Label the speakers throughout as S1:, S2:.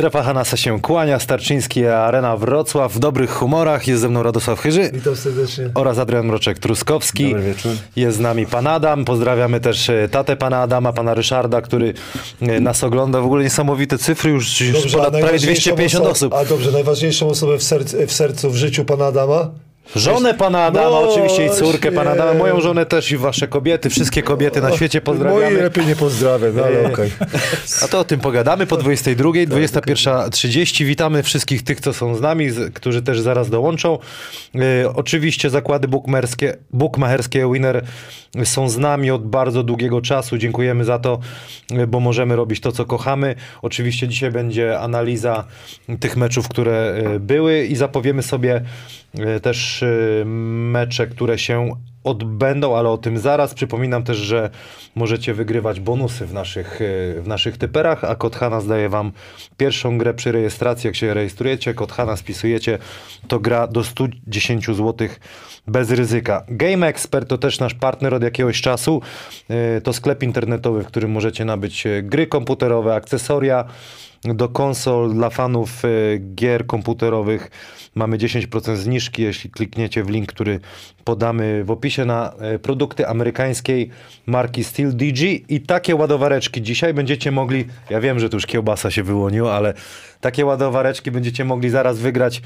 S1: Strefa Hanasa się kłania, Starczyński, Arena Wrocław, w dobrych humorach. Jest ze mną Radosław Chyży.
S2: Witam serdecznie.
S1: Oraz Adrian Mroczek-Truskowski.
S3: Dobry wieczór.
S1: Jest z nami pan Adam. Pozdrawiamy też tatę pana Adama, pana Ryszarda, który nas ogląda. W ogóle niesamowite cyfry, już ponad prawie 250 osób.
S2: A dobrze, najważniejszą osobę w sercu, w życiu pana Adama?
S1: Żonę pana Adama, oczywiście, i córkę pana Adama, moją żonę też i wasze kobiety, wszystkie kobiety na świecie pozdrawiamy.
S2: Moi lepiej nie pozdrawiam, no ale okej.
S1: A to o tym pogadamy po 22, 21:30. Witamy wszystkich tych, co są z nami, którzy też zaraz dołączą. Oczywiście zakłady bukmacherskie Winner są z nami od bardzo długiego czasu. Dziękujemy za to, bo możemy robić to, co kochamy. Oczywiście dzisiaj będzie analiza tych meczów, które były i zapowiemy sobie też mecze, które się odbędą, ale o tym zaraz. Przypominam też, że możecie wygrywać bonusy w naszych typerach, a kod HANAS daje wam pierwszą grę przy rejestracji. Jak się rejestrujecie, kod HANAS spisujecie, to gra do 110 zł bez ryzyka. Game Expert to też nasz partner od jakiegoś czasu. To sklep internetowy, w którym możecie nabyć gry komputerowe, akcesoria do konsol. Dla fanów gier komputerowych mamy 10% zniżki, jeśli klikniecie w link, który podamy w opisie, na produkty amerykańskiej marki Steel DG. I takie ładowareczki dzisiaj będziecie mogli, ja wiem, że tu już kiełbasa się wyłoniła, ale takie ładowareczki będziecie mogli zaraz wygrać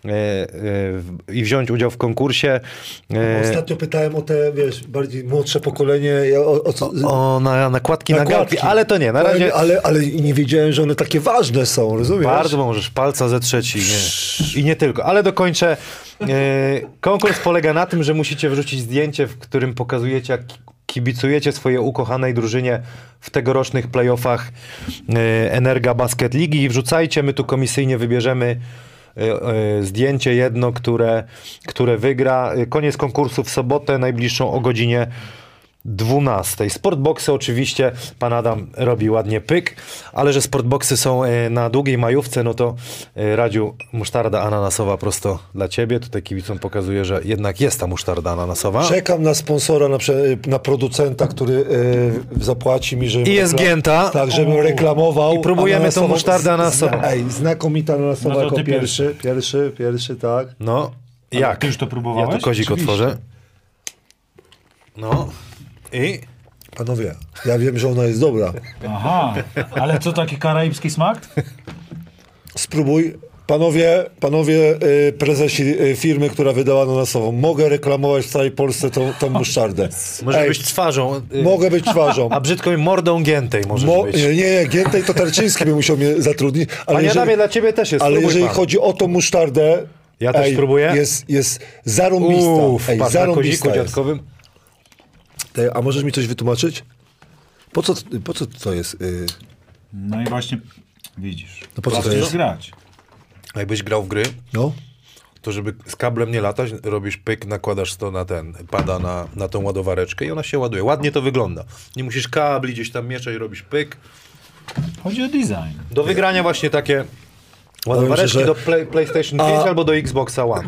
S1: i wziąć udział w konkursie.
S2: Ostatnio pytałem o te, wiesz, bardziej młodsze pokolenie.
S1: Na nakładki na garki, ale to nie, na razie.
S2: Ale nie wiedziałem, że one takie ważne są, rozumiesz?
S1: Bardzo możesz, palca Z3 nie. I nie tylko, ale dokończę. Konkurs polega na tym, że musicie wrzucić zdjęcie, w którym pokazujecie, jak kibicujecie swojej ukochanej drużynie w tegorocznych playoffach Energa Basket Ligi i wrzucajcie, my tu komisyjnie wybierzemy zdjęcie jedno, które wygra. Koniec konkursu w sobotę, najbliższą o godzinie 12. Sportboxy oczywiście, pan Adam robi ładnie pyk, ale że sportboxy są na długiej majówce, no to Radziu, musztarda ananasowa prosto dla ciebie. Tutaj kibicom pokazuje, że jednak jest ta musztarda ananasowa.
S2: Czekam na sponsora, na producenta, który zapłaci mi, że...
S1: I jest gięta.
S2: Tak, żebym reklamował.
S1: I próbujemy tą musztardę ananasową.
S2: Znakomita ananasowa
S3: No to
S2: jako
S3: ty
S2: pierwszy, tak.
S1: No, jak?
S3: Ty już to próbowałeś?
S1: Ja tu kozik
S3: Oczywiście.
S1: otworzę. No. I?
S2: Panowie, ja wiem, że ona jest dobra.
S3: Aha, ale co, taki karaibski smak?
S2: Spróbuj. Panowie prezesi firmy, która wydała ananasową, mogę reklamować w całej Polsce tą musztardę.
S1: Może być twarzą.
S2: Mogę być twarzą.
S1: A brzydko mordą giętej możesz być.
S2: Nie, Giętej to Tarczyński by musiał mnie zatrudnić.
S1: Panie Adamie, dla ciebie też jest.
S2: Ale jeżeli
S1: pan.
S2: chodzi o tą musztardę,
S1: Ja też spróbuję.
S2: Jest zarąbista.
S1: Patrz na koziku dziadkowym.
S2: A możesz mi coś wytłumaczyć? Po co to jest?
S3: No i właśnie, widzisz.
S2: No po co to jest?
S3: Grać.
S1: A jakbyś grał w gry,
S2: No.
S1: to żeby z kablem nie latać, robisz pyk, nakładasz to pada na tą ładowareczkę i ona się ładuje. Ładnie to wygląda. Nie musisz kabli gdzieś tam mieszać, robisz pyk.
S3: Chodzi o design.
S1: Do wygrania właśnie takie ładowareczki
S2: że-
S1: do PlayStation 5 albo do Xboxa One.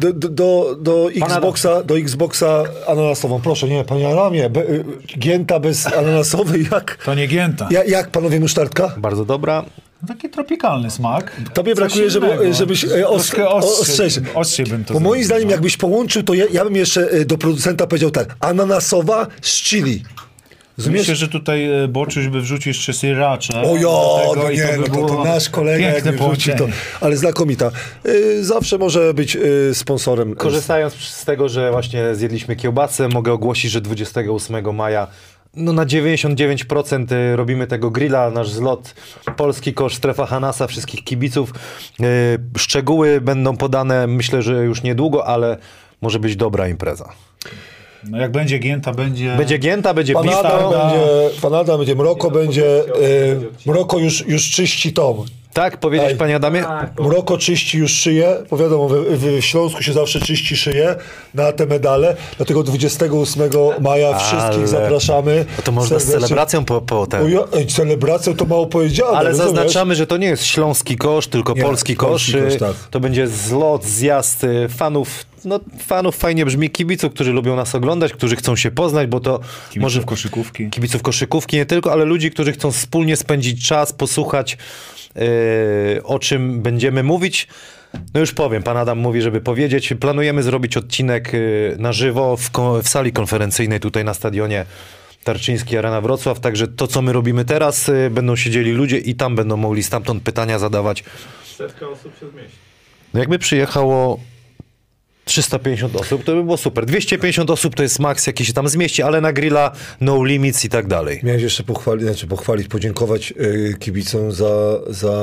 S2: Do Xboxa ananasową. Proszę, nie, panie Aramie, gięta bez ananasowej, jak?
S3: To nie gięta.
S2: Jak, panowie, musztardka?
S1: Bardzo dobra.
S3: Taki tropikalny smak.
S2: Tobie
S3: Coś
S2: brakuje,
S3: innego.
S2: żebyś
S3: Troszkę
S2: ostrzejszy.
S3: ostrzej bym to
S2: Bo moim
S3: zrobił,
S2: zdaniem,
S3: no.
S2: jakbyś połączył, to ja bym jeszcze do producenta powiedział tak, ananasowa z chili.
S3: Myślę, że tutaj Boczuś by wrzucił jeszcze sriracha.
S2: O
S3: do tego
S2: no
S3: i
S2: nie,
S3: by
S2: to
S3: było
S2: nasz kolega jak
S3: piękne
S2: mi wrzuci to,
S3: połączenie.
S2: ale znakomita. Zawsze może być sponsorem.
S1: Korzystając z tego, że właśnie zjedliśmy kiełbasę, mogę ogłosić, że 28 maja na 99% robimy tego grilla, nasz zlot Polski Kosz, Strefa Hanasa, wszystkich kibiców. Szczegóły będą podane, myślę, że już niedługo, ale może być dobra impreza.
S3: No jak będzie gięta, będzie...
S1: Będzie gięta, będzie
S2: Pan
S1: piwo.
S2: Adam będzie, Mroko będzie, Mroko już czyści tom.
S1: Tak, powiedzieć panie Adamie?
S2: Mroko czyści już szyję, bo wiadomo, w Śląsku się zawsze czyści szyję na te medale, dlatego 28 maja wszystkich zapraszamy.
S1: No to można z
S2: serdecznie.
S1: celebracją po ten.
S2: Celebracją to mało powiedziane.
S1: Ale
S2: rozumiesz?
S1: zaznaczamy, że to nie jest śląski kosz, tylko
S2: Nie,
S1: polski
S2: polski
S1: kosz.
S2: kosz, tak.
S1: To będzie zlot, zjazd fanów no, fanów fajnie brzmi, kibiców, którzy lubią nas oglądać, którzy chcą się poznać, bo to
S3: Kibiców
S1: może
S3: koszykówki.
S1: Kibiców koszykówki nie tylko, ale ludzi, którzy chcą wspólnie spędzić czas, posłuchać o czym będziemy mówić. No już powiem, pan Adam mówi, żeby powiedzieć. Planujemy zrobić odcinek na żywo w sali konferencyjnej tutaj na stadionie Tarczyński Arena Wrocław, także to, co my robimy teraz, będą siedzieli ludzie i tam będą mogli stamtąd pytania zadawać.
S4: 100 osób się zmieści.
S1: No jakby przyjechało 350 osób, to by było super. 250 osób to jest maks, jaki się tam zmieści, ale na grilla no limits i tak dalej.
S2: Miałeś jeszcze podziękować kibicom za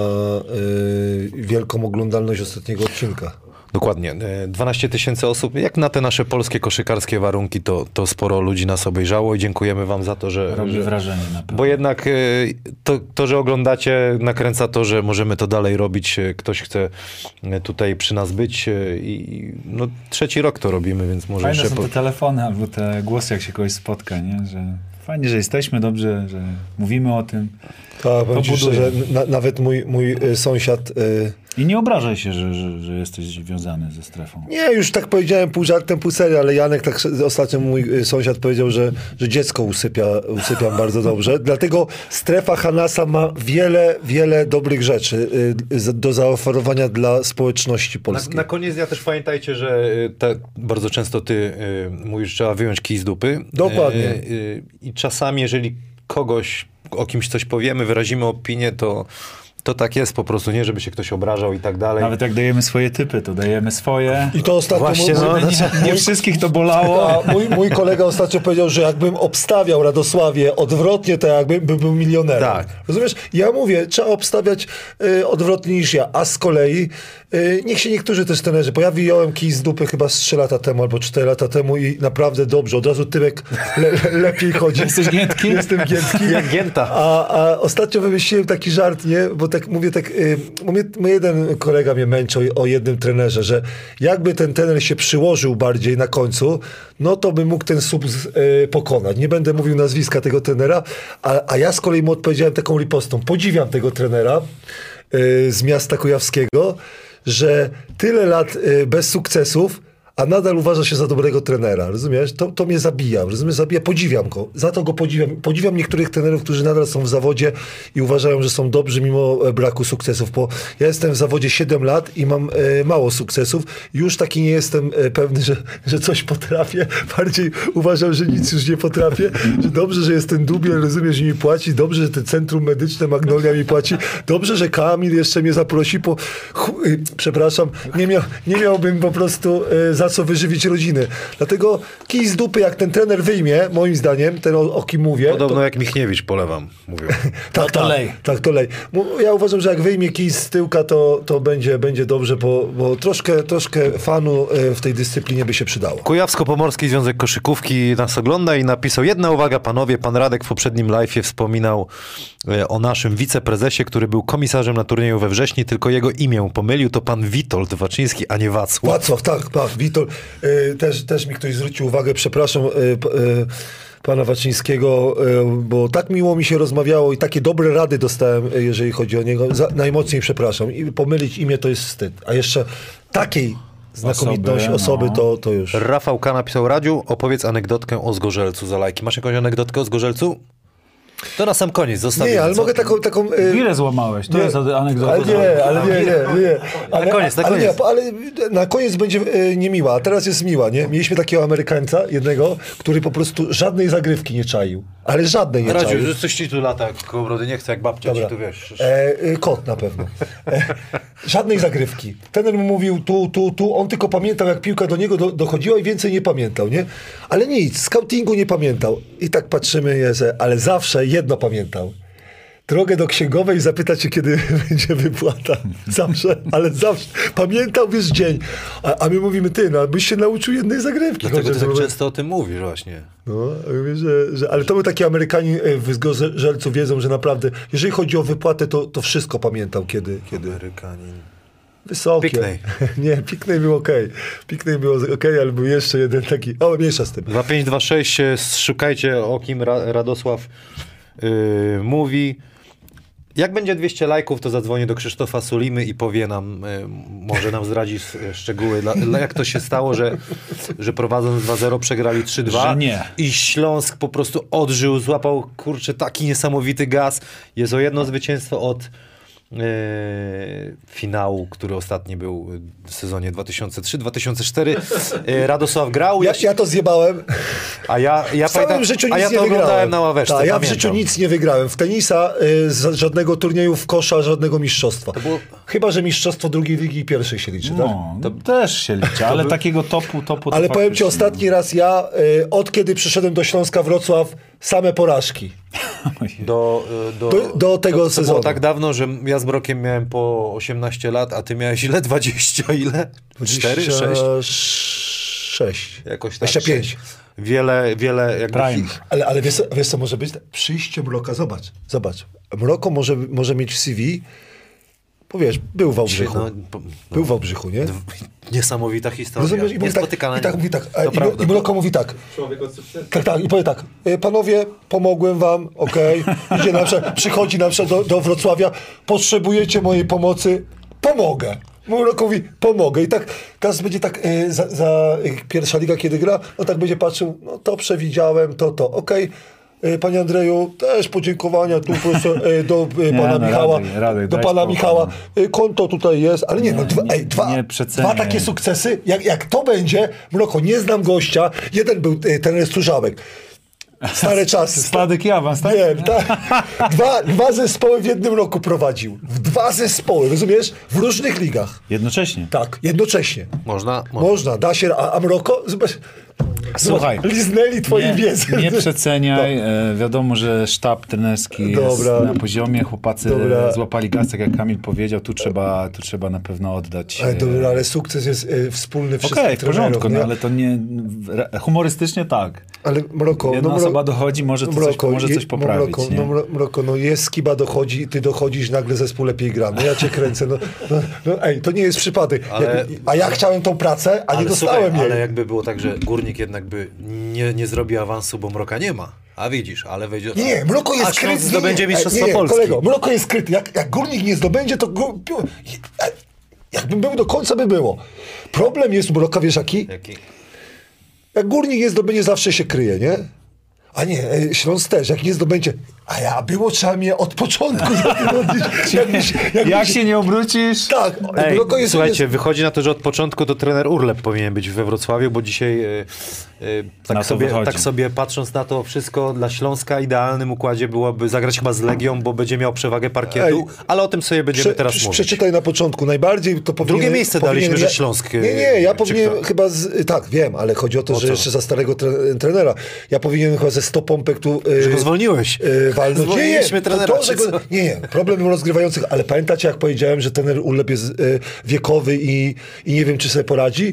S2: wielką oglądalność ostatniego odcinka.
S1: Dokładnie. 12 000 osób. Jak na te nasze polskie koszykarskie warunki, to sporo ludzi nas obejrzało i dziękujemy wam za to, że...
S3: Robi wrażenie na pewno.
S1: Bo jednak to, że oglądacie, nakręca to, że możemy to dalej robić. Ktoś chce tutaj przy nas być i no, 3. rok to robimy, więc może
S3: Fajne
S1: jeszcze...
S3: są te telefony albo te głosy, jak się kogoś spotka, nie? Że fajnie, że jesteśmy, dobrze, że mówimy o tym.
S2: Tak, powiem ci, że nawet mój sąsiad...
S3: I nie obrażaj się, że jesteś związany ze strefą.
S2: Nie, już tak powiedziałem pół żartem, pół serio, ale Janek, tak ostatnio mój sąsiad powiedział, że dziecko usypiam bardzo dobrze. Dlatego strefa Hanasa ma wiele dobrych rzeczy do zaoferowania dla społeczności polskiej.
S1: Na koniec dnia też pamiętajcie, że bardzo często ty mówisz, że trzeba wyjąć kij z dupy.
S2: Dokładnie.
S1: I czasami, jeżeli o kimś coś powiemy, wyrazimy opinię, to tak jest po prostu, nie żeby się ktoś obrażał i tak dalej.
S3: Nawet jak dajemy swoje typy, to dajemy swoje.
S2: I to ostatnio...
S1: Właśnie,
S3: Nie wszystkich to bolało.
S2: A mój kolega ostatnio powiedział, że jakbym obstawiał Radosławie odwrotnie, to jakbym był milionerem.
S1: Tak.
S2: Rozumiesz? Ja mówię, trzeba obstawiać odwrotnie niż ja. A z kolei niech się niektórzy też trenerzy... Bo ja wyjąłem kij z dupy chyba z 3 lata temu albo 4 lata temu i naprawdę dobrze. Od razu tyłek lepiej chodzi.
S3: Jesteś giętki?
S2: Jestem giętki.
S1: Jak gięta.
S2: A ostatnio wymyśliłem taki żart, nie? Bo tak mówię, jeden kolega mnie męczył o jednym trenerze, że jakby ten trener się przyłożył bardziej na końcu, no to by mógł ten sub pokonać. Nie będę mówił nazwiska tego trenera, a ja z kolei mu odpowiedziałem taką ripostą. Podziwiam tego trenera z miasta kujawskiego, że tyle lat bez sukcesów, a nadal uważa się za dobrego trenera, rozumiesz? To mnie zabija, rozumiesz? Podziwiam go, za to go podziwiam. Podziwiam niektórych trenerów, którzy nadal są w zawodzie i uważają, że są dobrzy mimo braku sukcesów, bo ja jestem w zawodzie 7 lat i mam mało sukcesów. Już taki nie jestem pewny, że coś potrafię. Bardziej uważam, że nic już nie potrafię, że dobrze, że jest ten dubiel, rozumiesz, że mi płaci, dobrze, że te centrum medyczne Magnolia mi płaci, dobrze, że Kamil jeszcze mnie zaprosi, przepraszam, nie miałbym po prostu za co wyżywić rodziny. Dlatego kij z dupy, jak ten trener wyjmie, moim zdaniem, ten o kim mówię...
S1: Podobno jak Michniewicz polewam, mówią.
S2: Tak, to lej. Tak, to lej. Ja uważam, że jak wyjmie kij z tyłka, to będzie dobrze, bo troszkę fanu w tej dyscyplinie by się przydało.
S1: Kujawsko-Pomorski Związek Koszykówki nas ogląda i napisał: jedna uwaga, panowie, pan Radek w poprzednim live'ie wspominał o naszym wiceprezesie, który był komisarzem na turnieju we wrześniu, tylko jego imię pomylił, to pan Witold Waczyński, a nie Wacław.
S2: Wacław, tak, Witold. Też mi ktoś zwrócił uwagę, przepraszam pana Waczyńskiego, bo tak miło mi się rozmawiało i takie dobre rady dostałem, jeżeli chodzi o niego. Najmocniej przepraszam. I pomylić imię to jest wstyd. A jeszcze takiej znakomitności osoby to już.
S1: Rafał K. napisał: Radziu, opowiedz anegdotkę o Zgorzelcu za lajki. Masz jakąś anegdotkę o Zgorzelcu? To na sam koniec zostawimy.
S2: Nie, ale mogę taką...
S3: Wirę złamałeś, to jest anegdota.
S2: Ale nie.
S1: Na koniec.
S2: Ale na koniec będzie niemiła, a teraz jest miła, nie? Mieliśmy takiego Amerykańca, jednego, który po prostu żadnej zagrywki nie czaił. Ale żadnej nie czaił.
S1: Radziu, że coś ci tu lata koło brody, nie chcę jak babcia ci tu wiesz.
S2: Kot na pewno. Żadnej zagrywki. Trener mu mówił tu, on tylko pamiętał, jak piłka do niego dochodziła i więcej nie pamiętał, nie? Ale nic, scoutingu nie pamiętał. I tak patrzymy, ale zawsze jedno pamiętał. Drogę do księgowej, zapytać się, kiedy będzie wypłata. Zawsze. Pamiętał, wiesz, dzień. A my mówimy, byś się nauczył jednej zagrywki.
S1: Dlatego ty tak często o tym mówisz właśnie.
S2: No, mówię, ale to był taki Amerykanie w Zgorzelcu, wiedzą, że naprawdę, jeżeli chodzi o wypłatę, to wszystko pamiętał, kiedy...
S1: Amerykanin.
S2: Wysokie.
S1: Piknej.
S2: Nie, Piknej był okej. Piknej był okej, ale był jeszcze jeden taki... mniejsza z tym.
S1: 2526, szukajcie, o kim Radosław mówi. Jak będzie 200 lajków, to zadzwonię do Krzysztofa Sulimy i powie nam, może nam zdradzi szczegóły, jak to się stało, że prowadząc 2-0 przegrali 3-2
S3: Że nie.
S1: i Śląsk po prostu odżył, złapał, kurczę, taki niesamowity gaz. Jest o jedno zwycięstwo od finału, który ostatni był w sezonie 2003-2004. Radosław grał.
S2: Ja to zjebałem.
S1: A ja
S2: W całym życiu nic
S1: a ja
S2: nie
S1: to oglądałem
S2: wygrałem.
S1: na ławeczce.
S2: Tak, ja w
S1: pamiętam.
S2: życiu nic nie wygrałem. W tenisa żadnego turnieju, w kosza żadnego mistrzostwa.
S1: było-
S2: Chyba, że mistrzostwo drugiej ligi i pierwszej się liczy, tak?
S3: No, to też się liczy, ale takiego topu to
S2: Ale powiem ci,
S3: faktycznie.
S2: ostatni raz ja, od kiedy przyszedłem do Śląska Wrocław, same porażki. Do tego
S1: to
S2: sezonu.
S1: było tak dawno, że ja z Brokiem miałem po 18 lat, a ty miałeś ile? 20 ile? 4? 6?
S2: 6.
S1: Jakoś tak.
S2: 25.
S1: Wiele jakby...
S3: Prime.
S2: Ale wiesz co może być? Przyjście Mroka, zobacz. Mroko może mieć w CV, bo wiesz, był w Wałbrzychu. Był w Wałbrzychu, nie?
S1: Niesamowita historia.
S2: Rozumiesz? I mówi tak,
S1: Niespotykana.
S2: i tak mówi tak.
S1: To prawda.
S2: I Mroko mówi tak.
S4: Człowiek od sukcesu.
S2: Tak, i powie tak, panowie, pomogłem wam, okej. Idzie na przykład, przychodzi na przykład do Wrocławia, potrzebujecie mojej pomocy, pomogę. Mroko mówi, pomogę. I tak, teraz będzie tak, za pierwsza liga, kiedy gra, no tak będzie patrzył, no to przewidziałem, to, okej. Panie Andrzeju, też podziękowania tu proszę do pana Michała.
S3: Radek,
S2: do
S3: daj
S2: pana
S3: spokój,
S2: Michała.
S3: no.
S2: Konto tutaj jest, ale nie, no
S3: nie
S2: dwa
S3: przeceniaj.
S2: takie sukcesy, jak to będzie, Mroko, nie znam gościa, jeden był trener Strużałek. Stare czasy.
S3: Spadek i awans, tak?
S2: Nie, dwa zespoły w jednym roku prowadził. W 2 zespoły, rozumiesz? W różnych ligach.
S3: Jednocześnie.
S2: Tak, jednocześnie.
S1: Można.
S2: Można, da się, a Mroko, zobacz,
S3: Słuchaj,
S2: liznęli twojej wiedzy.
S3: nie przeceniaj. Wiadomo, że sztab trenerski jest
S2: Dobra.
S3: na poziomie. Chłopacy
S2: Dobra.
S3: złapali gaz, tak jak Kamil powiedział. Tu trzeba na pewno oddać.
S2: Dobra, ale sukces jest wspólny wszystkich
S3: Okej, w porządku,
S2: trenerów,
S3: no, ale to nie... Humorystycznie tak.
S2: Ale Mroko...
S3: Jedna osoba dochodzi, może coś poprawić.
S2: Mroko, jest Skiba dochodzi i ty dochodzisz, nagle zespół lepiej gra. No ja cię kręcę. Ej, to nie jest przypadek.
S1: Ale-
S2: A ja chciałem tą pracę, a nie dostałem jej.
S1: Ale jakby było tak, że Górnik jednak by nie zrobi awansu, bo Mroka nie ma. A widzisz, ale wejdzie...
S2: Nie, Mroko jest
S1: A Śląsk
S2: skryty.
S1: zdobędzie Mistrzostwo
S2: nie,
S1: Polski.
S2: kolego, Mroko jest skryty. Jak Górnik nie zdobędzie, to... Jakbym był do końca, by było. Problem jest u Mroka, wiesz jaki?
S1: Jaki?
S2: Jak Górnik nie zdobędzie, zawsze się kryje, nie? A nie, Śląsk też, jak nie zdobędzie... było trzeba mnie od początku zatrudnić.
S3: Jak się nie obrócisz...
S2: Tak,
S1: Ej,
S2: Mroko jest...
S1: słuchajcie, wychodzi na to, że od początku to trener Urlep powinien być we Wrocławiu, bo dzisiaj
S3: Na to wychodzi.
S1: tak sobie patrząc na to wszystko dla Śląska idealnym układzie byłoby zagrać chyba z Legią, bo będzie miał przewagę parkietu, ale o tym sobie będziemy teraz mówić.
S2: Przeczytaj na początku. Najbardziej to powinien...
S1: Drugie miejsce daliśmy, że Śląsk...
S2: Nie, ja
S1: czy
S2: powinien
S1: kto?
S2: chyba... Tak, wiem, ale chodzi o to,
S1: O
S2: że
S1: co?
S2: jeszcze za starego trenera. Ja powinienem chyba ze 100 pompek tu...
S1: Że go zwolniłeś.
S2: Walnąć.
S1: Zwolniliśmy trenera,
S2: to, że
S1: czy co?
S2: nie, problem rozgrywających, ale pamiętacie, jak powiedziałem, że trener Urlep jest wiekowy i nie wiem, czy sobie poradzi?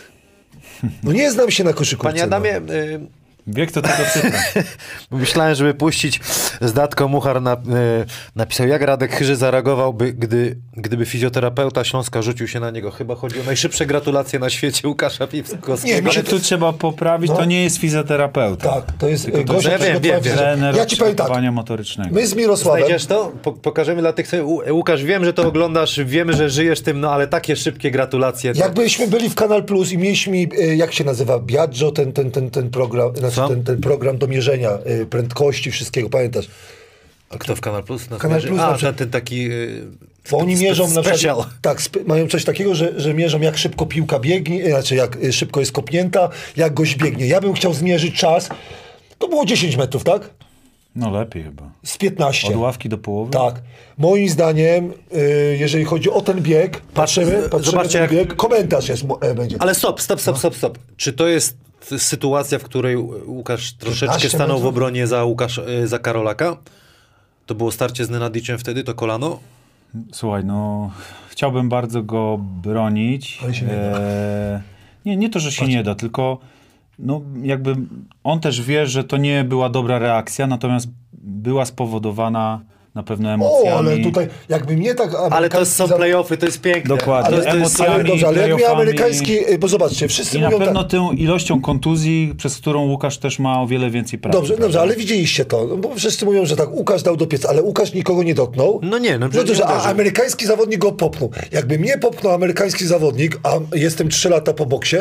S2: No nie znam się na koszykówce.
S1: Panie Adamie,
S3: Wiek to tylko cyfra.
S1: myślałem, żeby puścić Zdatko Muchar napisał, jak Radek Chyży zareagowałby, gdyby fizjoterapeuta Śląska rzucił się na niego. Chyba chodzi o najszybsze gratulacje na świecie Łukasza Piwkowskiego.
S2: Nie, mi się
S3: Ale tu trzeba poprawić, to nie jest fizjoterapeuta.
S2: Tak, to jest
S3: Tylko to
S2: gość,
S1: ja wiem,
S2: przygotowany
S1: wiem.
S2: fizjo-
S3: Trener
S2: Ja ci powiem tak,
S3: przygotowania motorycznego.
S2: my z Mirosławem...
S1: Znajdziesz to? Pokażemy dla tych... Łukasz, wiem, że to oglądasz, wiemy, że żyjesz tym, no ale takie szybkie gratulacje. To...
S2: Jakbyśmy byli w Kanal Plus i mieliśmy, jak się nazywa, Biagio, ten program,
S1: Co?
S2: ten program do mierzenia prędkości, wszystkiego, pamiętasz?
S1: A kto w Kanal Plus?
S2: Kanal Plus na
S1: A,
S2: przykład.
S1: ten taki...
S2: Bo oni mierzą na
S1: special.
S2: przykład, tak, mają coś takiego, że mierzą jak szybko piłka biegnie, znaczy jak szybko jest kopnięta, jak gość biegnie. Ja bym chciał zmierzyć czas, to było 10 metrów, tak?
S3: No lepiej chyba.
S2: Z 15.
S3: Od ławki do połowy?
S2: Tak. Moim zdaniem, jeżeli chodzi o ten bieg, patrzymy
S1: zobaczcie,
S2: na ten
S1: jak-
S2: bieg, komentarz jest, będzie.
S1: Ale stop. Czy to jest sytuacja, w której Łukasz troszeczkę
S2: 15
S1: stanął w
S2: metrów?
S1: obronie za Karolaka? To było starcie z Nenadiczem wtedy, to kolano?
S3: Słuchaj, no chciałbym bardzo go bronić.
S2: Ale się nie
S3: Nie to, że się nie da, tylko no jakby on też wie, że to nie była dobra reakcja, natomiast była spowodowana na pewno emocjami.
S2: ale tutaj jakby mnie tak...
S1: Ale to są play-offy, to jest piękne.
S3: Dokładnie.
S1: Ale to jest,
S2: Ale dobrze, ale jak mnie
S3: playoffami.
S2: amerykański... Bo zobaczcie, wszyscy
S3: I na
S2: mówią
S3: pewno
S2: tak...
S3: tą ilością kontuzji, przez którą Łukasz też ma o wiele więcej pracy.
S2: Dobrze, ale widzieliście to, no bo wszyscy mówią, że tak, Łukasz dał do pieca, ale Łukasz nikogo nie dotknął.
S1: No nie, no
S2: to,
S1: przecież
S2: że
S1: nie uderzył.
S2: amerykański zawodnik go popchnął. Jakby mnie popchnął amerykański zawodnik, a jestem 3 lata po boksie,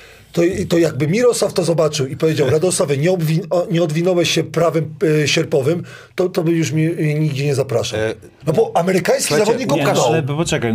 S2: to jakby Mirosław to zobaczył i powiedział, Radosławie, nie odwinąłeś się prawym sierpowym, to by już mnie nigdzie nie zapraszał. No bo amerykański zawodnik go
S3: Nie,
S2: pchnął.
S3: ale poczekaj,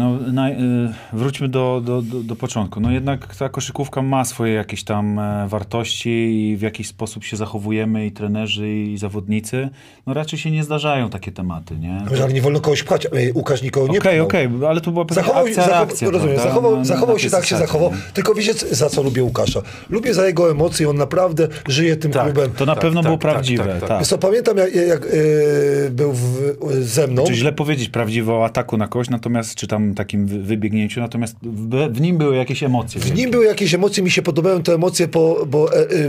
S3: wróćmy do początku. No jednak ta koszykówka ma swoje jakieś tam wartości i w jakiś sposób się zachowujemy i trenerzy i zawodnicy. No raczej się nie zdarzają takie tematy, nie?
S2: Ale nie wolno kogoś pchać. Łukasz nikogo nie pchnął.
S3: Okej, ale to była pewna reakcja.
S2: Rozumiem,
S3: prawda?
S2: zachował się tak, się
S3: zasadzie,
S2: zachował.
S3: nie?
S2: Tylko wiecie, za co lubię Łukasza? Lubię za jego emocje, on naprawdę żyje tym klubem.
S3: To na pewno było prawdziwe. Tak.
S2: Wiesz co, pamiętam jak był ze mną.
S3: Czy źle powiedzieć prawdziwe o ataku na kogoś, natomiast czy tam takim wybiegnięciu, natomiast w nim były jakieś emocje.
S2: W nim były jakieś emocje, mi się podobają te emocje, bo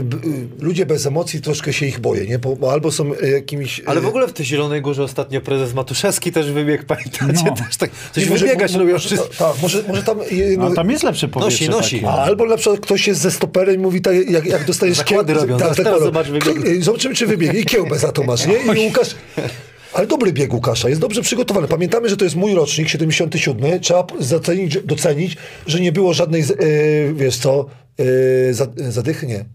S2: ludzie bez emocji troszkę się ich boję, nie? Bo albo są jakimiś...
S1: Ale w ogóle w tej Zielonej Górze ostatnio prezes Matuszewski też wybiegł, pamiętacie?
S3: No.
S1: Też tak, coś wybiegać lubią wszyscy.
S2: Tak, może tam...
S3: No, tam jest lepsze powietrze.
S1: Nosi.
S3: Takie.
S2: Albo na przykład ktoś jest ze stoperem i mówi tak, jak dostajesz
S1: Zakłady robią, teraz zobacz, wybiegnie.
S2: Zobaczymy, czy wybiegnie. I kiełbę za to masz, nie? I Łukasz... Ale dobry bieg Łukasza, jest dobrze przygotowany. Pamiętamy, że to jest mój rocznik, 77. Trzeba docenić, że nie było żadnej, wiesz co, zadychy, nie.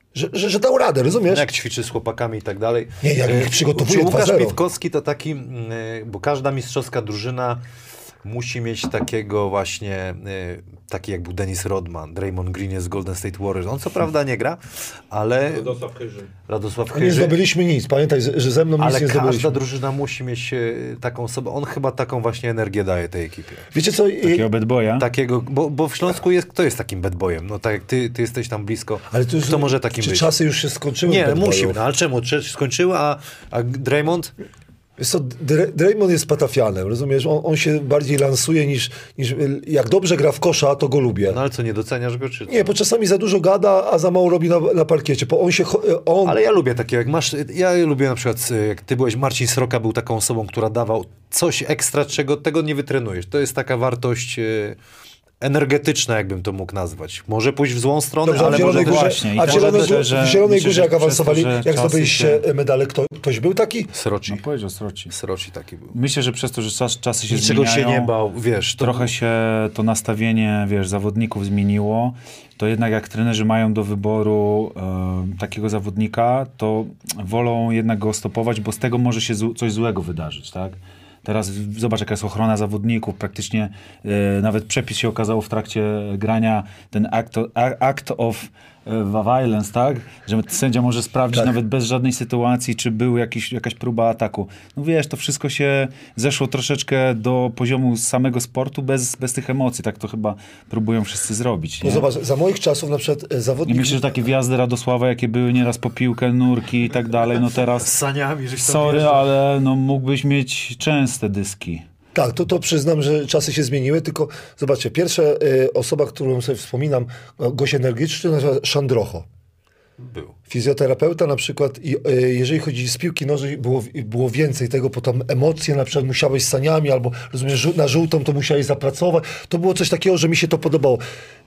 S2: Że dał radę, rozumiesz?
S1: Jak ćwiczy z chłopakami i tak dalej.
S2: Nie, jak ich przygotowuje
S1: Czy Łukasz
S2: 2-0.
S1: Piwkowski to taki, bo każda mistrzowska drużyna musi mieć takiego właśnie, taki jak był Dennis Rodman, Draymond Green jest z Golden State Warriors. On co prawda nie gra, ale... Radosław
S2: Nie
S1: Chyży.
S2: zdobyliśmy nic, pamiętaj, że ze mną nic
S1: Ale
S2: nie
S1: każda
S2: zdobyliśmy.
S1: drużyna musi mieć taką osobę. On chyba taką właśnie energię daje tej ekipie.
S2: Wiecie co?
S3: Takiego bad boya.
S1: Takiego, bo w Śląsku kto jest takim bad boyem? No tak jak ty jesteś tam blisko,
S2: Ale to już,
S1: kto może takim
S2: czy
S1: być?
S2: czasy już się skończyły?
S1: Nie,
S2: bad
S1: musi.
S2: boyów?
S1: No, ale czemu? Czy skończyły, a Draymond?
S2: Wiesz co, Draymond jest patafianem, rozumiesz? On się bardziej lansuje niż... Jak dobrze gra w kosza, to go lubię.
S1: No ale co, nie doceniasz go? Czy co?
S2: Nie, bo czasami za dużo gada, a za mało robi na parkiecie, bo on...
S1: Ale ja lubię takiego, jak masz, ja lubię na przykład, jak ty byłeś, Marcin Sroka był taką osobą, która dawał coś ekstra, czego tego nie wytrenujesz. To jest taka wartość energetyczna, jakbym to mógł nazwać. Może pójść w złą stronę,
S2: Dobrze,
S1: ale
S2: w Zielonej
S1: może
S2: Górze,
S3: właśnie. I
S2: a
S3: to
S2: w Zielonej Górze jak
S3: przez to,
S2: awansowali,
S3: że
S2: jak
S3: czasy
S2: zdobyliście medale, ktoś był taki?
S1: Sroci.
S3: No powiedział Sroci.
S1: Sroci taki był.
S3: Myślę, że przez to, że czasy się
S1: Niczego
S3: zmieniają,
S1: się nie bał, wiesz. To
S3: trochę się to nastawienie, wiesz, zawodników zmieniło, to jednak jak trenerzy mają do wyboru takiego zawodnika, to wolą jednak go stopować, bo z tego może się coś złego wydarzyć, tak? Teraz zobacz, jaka jest ochrona zawodników. Praktycznie nawet przepis się okazało w trakcie grania, ten act of violence, tak? Że sędzia może sprawdzić nawet bez żadnej sytuacji, czy był jakaś próba ataku. No wiesz, to wszystko się zeszło troszeczkę do poziomu samego sportu bez tych emocji. Tak to chyba próbują wszyscy zrobić.
S2: No
S3: Nie?
S2: zobacz, za moich czasów na przykład
S3: I
S2: zawodnik...
S3: myślę, że takie wjazdy Radosława, jakie były nieraz po piłkę, nurki i tak dalej, no teraz...
S1: z saniami, żeś tam
S3: Sorry,
S1: wjeżdżał.
S3: ale no mógłbyś mieć częste dyski.
S2: Tak, to przyznam, że czasy się zmieniły, tylko zobaczcie, pierwsza osoba, którą sobie wspominam, gość energiczny, nazywa Szandrocho.
S1: Był.
S2: Fizjoterapeuta na przykład, i jeżeli chodzi z piłki nożnej, było więcej tego, bo tam emocje, na przykład musiałeś z saniami, albo rozumiesz, na żółtą to musiałeś zapracować. To było coś takiego, że mi się to podobało.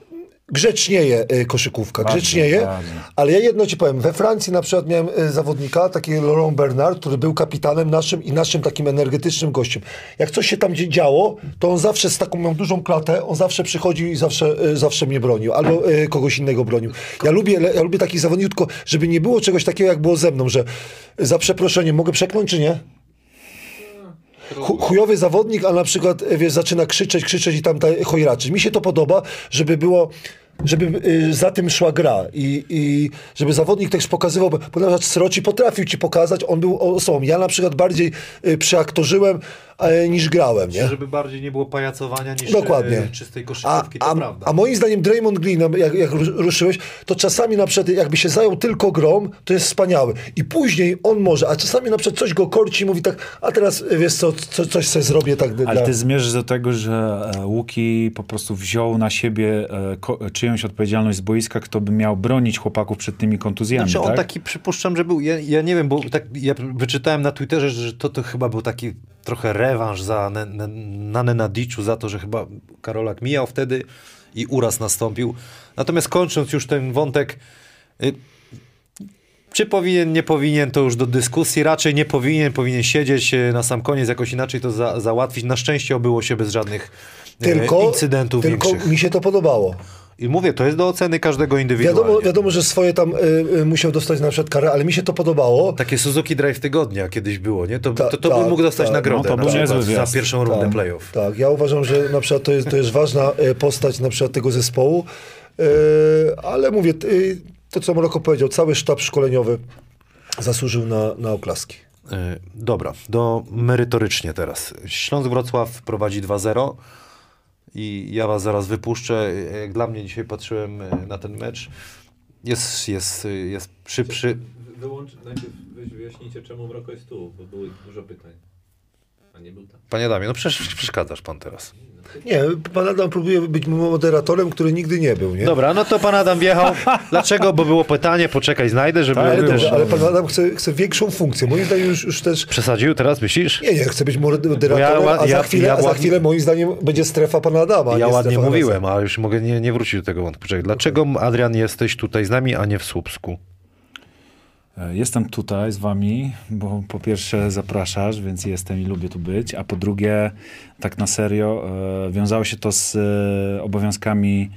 S2: Grzecznieje koszykówka,
S3: Bardzo,
S2: grzecznieje,
S3: bardzo.
S2: ale ja jedno ci powiem, we Francji na przykład miałem zawodnika, takiego Laurent Bernard, który był kapitanem naszym i naszym takim energetycznym gościem. Jak coś się tam działo, to on zawsze z taką miał dużą klatę, on zawsze przychodził i zawsze mnie bronił, albo kogoś innego bronił. Ja lubię takich zawodników, tylko żeby nie było czegoś takiego, jak było ze mną, że za przeproszeniem mogę przekląć, czy nie? Chujowy zawodnik, a na przykład wiesz, zaczyna krzyczeć i tam chojraczyć. Mi się to podoba, żeby za tym szła gra i żeby zawodnik też pokazywał, bo na przykład Sroci potrafił ci pokazać, on był osobą. Ja na przykład bardziej przeaktorzyłem niż grałem, nie?
S1: Żeby bardziej nie było pajacowania niż
S2: Dokładnie.
S1: czystej koszykówki, to prawda.
S2: A moim zdaniem Draymond Green, jak ruszyłeś, to czasami na przykład jakby się zajął tylko grą, to jest wspaniały. I później on może, a czasami na przykład coś go korci i mówi tak, a teraz wiesz co, coś sobie zrobię tak
S3: Ale ty zmierzasz do tego, że Łuki po prostu wziął na siebie czyjąś odpowiedzialność z boiska, kto by miał bronić chłopaków przed tymi kontuzjami,
S1: Znaczy on
S3: tak?
S1: taki, przypuszczam, że był, ja nie wiem, bo tak ja wyczytałem na Twitterze, że to chyba był taki trochę rewanż na Nenadiczu, za to, że chyba Karolak mijał wtedy i uraz nastąpił. Natomiast kończąc już ten wątek, czy powinien, nie powinien, to już do dyskusji. Raczej nie powinien siedzieć na sam koniec, jakoś inaczej to załatwić. Na szczęście obyło się bez żadnych incydentów
S2: Tylko
S1: większych.
S2: mi się to podobało.
S1: I mówię, to jest do oceny każdego indywidualnie.
S2: Wiadomo, że swoje tam musiał dostać na przykład karę, ale mi się to podobało.
S1: Takie Suzuki Drive tygodnia kiedyś było, nie? To by mógł dostać nagrodę
S3: no to był niezły
S1: za
S3: wjazd.
S1: pierwszą rundę playoff.
S2: Tak, ja uważam, że na przykład to jest ważna postać na przykład tego zespołu, ale mówię, to co Moroko powiedział, cały sztab szkoleniowy zasłużył na oklaski.
S1: Dobra, merytorycznie teraz. Śląsk Wrocław prowadzi 2-0 i ja was zaraz wypuszczę. Jak dla mnie dzisiaj patrzyłem na ten mecz, jest szybszy.
S4: Najpierw wyjaśnijcie, czemu Mroko jest tu, bo było dużo pytań. A nie był tam.
S1: Panie Adamie, no przeszkadzasz pan teraz.
S2: Nie, pan Adam próbuje być moderatorem, który nigdy nie był, nie?
S1: Dobra, no to pan Adam wjechał. Dlaczego? Bo było pytanie, poczekaj, znajdę, żeby...
S2: Ale dobrze, ale pan Adam chce większą funkcję. Moim zdaniem już też...
S1: Przesadził teraz, myślisz?
S2: Nie, chce być moderatorem, a za chwilę moim zdaniem będzie strefa pana Adama.
S1: Ja ładnie mówiłem, ale już mogę nie wrócić do tego wątku. Poczekaj, dlaczego, Adrian, jesteś tutaj z nami, a nie w Słupsku?
S3: Jestem tutaj z wami, bo po pierwsze zapraszasz, więc jestem i lubię tu być, a po drugie, tak na serio, wiązało się to z obowiązkami,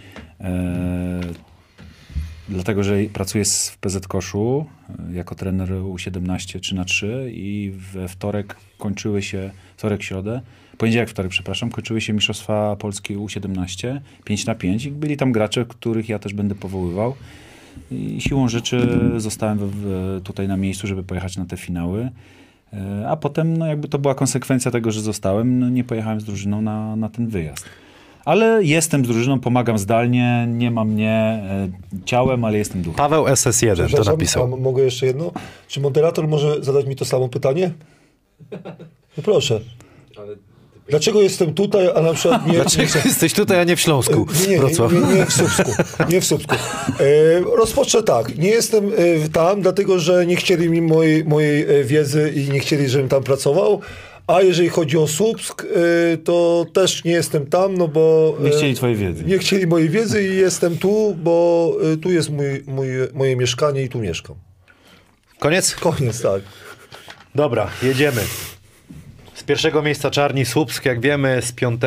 S3: dlatego że pracuję w PZ Koszu jako trener U17 3x3 i we wtorek środę, wtorek, kończyły się Mistrzostwa Polski U17 5x5 i byli tam gracze, których ja też będę powoływał. I siłą rzeczy zostałem tutaj na miejscu, żeby pojechać na te finały. A potem, no jakby to była konsekwencja tego, że zostałem, no nie pojechałem z drużyną na ten wyjazd. Ale jestem z drużyną, pomagam zdalnie, nie ma mnie ciałem, ale jestem duchem.
S1: Paweł SS1 to napisał.
S2: A mogę jeszcze jedno? Czy moderator może zadać mi to samo pytanie? No proszę. Dlaczego jestem tutaj, a na przykład nie...
S1: Dlaczego jesteś tutaj, a nie w Śląsku?
S2: Nie w Słupsku. Nie w Słupsku. Rozpocznę tak. Nie jestem tam, dlatego że nie chcieli mi mojej wiedzy i nie chcieli, żebym tam pracował. A jeżeli chodzi o Słupsk, to też nie jestem tam, no bo...
S3: Nie chcieli twojej wiedzy.
S2: Nie chcieli mojej wiedzy i jestem tu, bo tu jest moje mieszkanie i tu mieszkam.
S1: Koniec?
S2: Koniec, tak.
S1: Dobra, jedziemy. Z pierwszego miejsca Czarni Słupsk, jak wiemy, z 5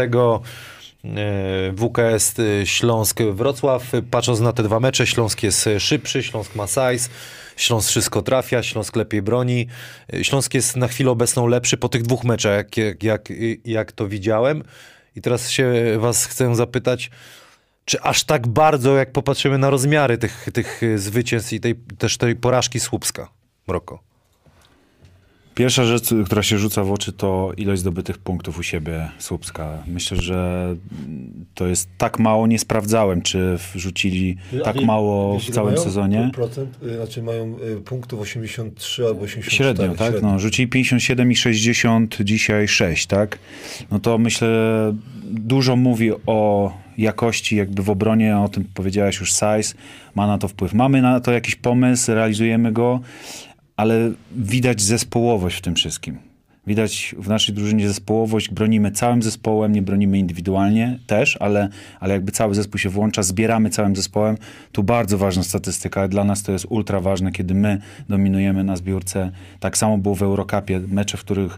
S1: WKS Śląsk Wrocław. Patrząc na te dwa mecze, Śląsk jest szybszy, Śląsk ma size, Śląsk wszystko trafia, Śląsk lepiej broni. Śląsk jest na chwilę obecną lepszy po tych dwóch meczach, jak to widziałem. I teraz się was chcę zapytać, czy aż tak bardzo, jak popatrzymy na rozmiary tych zwycięstw i tej porażki Słupska, Mroko?
S3: Pierwsza rzecz, która się rzuca w oczy, to ilość zdobytych punktów u siebie Słupska. Myślę, że to jest tak mało, nie sprawdzałem, czy wrzucili tak mało w całym sezonie.
S2: Znaczy mają punktów 83 albo 84.
S3: Średnio, tak? No, rzucili 57 i 60, dzisiaj 6, tak? No to myślę, dużo mówi o jakości jakby w obronie, o tym powiedziałeś już, size, ma na to wpływ. Mamy na to jakiś pomysł, realizujemy go, ale widać zespołowość w tym wszystkim. Widać w naszej drużynie zespołowość, bronimy całym zespołem, nie bronimy indywidualnie też, ale jakby cały zespół się włącza, zbieramy całym zespołem. Tu bardzo ważna statystyka, dla nas to jest ultra ważne, kiedy my dominujemy na zbiórce. Tak samo było w Eurocupie, mecze, w których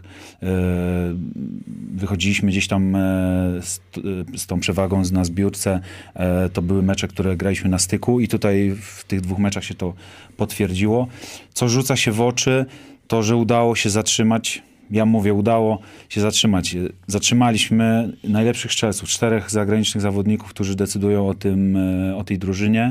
S3: wychodziliśmy gdzieś tam z tą przewagą na zbiórce. To były mecze, które graliśmy na styku i tutaj w tych dwóch meczach się to potwierdziło. Co rzuca się w oczy, to, że udało się zatrzymać. Ja mówię, udało się zatrzymać. Zatrzymaliśmy najlepszych strzelców, 4 zagranicznych zawodników, którzy decydują o tej drużynie.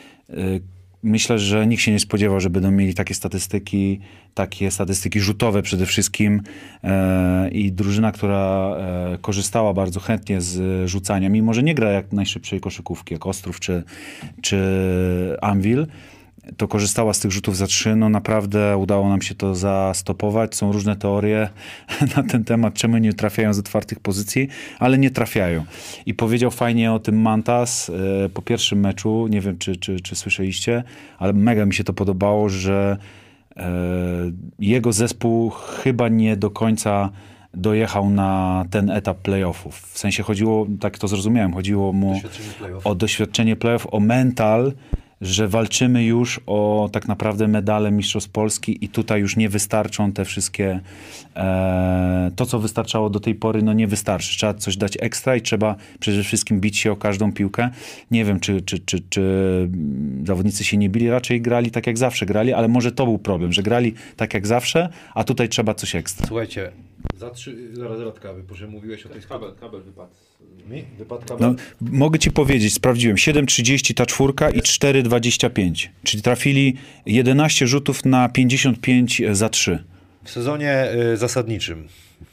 S3: Myślę, że nikt się nie spodziewał, że będą mieli takie statystyki rzutowe przede wszystkim i drużyna, która korzystała bardzo chętnie z rzucania, mimo że nie gra jak najszybszej koszykówki, jak Ostrów czy Anwil, to korzystała z tych rzutów za 3. No naprawdę udało nam się to zastopować. Są różne teorie na ten temat, czemu nie trafiają z otwartych pozycji, ale nie trafiają. I powiedział fajnie o tym Mantas po pierwszym meczu, nie wiem czy słyszeliście, ale mega mi się to podobało, że jego zespół chyba nie do końca dojechał na ten etap playoffów. W sensie chodziło, tak to zrozumiałem, chodziło mu o doświadczenie playoff, o mental, że walczymy już o tak naprawdę medale Mistrzostw Polski i tutaj już nie wystarczą te wszystkie, to co wystarczało do tej pory, no nie wystarczy. Trzeba coś dać ekstra i trzeba przede wszystkim bić się o każdą piłkę. Nie wiem, czy zawodnicy się nie bili, raczej grali tak jak zawsze grali, ale może to był problem, że grali tak jak zawsze, a tutaj trzeba coś ekstra.
S1: Słuchajcie, zaraz Radka, proszę, mówiłeś o tej
S4: Kabel wypadł.
S1: Mi? Wypadł kabel?
S3: No, mogę ci powiedzieć, sprawdziłem, 7,30 ta czwórka i 4,25. Czyli trafili 11 rzutów na 55 za 3.
S1: W sezonie zasadniczym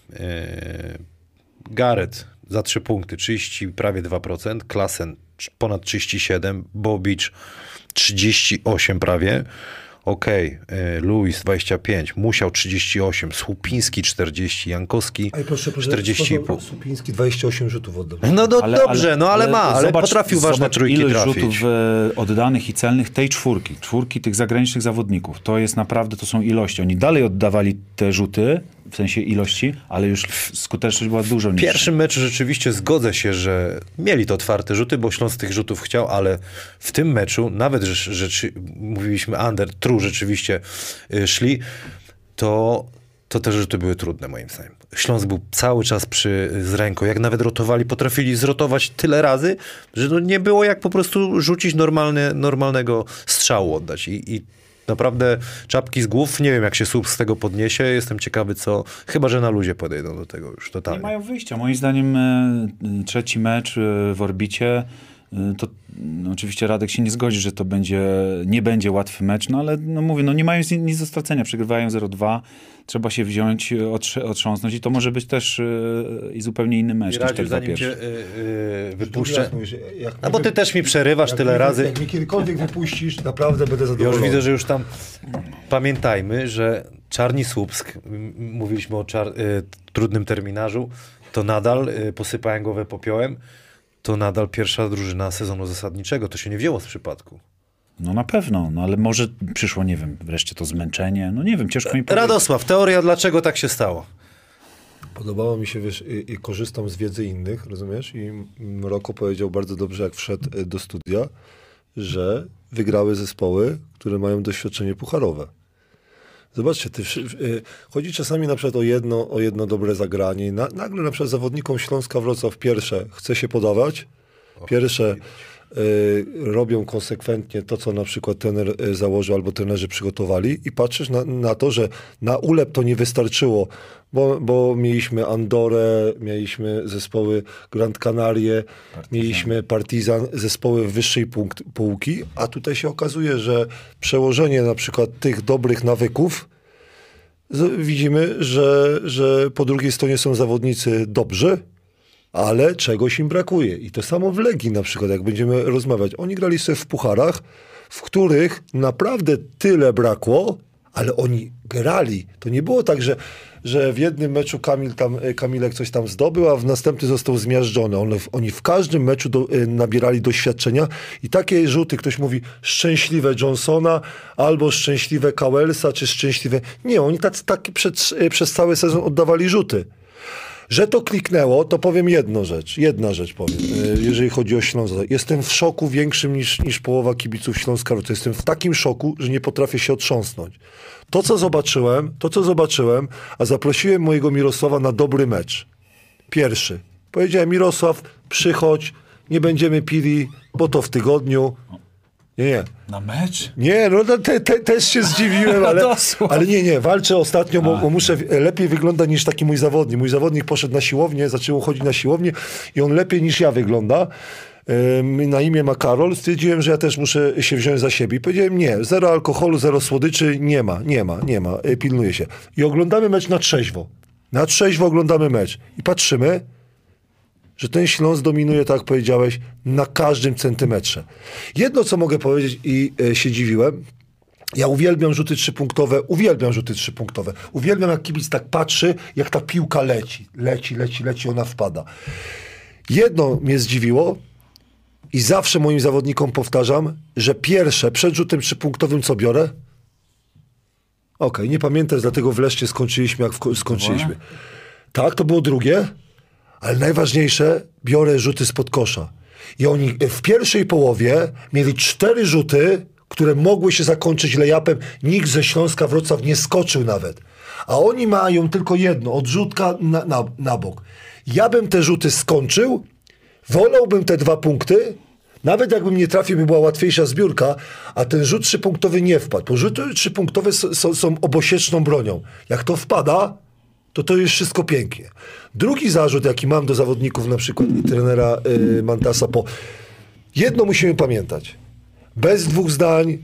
S1: Gareth za 3 punkty, 30 prawie 2%, Klasen ponad 37, Bobic 38 prawie, Lewis 25, Musiał 38, Słupiński 40, Jankowski 40,5.
S2: Słupiński 28 rzutów oddał.
S1: No dobrze, ale potrafił ważne trójki
S3: ilość
S1: trafić.
S3: rzutów oddanych i celnych tej czwórki tych zagranicznych zawodników. To jest naprawdę, to są ilości. Oni dalej oddawali te rzuty, w sensie ilości, ale już skuteczność była dużo niższa.
S1: W pierwszym meczu rzeczywiście zgodzę się, że mieli to otwarte rzuty, bo Śląsk tych rzutów chciał, ale w tym meczu, nawet że mówiliśmy true rzeczywiście szli, to te rzuty były trudne moim zdaniem. Śląsk był cały czas z ręką. Jak nawet rotowali, potrafili zrotować tyle razy, że to nie było jak po prostu rzucić normalnego strzału oddać. I naprawdę czapki z głów. Nie wiem, jak się Słup z tego podniesie. Jestem ciekawy, chyba że na luzie podejdą do tego już totalnie.
S3: Nie mają wyjścia. Moim zdaniem trzeci mecz w orbicie, to oczywiście Radek się nie zgodzi, że to nie będzie łatwy mecz, no ale mówię, nie mają nic do stracenia. Przegrywają 0-2. Trzeba się wziąć, otrząsnąć i to może być też i zupełnie inny mecz niż te dwa pierwsze.
S1: Wypuszczę. Bo ty też mi przerywasz tyle razy.
S2: Jak mnie kiedykolwiek wypuścisz, naprawdę będę zadowolony.
S1: Ja już widzę, że już tam pamiętajmy, że Czarni Słupsk, mówiliśmy o trudnym terminarzu, to nadal posypałem głowę popiołem, to nadal pierwsza drużyna sezonu zasadniczego. To się nie wzięło z przypadku.
S3: No na pewno, ale może przyszło, nie wiem, wreszcie to zmęczenie. No nie wiem, ciężko mi powiedzieć.
S1: Radosław, teoria, dlaczego tak się stało?
S2: Podobało mi się, wiesz, i korzystam z wiedzy innych, rozumiesz? I Roko powiedział bardzo dobrze, jak wszedł do studia, że wygrały zespoły, które mają doświadczenie pucharowe. Zobaczcie, chodzi czasami na przykład o jedno dobre zagranie. Nagle na przykład zawodnikom Śląska Wrocław pierwsze chce się podawać, pierwsze robią konsekwentnie to, co na przykład trener założył albo trenerzy przygotowali i patrzysz na to, że na ulep to nie wystarczyło, bo mieliśmy Andorę, mieliśmy zespoły Grand Canarie, mieliśmy Partizan, zespoły wyższej półki, a tutaj się okazuje, że przełożenie na przykład tych dobrych nawyków widzimy, że po drugiej stronie są zawodnicy dobrzy, ale czegoś im brakuje. I to samo w Legii na przykład, jak będziemy rozmawiać. Oni grali sobie w pucharach, w których naprawdę tyle brakło, ale oni grali. To nie było tak, że w jednym meczu Kamilek coś tam zdobył, a w następnym został zmiażdżony. Oni w każdym meczu nabierali doświadczenia i takie rzuty, ktoś mówi szczęśliwe Johnsona, albo szczęśliwe Cowellsa, czy szczęśliwe... Nie, oni tak przez cały sezon oddawali rzuty. Że to kliknęło, to powiem jedna rzecz powiem, jeżeli chodzi o Śląsk. Jestem w szoku większym niż połowa kibiców Śląska. Jestem w takim szoku, że nie potrafię się otrząsnąć. To, co zobaczyłem, a zaprosiłem mojego Mirosława na dobry mecz. Pierwszy. Powiedziałem, Mirosław, przychodź, nie będziemy pili, bo to w tygodniu. Nie.
S3: Na mecz?
S2: Nie, też się zdziwiłem, ale nie, walczę ostatnio, bo muszę lepiej wyglądać niż taki mój zawodnik. Mój zawodnik poszedł na siłownię, zaczął chodzić na siłownię i on lepiej niż ja wygląda. Na imię ma Karol. Stwierdziłem, że ja też muszę się wziąć za siebie. I powiedziałem, nie, zero alkoholu, zero słodyczy, nie ma, pilnuję się. I oglądamy mecz na trzeźwo. Na trzeźwo oglądamy mecz. I patrzymy, że ten Śląsk dominuje, tak jak powiedziałeś, na każdym centymetrze. Jedno, co mogę powiedzieć i się dziwiłem, ja uwielbiam rzuty trzypunktowe. Uwielbiam, jak kibic tak patrzy, jak ta piłka leci, ona wpada. Jedno mnie zdziwiło i zawsze moim zawodnikom powtarzam, że pierwsze, przed rzutem trzypunktowym co biorę? Okej, nie pamiętasz, dlatego w Leszcie skończyliśmy, jak skończyliśmy. Tak, to było drugie, ale najważniejsze, biorę rzuty spod kosza. I oni w pierwszej połowie mieli 4 rzuty, które mogły się zakończyć layupem. Nikt ze Śląska Wrocław nie skoczył nawet. A oni mają tylko jedno, odrzutka na bok. Ja bym te rzuty skończył, wolałbym te 2 punkty, nawet jakbym nie trafił, by była łatwiejsza zbiórka, a ten rzut 3-punktowy nie wpadł. Bo rzuty 3-punktowe są obosieczną bronią. Jak to wpada, to jest wszystko pięknie. Drugi zarzut, jaki mam do zawodników, na przykład i trenera Mantasa, jedno musimy pamiętać. Bez 2 zdań,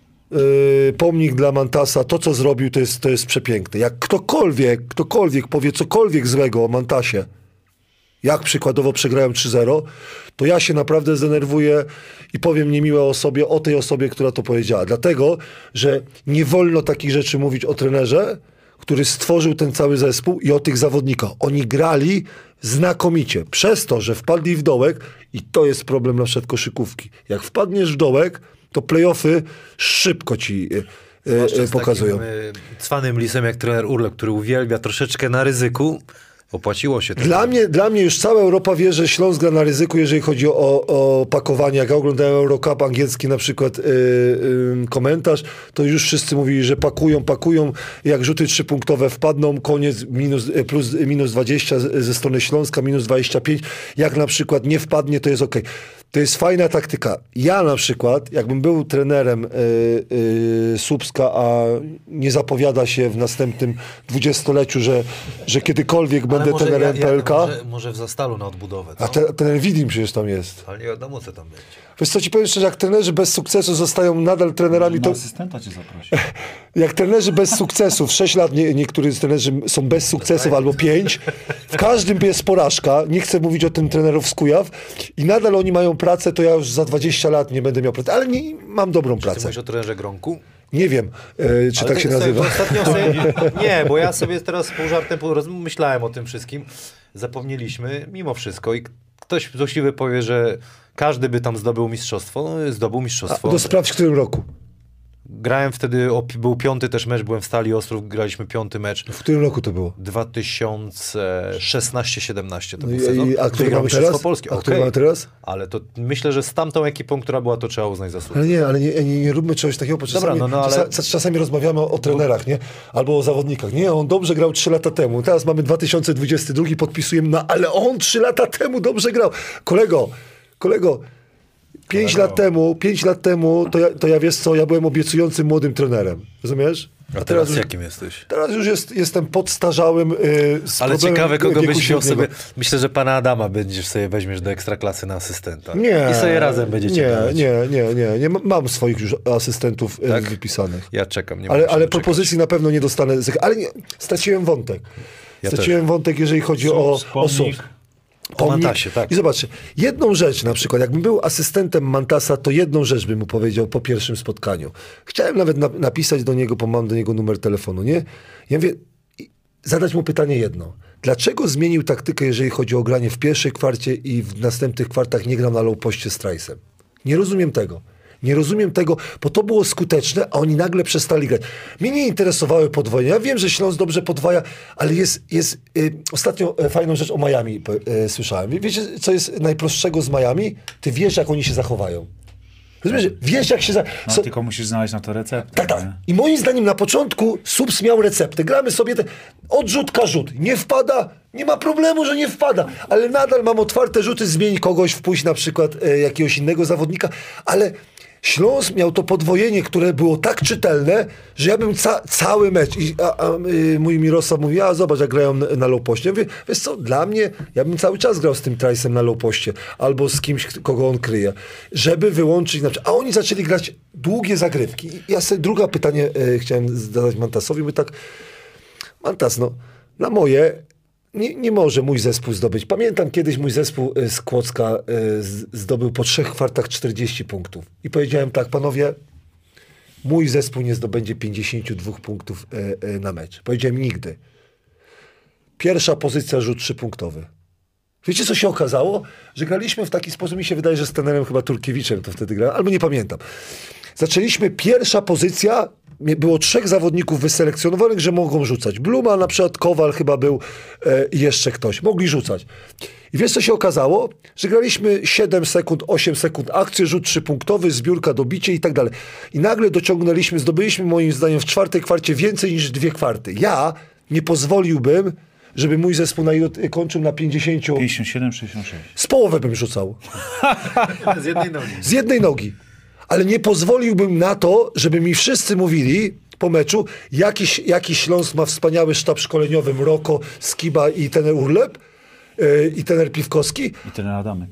S2: pomnik dla Mantasa, to co zrobił, to jest przepiękne. Jak ktokolwiek powie cokolwiek złego o Mantasie, jak przykładowo przegrałem 3-0, to ja się naprawdę zdenerwuję i powiem niemiłe o tej osobie, która to powiedziała. Dlatego, że nie wolno takich rzeczy mówić o trenerze, który stworzył ten cały zespół i o tych zawodnikach. Oni grali znakomicie. Przez to, że wpadli w dołek i to jest problem na przykład koszykówki. Jak wpadniesz w dołek, to play-offy szybko ci pokazują.
S1: Z takim cwanym lisem jak trener Urlop, który uwielbia troszeczkę na ryzyku. Opłaciło się to.
S2: Dla mnie już cała Europa wie, że Śląsk gra na ryzyku, jeżeli chodzi o pakowanie. Jak ja oglądałem Eurocup angielski, na przykład komentarz, to już wszyscy mówili, że pakują. Jak rzuty 3-punktowe wpadną, koniec, minus 20 ze strony Śląska, minus 25. Jak na przykład nie wpadnie, to jest okej. To jest fajna taktyka. Ja na przykład, jakbym był trenerem Słupska, a nie zapowiada się w następnym 20-leciu, że kiedykolwiek będę trenerem PLK.
S1: Może w Zastalu na odbudowę. Co?
S2: A ten Widim przecież tam jest.
S1: Ale nie wiadomo, co tam będzie.
S2: Wiesz co, ci powiem szczerze, jak trenerzy bez sukcesu zostają nadal trenerami, to...
S3: asystenta cię zaprosi.
S2: Jak trenerzy bez sukcesów, 6 lat niektórzy trenerzy są bez sukcesów albo 5, w każdym jest porażka, nie chcę mówić o tym trenerów z Kujaw i nadal oni mają pracę, to ja już za 20 lat nie będę miał pracy, ale mam dobrą
S1: Ty
S2: pracę.
S1: mówisz o trenerze Gronku?
S2: Nie wiem, czy
S1: Ale
S2: tak się nazywa.
S1: Nie, bo ja sobie teraz pół żartem myślałem o tym wszystkim. Zapomnieliśmy mimo wszystko i ktoś złośliwy powie, że każdy by tam zdobył mistrzostwo. Zdobył mistrzostwo.
S2: A to sprawdź w którym roku.
S1: Grałem wtedy, był 5. też mecz, byłem w Stali Ostrów, graliśmy 5. mecz.
S2: W którym roku to było?
S1: 2016-17 to był sezon.
S2: A który mamy teraz?
S1: Polski.
S2: A który mamy teraz?
S1: Ale to myślę, że z tamtą ekipą, która była, to trzeba uznać za sukces.
S2: Ale nie róbmy czegoś takiego, bo czasami rozmawiamy o trenerach, nie? Albo o zawodnikach. Nie, on dobrze grał 3 lata temu. Teraz mamy 2022, podpisujemy, ale on 3 lata temu dobrze grał. Kolego, 5 lat temu, to ja wiesz co, ja byłem obiecującym młodym trenerem. Rozumiesz?
S1: A teraz jakim jesteś?
S2: Teraz już jestem podstarzałym.
S1: Ale ciekawe, kogo byś wziął sobie. Myślę, że pana Adama weźmiesz do Ekstraklasy na asystenta.
S2: Nie.
S1: I sobie razem będziecie grać.
S2: Nie. Mam swoich już asystentów wypisanych.
S1: Ja czekam.
S2: Ale propozycji na pewno nie dostanę. Ale straciłem wątek. Wątek, jeżeli chodzi o
S1: O Mantasie, tak.
S2: I zobaczcie, jedną rzecz na przykład, jakbym był asystentem Mantasa, to jedną rzecz bym mu powiedział po pierwszym spotkaniu. Chciałem nawet napisać do niego, bo mam do niego numer telefonu, nie? Ja mówię, zadać mu pytanie jedno. Dlaczego zmienił taktykę, jeżeli chodzi o granie w pierwszej kwarcie i w następnych kwartach nie grał na low poście z Trice'em? Nie rozumiem tego, bo to było skuteczne, a oni nagle przestali grać. Mnie nie interesowały podwojenia. Ja wiem, że Śląsk dobrze podwaja, ale jest ostatnio fajną rzecz o Miami słyszałem. Wiecie, co jest najprostszego z Miami? Ty wiesz, jak oni się zachowają. Rozumiesz? Wiesz, jak się
S3: tylko musisz znaleźć na to receptę.
S2: Tak. I moim zdaniem na początku Subs miał receptę. Gramy sobie odrzut, rzut. Nie wpada, nie ma problemu, że nie wpada. Ale nadal mam otwarte rzuty, zmień kogoś, wpuść na przykład jakiegoś innego zawodnika. Ale Śląsk miał to podwojenie, które było tak czytelne, że ja bym cały mecz, mój Mirosław mówi, zobacz, jak grają na low poście. Ja mówię, wiesz co, dla mnie, ja bym cały czas grał z tym Trice'em na low poście, albo z kimś, kogo on kryje, żeby wyłączyć, a oni zaczęli grać długie zagrywki. I ja sobie drugie pytanie chciałem zadać Mantasowi, my tak, Mantas, na moje, nie może mój zespół zdobyć. Pamiętam kiedyś mój zespół z Kłodzka zdobył po 3 kwartach 40 punktów. I powiedziałem tak, panowie, mój zespół nie zdobędzie 52 punktów na mecz. Powiedziałem nigdy. Pierwsza pozycja, rzut 3-punktowy. Wiecie, co się okazało? Że graliśmy w taki sposób, mi się wydaje, że z trenerem chyba Turkiewiczem to wtedy grałem, albo nie pamiętam. Zaczęliśmy, pierwsza pozycja, było 3 zawodników wyselekcjonowanych, że mogą rzucać. Bluma, na przykład Kowal chyba był i jeszcze ktoś. Mogli rzucać. I wiesz, co się okazało? Że graliśmy 7 sekund, 8 sekund akcję, rzut 3-punktowy, zbiórka, dobicie i tak dalej. I nagle zdobyliśmy moim zdaniem w 4. kwarcie więcej niż 2 kwarty. Ja nie pozwoliłbym, żeby mój zespół kończył na 50...
S3: 57-66.
S2: Z połowę bym rzucał.
S1: Z jednej nogi.
S2: Z jednej nogi. Ale nie pozwoliłbym na to, żeby mi wszyscy mówili po meczu, jaki Śląsk ma wspaniały sztab szkoleniowy, Mroko, Skiba i trener Urlep, i trener Piwkowski.
S3: I trener Adamek.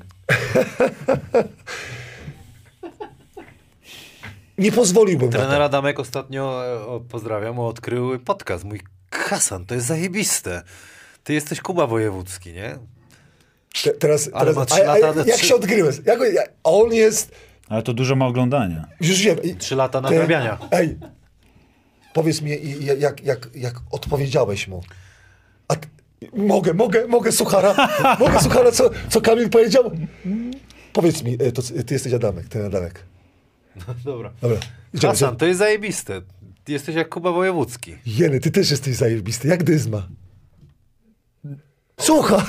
S2: Nie pozwoliłbym na
S1: Trener
S2: to.
S1: Adamek ostatnio, pozdrawiam, odkrył podcast. Mój Hasan, to jest zajebiste. Ty jesteś Kuba Wojewódzki, nie?
S2: Teraz
S1: ma 3 lata...
S2: jak się odgryłeś? On jest...
S3: Ale to dużo ma oglądania.
S2: Już wiem.
S1: 3 lata nadrabiania.
S2: Ej, powiedz mi, jak odpowiedziałeś mu. Mogę suchara? Mogę suchara, co Kamil powiedział? Powiedz mi, ty jesteś Adamek, ten Adamek.
S1: Dobra.
S2: Idziemy.
S1: Hasan, to jest zajebiste. Ty jesteś jak Kuba Wojewódzki.
S2: Jeny, ty też jesteś zajebisty, jak Dyzma. Suchar!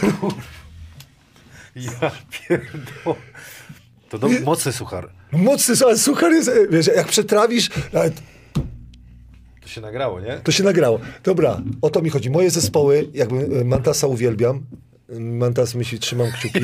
S1: Ja pierdolę. To mocny suchar.
S2: Mocny, ale suchar jest, wiesz, jak przetrawisz,
S1: To się nagrało, nie?
S2: to się nagrało. Dobra, o to mi chodzi. Moje zespoły, jakby Mantasa uwielbiam. Mantas myśli, trzymam kciuki.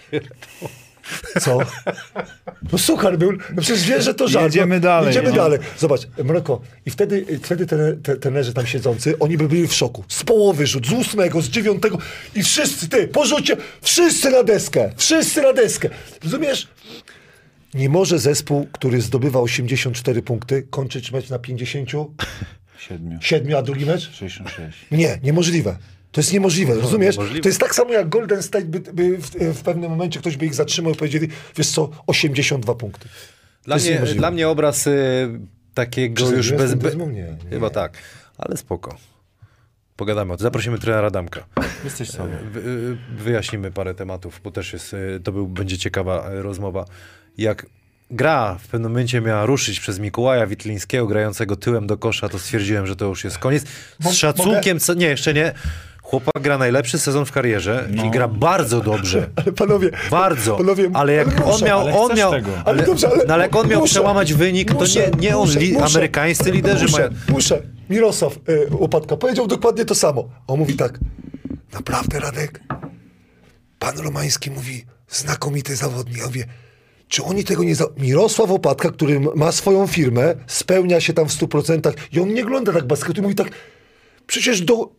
S2: Co? No suchar był. No przecież wiesz, że to żart.
S3: Jedziemy dalej.
S2: Jedziemy
S3: No.
S2: dalej. Zobacz, Mroko. I wtedy trenerzy tam siedzący, oni by byli w szoku. Z połowy rzut, z 8, z 9 i wszyscy, po rzucie, wszyscy na deskę. Wszyscy na deskę. Rozumiesz? Nie może zespół, który zdobywa 84 punkty, kończyć mecz na 57,
S3: 7.
S2: a drugi mecz?
S3: 66.
S2: Nie, niemożliwe. To jest niemożliwe, rozumiesz?
S1: niemożliwe.
S2: To jest tak samo jak Golden State by w pewnym momencie ktoś by ich zatrzymał i powiedzieli, wiesz co, 82 punkty.
S1: Dla mnie obraz takiego
S2: Czy
S1: już
S2: jestem
S1: bez...
S2: Dyzmą? Nie.
S1: Chyba tak, ale spoko. Pogadamy o tym. Zaprosimy trenera Adamka.
S3: Jesteś sobie.
S1: Wyjaśnimy parę tematów, bo też jest, będzie ciekawa rozmowa. Jak gra w pewnym momencie miała ruszyć przez Mikołaja Witlińskiego, grającego tyłem do kosza, to stwierdziłem, że to już jest koniec. Z szacunkiem, nie, jeszcze nie. Chłopak gra najlepszy sezon w karierze i gra bardzo dobrze.
S2: Ale panowie...
S1: Bardzo.
S2: Panowie,
S1: ale jak
S2: ale
S1: on
S2: muszę,
S1: miał...
S3: ale
S1: on
S3: chcesz
S1: miał
S3: tego.
S2: Ale dobrze, ale...
S1: ale jak on miał
S2: muszę,
S1: przełamać wynik, to nie on, amerykańscy liderzy mają...
S2: Muszę. Mirosław Łopatka powiedział dokładnie to samo. On mówi tak, naprawdę Radek, pan Romański mówi, znakomity zawodnik. Ja mówię, czy oni tego nie... Mirosław Łopatka, który ma swoją firmę, spełnia się tam w 100% i on nie ogląda tak basketu i mówi tak, przecież do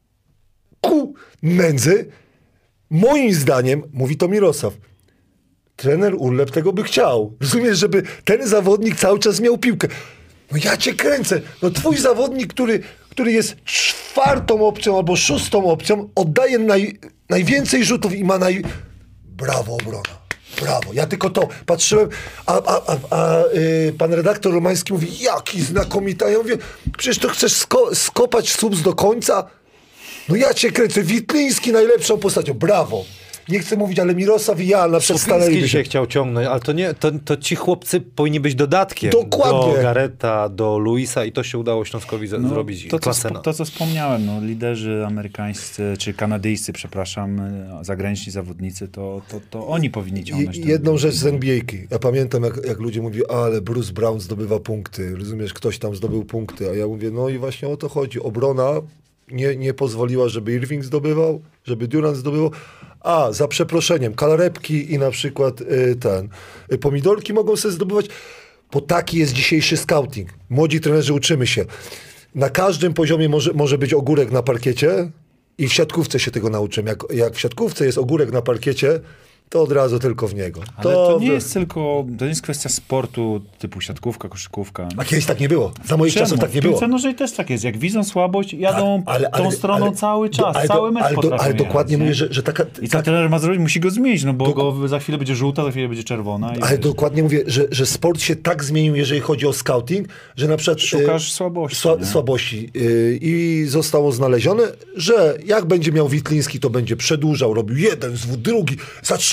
S2: nędzy, moim zdaniem, mówi to Mirosław, trener Urlep tego by chciał. Rozumiesz, żeby ten zawodnik cały czas miał piłkę. No ja cię kręcę. No twój zawodnik, który jest 4. opcją albo 6. opcją, oddaje najwięcej rzutów i ma Brawo, obrona. Brawo. Ja tylko to patrzyłem, a pan redaktor Romański mówi, jaki znakomity. A ja mówię, przecież to chcesz skopać subs do końca? No ja cię kręcę. Witliński najlepszą postacią. Brawo. Nie chcę mówić, ale Mirosław i ja na przykład stanęliby
S1: się
S2: się.
S1: chciał ciągnąć, ale to ci chłopcy powinni być dodatkiem
S2: Dokładnie.
S1: do Gareta, do Luisa i to się udało Śląskowi zrobić.
S3: To, co wspomniałem, no, liderzy amerykańscy, czy kanadyjscy, przepraszam, zagraniczni zawodnicy, to oni powinni ciągnąć.
S2: Jedną rzecz z NBA-ki. Ja pamiętam, jak ludzie mówili, ale Bruce Brown zdobywa punkty. Rozumiesz, ktoś tam zdobył punkty. A ja mówię, no i właśnie o to chodzi. Obrona nie pozwoliła, żeby Irving zdobywał, żeby Durant zdobywał. A, za przeproszeniem, kalarepki i na przykład pomidorki mogą sobie zdobywać, bo taki jest dzisiejszy scouting. Młodzi trenerzy, uczymy się. Na każdym poziomie może być ogórek na parkiecie i w siatkówce się tego nauczymy. Jak w siatkówce jest ogórek na parkiecie, to od razu tylko w niego.
S3: Ale to nie jest tylko, to nie jest kwestia sportu typu siatkówka, koszykówka.
S2: A kiedyś tak nie było. Za moich czasów tak nie było.
S3: W piłce nożnej też tak jest. Jak widzą słabość, jadą tą stroną cały czas, cały mecz potrafią
S2: ale dokładnie
S3: jechać,
S2: mówię, że taka...
S3: I co trener ma zrobić? Musi go zmienić, no bo go za chwilę będzie żółta, za chwilę będzie czerwona.
S2: Ale dokładnie mówię, że sport się tak zmienił, jeżeli chodzi o scouting, że na przykład...
S3: Szukasz słabości.
S2: Słabości. I zostało znalezione, że jak będzie miał Witliński, to będzie przedłużał, robił jeden zwód, drugi, za 3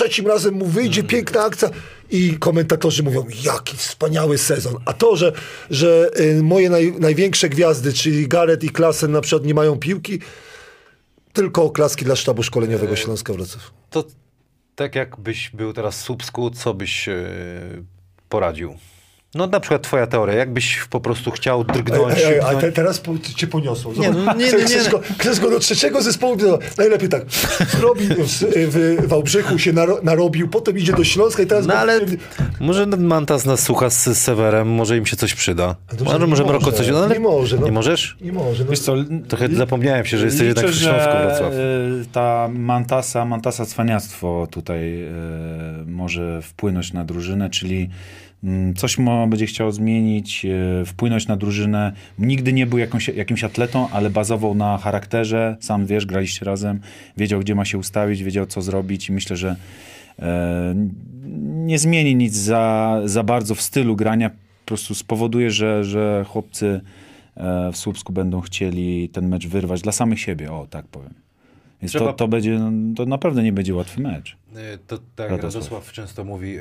S2: trzecim razem mu wyjdzie piękna akcja i komentatorzy mówią, jaki wspaniały sezon. A to, że moje największe gwiazdy, czyli Gareth i Klaassen na przykład nie mają piłki, tylko oklaski dla sztabu szkoleniowego Śląska Wrocław.
S1: To tak jakbyś był teraz w Słupsku, co byś poradził? No na przykład twoja teoria, jakbyś po prostu chciał drgnąć...
S2: Teraz cię poniosło.
S1: Nie, no, nie.
S2: Chcesz go do trzeciego zespołu? Najlepiej tak. Zrobił w Wałbrzychu, się narobił, potem idzie do Śląska i teraz...
S1: No ale może Mantas nas słucha z Sewerem, może im się coś przyda. Może Mroko coś... No, ale...
S2: Nie może. No.
S1: Nie możesz?
S2: Nie może. No.
S3: Wiesz co,
S1: Trochę zapomniałem się, że jesteś jednak w Śląsku Wrocław.
S3: Ta Mantasa cwaniactwo tutaj może wpłynąć na drużynę, czyli coś będzie chciał zmienić, wpłynąć na drużynę. Nigdy nie był jakimś atletą, ale bazował na charakterze. Sam wiesz, graliście razem, wiedział, gdzie ma się ustawić, wiedział, co zrobić i myślę, że nie zmieni nic za bardzo w stylu grania. Po prostu spowoduje, że chłopcy w Słupsku będą chcieli ten mecz wyrwać dla samych siebie. O, tak powiem. Więc to naprawdę nie będzie łatwy mecz.
S1: To tak Radosław często mówi...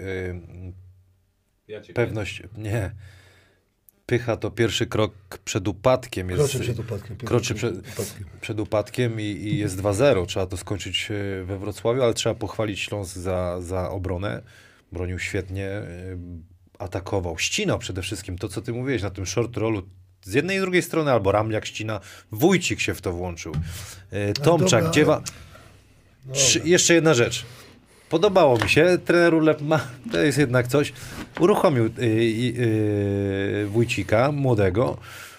S1: Pewność, nie. Pycha to pierwszy krok przed upadkiem. Kroczy przed upadkiem i jest 2-0. Trzeba to skończyć we Wrocławiu, ale trzeba pochwalić Śląsk za obronę. Bronił świetnie, atakował, ścinał przede wszystkim to, co ty mówiłeś na tym short rollu. Z jednej i drugiej strony albo Ramliak ścina, Wójcik się w to włączył. Tomczak, jeszcze jedna rzecz. Podobało mi się, trener Urlep to jest jednak coś, uruchomił Wójcika, młodego.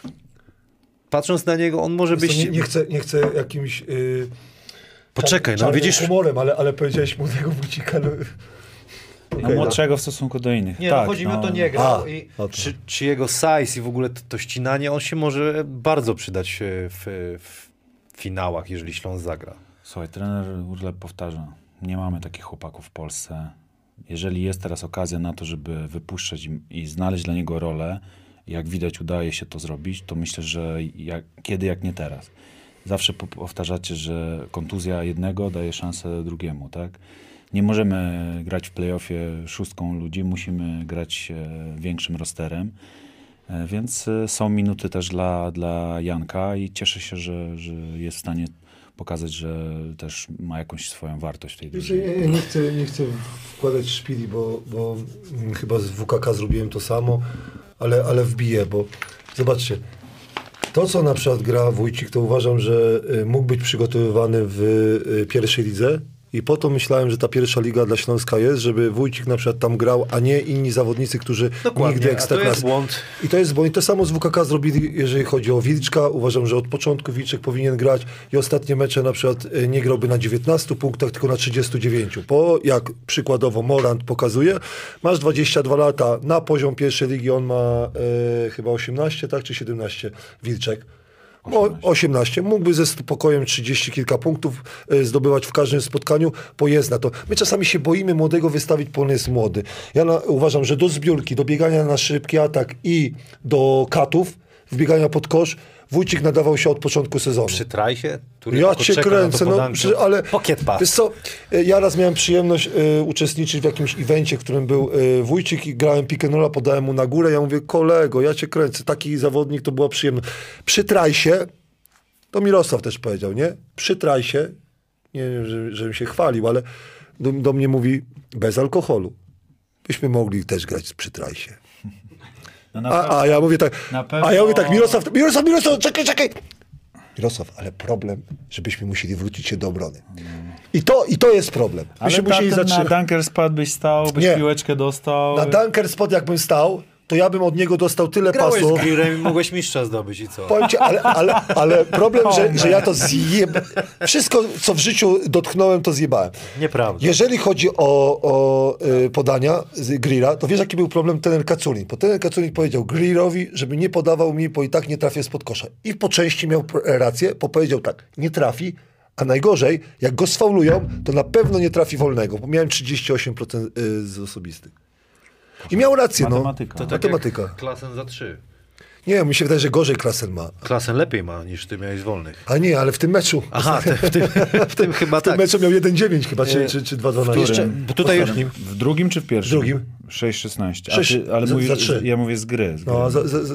S1: Patrząc na niego, on może być...
S2: Nie chcę jakimś...
S1: Poczekaj, no widzisz...
S2: humorem, ale powiedziałeś młodego Wójcika...
S3: Młodszego w stosunku do innych.
S1: Nie, tak, chodzi mi o to, nie grał. Czy jego size i w ogóle to ścinanie, on się może bardzo przydać w finałach, jeżeli Śląsk zagra.
S3: Słuchaj, trener Urlep powtarza. Nie mamy takich chłopaków w Polsce. Jeżeli jest teraz okazja na to, żeby wypuszczać i znaleźć dla niego rolę, jak widać udaje się to zrobić, to myślę, że kiedy jak nie teraz. Zawsze powtarzacie, że kontuzja jednego daje szansę drugiemu, tak? Nie możemy grać w play-offie szóstką ludzi, musimy grać większym rosterem. Więc są minuty też dla Janka i cieszę się, że jest w stanie pokazać, że też ma jakąś swoją wartość w tej drużynie.
S2: Ja nie chcę wkładać szpili, bo chyba z WKK zrobiłem to samo, ale wbiję, bo zobaczcie, to co na przykład gra Wójcik, to uważam, że mógł być przygotowywany w pierwszej lidze i po to myślałem, że ta pierwsza liga dla Śląska jest, żeby Wójcik na przykład tam grał, a nie inni zawodnicy, którzy nigdy ekstraklasy.
S1: To jest błąd.
S2: I to jest błąd. I to samo z WKK zrobili, jeżeli chodzi o Wilczka. Uważam, że od początku Wilczek powinien grać i ostatnie mecze na przykład nie grałby na 19 punktach, tylko na 39. Bo jak przykładowo Morant pokazuje, masz 22 lata na poziom pierwszej ligi, on ma chyba 18, tak, czy 17 Wilczek. 18. Mógłby ze spokojem 30 kilka punktów zdobywać w każdym spotkaniu, bo jest na to. My czasami się boimy młodego wystawić, bo on jest młody. Ja uważam, że do zbiórki, do biegania na szybki atak i do katów, wbiegania pod kosz, Wójcik nadawał się od początku sezonu.
S1: Przytraj się?
S2: Ja cię kręcę, ale
S1: Pocket pass.
S2: Wiesz co, ja raz miałem przyjemność uczestniczyć w jakimś evencie, w którym był Wójcik i grałem pick and rolla, podałem mu na górę, ja mówię, kolego, ja cię kręcę, taki zawodnik, to była przyjemność. Przytraj się, to Mirosław też powiedział, nie? Przytraj się, nie wiem, żebym się chwalił, ale do mnie mówi, bez alkoholu. Byśmy mogli też grać przytraj się. No a ja mówię tak, Mirosław, czekaj. Mirosław, ale problem, żebyśmy musieli wrócić się do obrony. I to jest problem.
S3: Ale na Dunker Spot byś stał, byś piłeczkę dostał.
S2: Na Dunker Spot jakbym stał, to ja bym od niego dostał tyle pasów.
S1: Grałeś z Grillem i mogłeś mistrza zdobyć i co?
S2: Powiem ci, ale problem, że ja to zjebałem. Wszystko, co w życiu dotknąłem, to zjebałem.
S1: Nieprawda.
S2: Jeżeli chodzi o podania z Grilla, to wiesz, jaki był problem trener Kaculin? Bo trener Kaculin powiedział Grillowi, żeby nie podawał mi, bo i tak nie trafię spod kosza. I po części miał rację, bo powiedział tak, nie trafi, a najgorzej, jak go sfaulują, to na pewno nie trafi wolnego, bo miałem 38% z osobistych. I miał rację,
S3: Matematyka.
S1: To
S2: matematyka.
S1: Klaassen za 3.
S2: Nie, mi się wydaje, że gorzej Klaassen ma.
S1: Klaassen lepiej ma niż ty miałeś wolnych.
S2: A nie, ale w tym meczu.
S1: Aha, w tym chyba
S2: W tym
S1: tak.
S2: meczu miał 1,9 chyba, czy 2,12.
S1: Jeszcze, bo tutaj już...
S3: W drugim czy w pierwszym?
S2: W drugim.
S3: 6,16. Ale
S2: za 3.
S3: ja mówię z gry.
S2: No,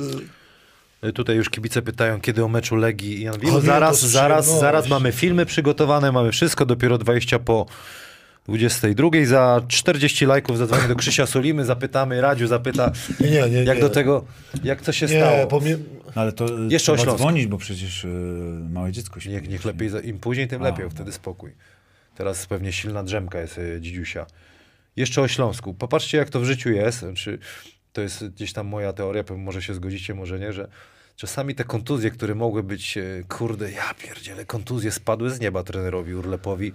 S1: Tutaj już kibice pytają, kiedy o meczu Legii i
S2: O
S1: Anwilu.
S2: nie,
S1: Zaraz,
S2: to
S1: zaraz,
S2: no,
S1: zaraz
S2: właśnie.
S1: mamy filmy przygotowane, mamy wszystko, dopiero 20 po 22. Za 40 lajków zadzwonię do Krzysia Sulimy, zapytamy, Radziu zapyta,
S2: Nie,
S1: jak do tego, jak to się stało.
S2: Nie, po mnie...
S3: Ale to
S1: Jeszcze o
S3: trzeba
S1: Śląsku.
S3: dzwonić, bo przecież małe dziecko się...
S1: Niech lepiej, im później, tym lepiej,
S3: no.
S1: wtedy spokój. Teraz pewnie silna drzemka jest dzidziusia. Jeszcze o Śląsku. Popatrzcie, jak to w życiu jest. Czy to jest gdzieś tam moja teoria, może się zgodzicie, może nie, że czasami te kontuzje, które mogły być, kurde, ja pierdzielę, kontuzje spadły z nieba trenerowi Urlepowi.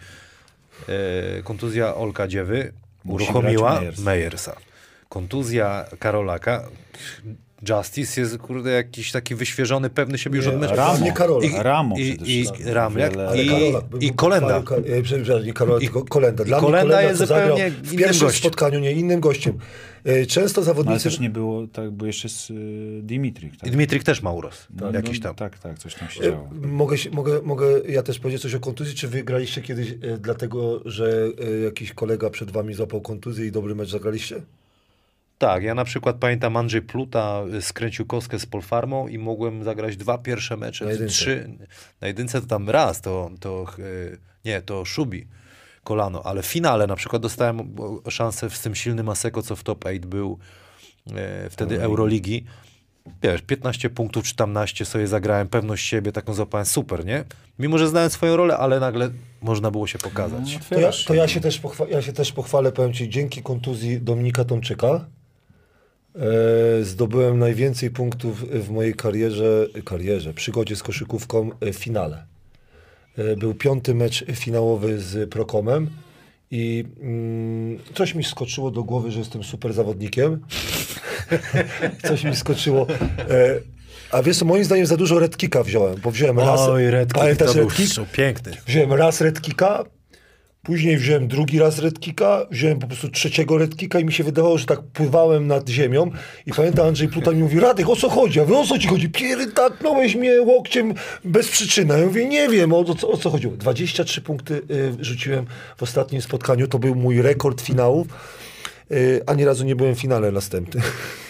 S1: Kontuzja Olka Dziewy
S3: Musi
S1: uruchomiła
S3: grać
S1: Mejersa. Kontuzja Karolaka. Justice jest, kurde, jakiś taki wyświeżony, pewny siebie już od meczu.
S3: Ramo.
S2: Nie Karola.
S3: Ramo
S1: I
S3: przede wszystkim.
S1: Ramiak,
S3: Wiele-
S2: Ale Karolak,
S1: i Kolenda.
S2: Przepraszam, nie Karola, tylko Kolenda. Dla
S1: Kolenda
S2: mnie Kolenda,
S1: jest
S2: co zagrał
S1: zupełnie
S2: w
S1: innym
S2: pierwszym
S1: gościem.
S2: spotkaniu, nie innym gościem. Często
S3: No, ale
S2: zawodnicy...
S3: też nie było, tak, bo jeszcze z Dimitrik. Tak?
S1: I Dmitrik też ma urost.
S3: No,
S1: Jakiś tam.
S3: Tak, coś tam się działo.
S2: Mogę ja też powiedzieć coś o kontuzji? Czy wy graliście kiedyś dlatego, że jakiś kolega przed wami złapał kontuzję i dobry mecz zagraliście?
S1: Tak, ja na przykład pamiętam Andrzej Pluta skręcił kostkę z Polfarmą i mogłem zagrać 2 pierwsze mecze,
S2: Na jedynce.
S1: 3. Na jedynce to tam raz, to Szubi, kolano, ale w finale na przykład dostałem szansę z tym silnym Aseko, co w top 8 był wtedy Euroligi. Wiesz, 15 punktów czy tam naście sobie zagrałem, pewność siebie, taką złapałem, super, nie? Mimo, że znałem swoją rolę, ale nagle można było się pokazać.
S2: To ja się też pochwalę, powiem ci, dzięki kontuzji Dominika Tomczyka zdobyłem najwięcej punktów w mojej przygodzie z koszykówką w finale. Był 5. mecz finałowy z Prokomem i coś mi skoczyło do głowy, że jestem super zawodnikiem. Coś mi skoczyło. A wiesz co, moim zdaniem za dużo red kicka wziąłem, bo wziąłem raz...
S1: Oj, red kick,
S2: Pamiętasz
S1: to był
S2: red kick?
S1: piękny.
S2: Wziąłem raz red kicka, później wziąłem drugi raz red kicka, wziąłem po prostu 3. red kicka i mi się wydawało, że tak pływałem nad ziemią i pamiętam, Andrzej Pluta mi mówi, Radek, o co chodzi? A mówię, o co ci chodzi? Pierdaknąłeś mnie łokciem bez przyczyny. Ja mówię, nie wiem, o co chodziło. 23 punkty rzuciłem w ostatnim spotkaniu, to był mój rekord finałów. Ani razu nie byłem w finale następnym.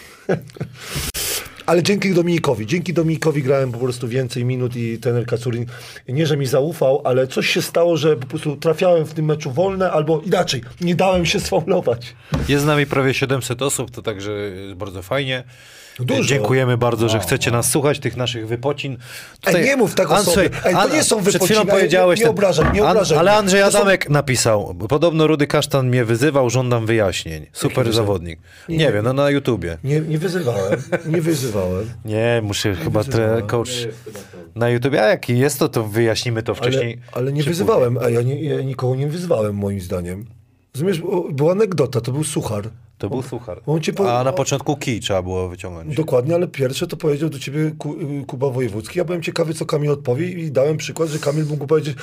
S2: Ale dzięki Dominikowi grałem po prostu więcej minut i trener Kacurin, nie że mi zaufał, ale coś się stało, że po prostu trafiałem w tym meczu wolne, albo inaczej, nie dałem się sfaulować.
S1: Jest z nami prawie 700 osób, to także jest bardzo fajnie.
S2: Dużo.
S1: Dziękujemy bardzo, że chcecie nas słuchać, tych naszych wypocin.
S2: Ej, nie mów tak o sobie. Ej, to nie są
S1: Przed
S2: wypociny.
S1: chwilą powiedziałeś...
S2: Nie obrażaj.
S1: Ale
S2: mnie.
S1: Andrzej
S2: To są-
S1: Adamek napisał, podobno Rudy Kasztan mnie wyzywał, żądam wyjaśnień. Super
S2: wyzywał?
S1: zawodnik. Nie wiem, no na YouTubie.
S2: Nie wyzywałem.
S1: Nie, muszę chyba coach na YouTubie. A jaki jest to wyjaśnimy to wcześniej.
S2: Ale nie
S1: czy
S2: wyzywałem, a ja nikogo nie wyzywałem moim zdaniem. Rozumiesz, była anegdota, to był suchar.
S1: To był suchar.
S2: On cię
S1: A na początku kij trzeba było wyciągnąć.
S2: Dokładnie, ale pierwsze to powiedział do ciebie Kuba Wojewódzki. Ja byłem ciekawy, co Kamil odpowie i dałem przykład, że Kamil mógł powiedzieć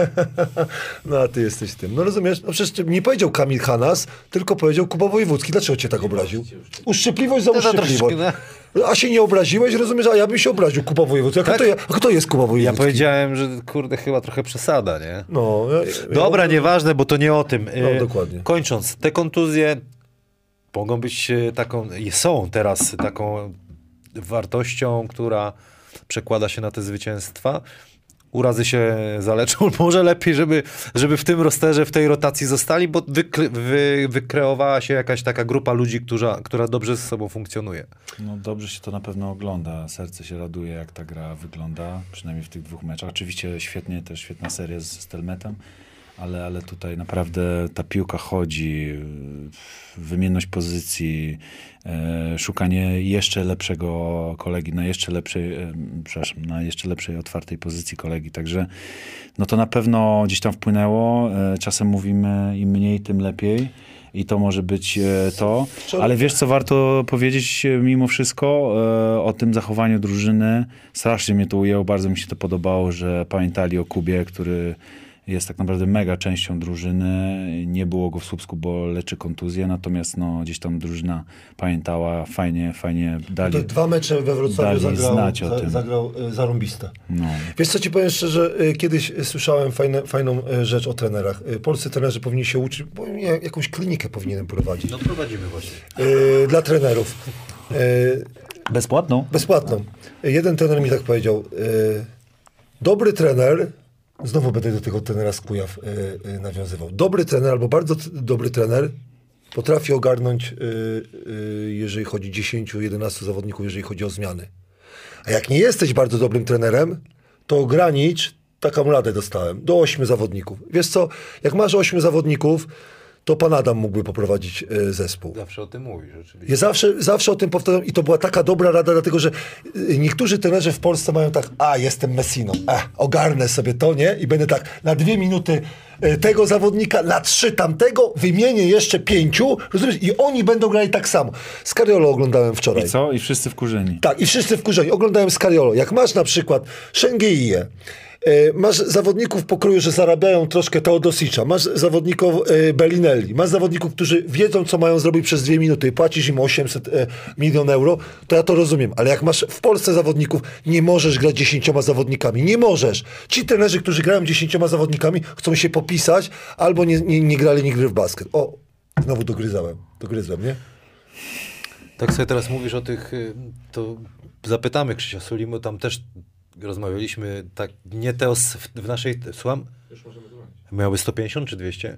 S2: no a ty jesteś tym. No rozumiesz, no przecież nie powiedział Kamil Hanas, tylko powiedział Kuba Wojewódzki. Dlaczego cię tak obraził? Uszczypliwość za uszczypliwość. A się nie obraziłeś, rozumiesz? A ja bym się obraził, Kuba Wojewódzki. A kto jest Kuba
S1: Ja
S2: Wojewódzki?
S1: powiedziałem, że kurde, chyba trochę przesada, nie?
S2: No,
S1: Dobra, nieważne, bo to nie o tym.
S2: No, dokładnie.
S1: Kończąc, te kontuzje mogą być są teraz taką wartością, która przekłada się na te zwycięstwa. Urazy się zaleczą. Może lepiej, żeby w tym rosterze, w tej rotacji zostali, bo wykreowała się jakaś taka grupa ludzi, która dobrze ze sobą funkcjonuje.
S3: No dobrze się to na pewno ogląda. Serce się raduje, jak ta gra wygląda, przynajmniej w tych 2 meczach. Oczywiście świetna seria z Stelmetem, ale tutaj naprawdę ta piłka chodzi, wymienność pozycji, szukanie jeszcze lepszego kolegi, na jeszcze lepszej otwartej pozycji kolegi. Także no to na pewno gdzieś tam wpłynęło. Czasem mówimy im mniej, tym lepiej. I to może być to. Ale wiesz, co warto powiedzieć mimo wszystko o tym zachowaniu drużyny? Strasznie mnie to ujęło, bardzo mi się to podobało, że pamiętali o Kubie, który jest tak naprawdę mega częścią drużyny. Nie było go w Słupsku, bo leczy kontuzję, natomiast no, gdzieś tam drużyna pamiętała, fajnie dali.
S2: To 2 mecze we Wrocławiu
S3: dali znać o tym.
S2: zagrał zarąbiste.
S3: No.
S2: Wiesz co ci powiem szczerze, kiedyś słyszałem fajną rzecz o trenerach. Polscy trenerzy powinni się uczyć, bo ja jakąś klinikę powinienem prowadzić.
S1: No prowadzimy właśnie.
S2: Dla trenerów.
S3: Bezpłatną?
S2: Bezpłatną. Jeden trener mi tak powiedział. Dobry trener, znowu będę do tego trenera z Kujaw nawiązywał. Dobry trener albo bardzo dobry trener potrafi ogarnąć, jeżeli chodzi 10-11 zawodników, jeżeli chodzi o zmiany. A jak nie jesteś bardzo dobrym trenerem, to ogranicz, taką radę dostałem, do 8 zawodników. Wiesz co, jak masz 8 zawodników, to pan Adam mógłby poprowadzić zespół.
S1: Zawsze o tym mówisz, oczywiście.
S2: Ja zawsze o tym powtarzam i to była taka dobra rada, dlatego że niektórzy trenerzy w Polsce mają tak, jestem Messiną, ogarnę sobie to, nie? I będę tak, na 2 minuty tego zawodnika, na 3 tamtego, wymienię jeszcze 5, rozumiesz? I oni będą grali tak samo. Scariolo oglądałem wczoraj.
S3: I co? I wszyscy wkurzeni.
S2: Tak, i wszyscy wkurzeni. Oglądałem Scariolo. Jak masz na przykład Szengeiję, masz zawodników pokroju, że zarabiają troszkę Teodosicza, masz zawodników Bellinelli, masz zawodników, którzy wiedzą, co mają zrobić przez 2 minuty i płacisz im 800 milion euro, to ja to rozumiem. Ale jak masz w Polsce zawodników, nie możesz grać 10 zawodnikami. Nie możesz. Ci trenerzy, którzy grają 10 zawodnikami, chcą się popisać albo nie grali nigdy w basket. O, znowu dogryzłem, nie?
S1: Tak sobie teraz mówisz o tych, to zapytamy Krzysia Sulimy, tam też rozmawialiśmy, tak, nie te w naszej, słucham?
S4: Już możemy dzwonić.
S1: Miały 150 czy 200?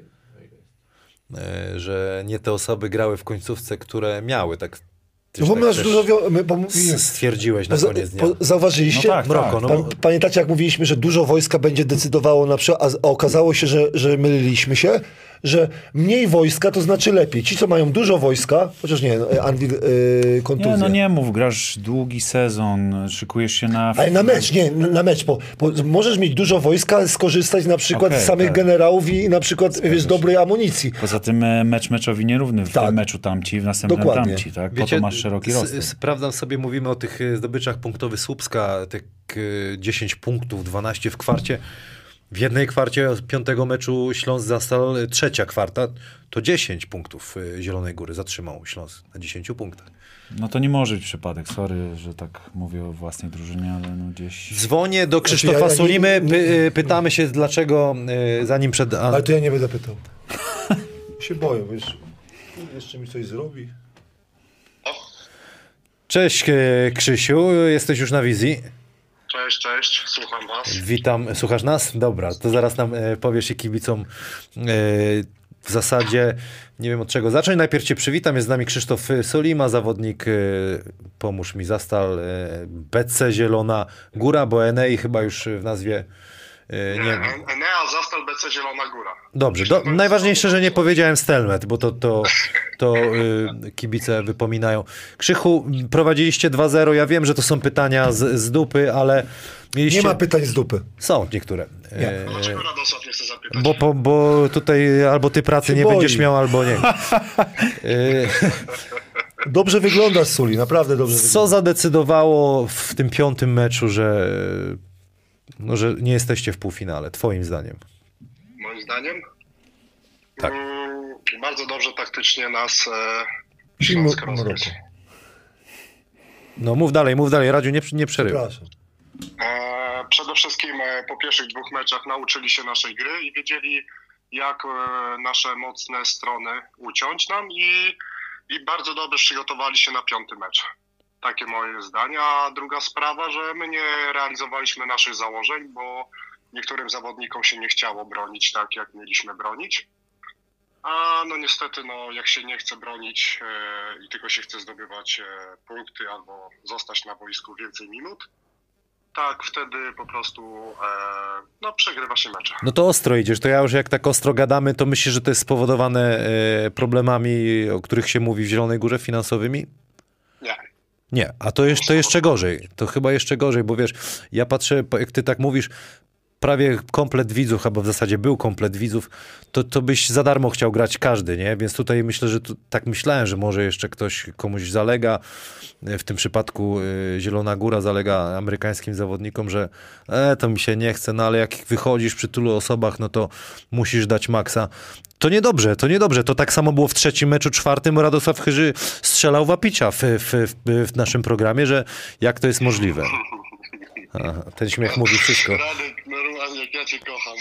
S1: Że nie te osoby grały w końcówce, które miały, tak.
S2: No bo
S1: tak
S2: masz
S1: też
S2: dużo...
S1: stwierdziłeś na koniec dnia.
S2: Zauważyliście?
S3: No tak,
S1: Mroko, no,
S2: Pamiętacie, jak mówiliśmy, że dużo wojska będzie decydowało na przykład, a okazało się, że myliliśmy się, że mniej wojska to znaczy lepiej. Ci, co mają dużo wojska, chociaż nie, Anvil kontuzja.
S3: Nie, no nie mów, grasz długi sezon, szykujesz się na...
S2: Ale na mecz, na mecz, bo możesz mieć dużo wojska, skorzystać na przykład z samych generałów i na przykład, wiesz, dobrej amunicji.
S3: Poza tym mecz meczowi nierówny. W tym meczu tamci, w następnym
S2: Dokładnie.
S3: tamci, tak?
S1: Wiecie,
S3: po to masz szeroki roster.
S1: Sprawdzam sobie, mówimy o tych zdobyczach punktowych Słupska, tych 10 punktów, 12 w kwarcie. W jednej kwarcie z 5 meczu Śląsk zastał, 3. kwarta, to 10 punktów Zielonej Góry zatrzymał Śląsk na 10 punktach.
S3: No to nie może być przypadek, sorry, że tak mówię o własnej drużynie, ale no gdzieś...
S1: Dzwonię do Krzysztofa Sulimy, pytamy się dlaczego, zanim przed...
S2: Ale to ja nie będę pytał. się boję, wiesz, jeszcze mi coś zrobi.
S1: Cześć Krzysiu, jesteś już na wizji.
S5: Cześć, słucham was.
S1: Witam, słuchasz nas? Dobra, to zaraz nam powiesz i kibicom w zasadzie, nie wiem od czego zacząć. Najpierw cię przywitam, jest z nami Krzysztof Sulima, zawodnik, pomóż mi, Zastal, BC Zielona Góra, bo Enei chyba już w nazwie...
S5: Nie, Enea, Zastal, BC Zielona Góra.
S1: Dobrze, najważniejsze, że nie powiedziałem Stelmet, bo to kibice wypominają. Krzychu, prowadziliście 2-0, ja wiem, że to są pytania z dupy, ale mieliście...
S2: Nie ma pytań z dupy.
S1: Są niektóre.
S5: Dlaczego Radosław nie chce zapytać?
S1: Bo tutaj albo ty pracy nie będziesz miał, albo nie.
S2: Dobrze wyglądasz, Suli, naprawdę dobrze wyglądasz.
S1: Co zadecydowało w tym 5. meczu, że nie jesteście w półfinale, twoim zdaniem?
S5: Moim zdaniem?
S1: Tak.
S5: Bardzo dobrze taktycznie nas
S2: Czyli
S5: Śląsk rozgryzł.
S1: No mów dalej, Radziu, nie przerywaj.
S2: Przepraszam.
S5: Przede wszystkim po pierwszych 2 meczach nauczyli się naszej gry i wiedzieli, jak nasze mocne strony uciąć nam i bardzo dobrze przygotowali się na 5. mecz. Takie moje zdanie. A druga sprawa, że my nie realizowaliśmy naszych założeń, bo niektórym zawodnikom się nie chciało bronić tak, jak mieliśmy bronić. A no niestety, jak się nie chce bronić i tylko się chce zdobywać punkty albo zostać na boisku więcej minut, tak wtedy po prostu przegrywa się mecze.
S1: No to ostro idziesz, to ja już jak tak ostro gadamy, to myślisz, że to jest spowodowane problemami, o których się mówi w Zielonej Górze, finansowymi? Nie, a to jeszcze gorzej. To chyba jeszcze gorzej, bo wiesz, ja patrzę, jak ty tak mówisz, prawie komplet widzów, chyba w zasadzie był komplet widzów, to byś za darmo chciał grać każdy, nie? Więc tutaj myślę, że tak myślałem, że może jeszcze ktoś komuś zalega. W tym przypadku Zielona Góra zalega amerykańskim zawodnikom, że to mi się nie chce, no ale jak wychodzisz przy tylu osobach, no to musisz dać maksa. To niedobrze. To tak samo było w trzecim meczu, czwartym. Radosław Chyży strzelał w Apicia w naszym programie, że jak to jest możliwe. Aha, ten śmiech mówi wszystko.
S5: Radek, normalnie jak ja cię kocham.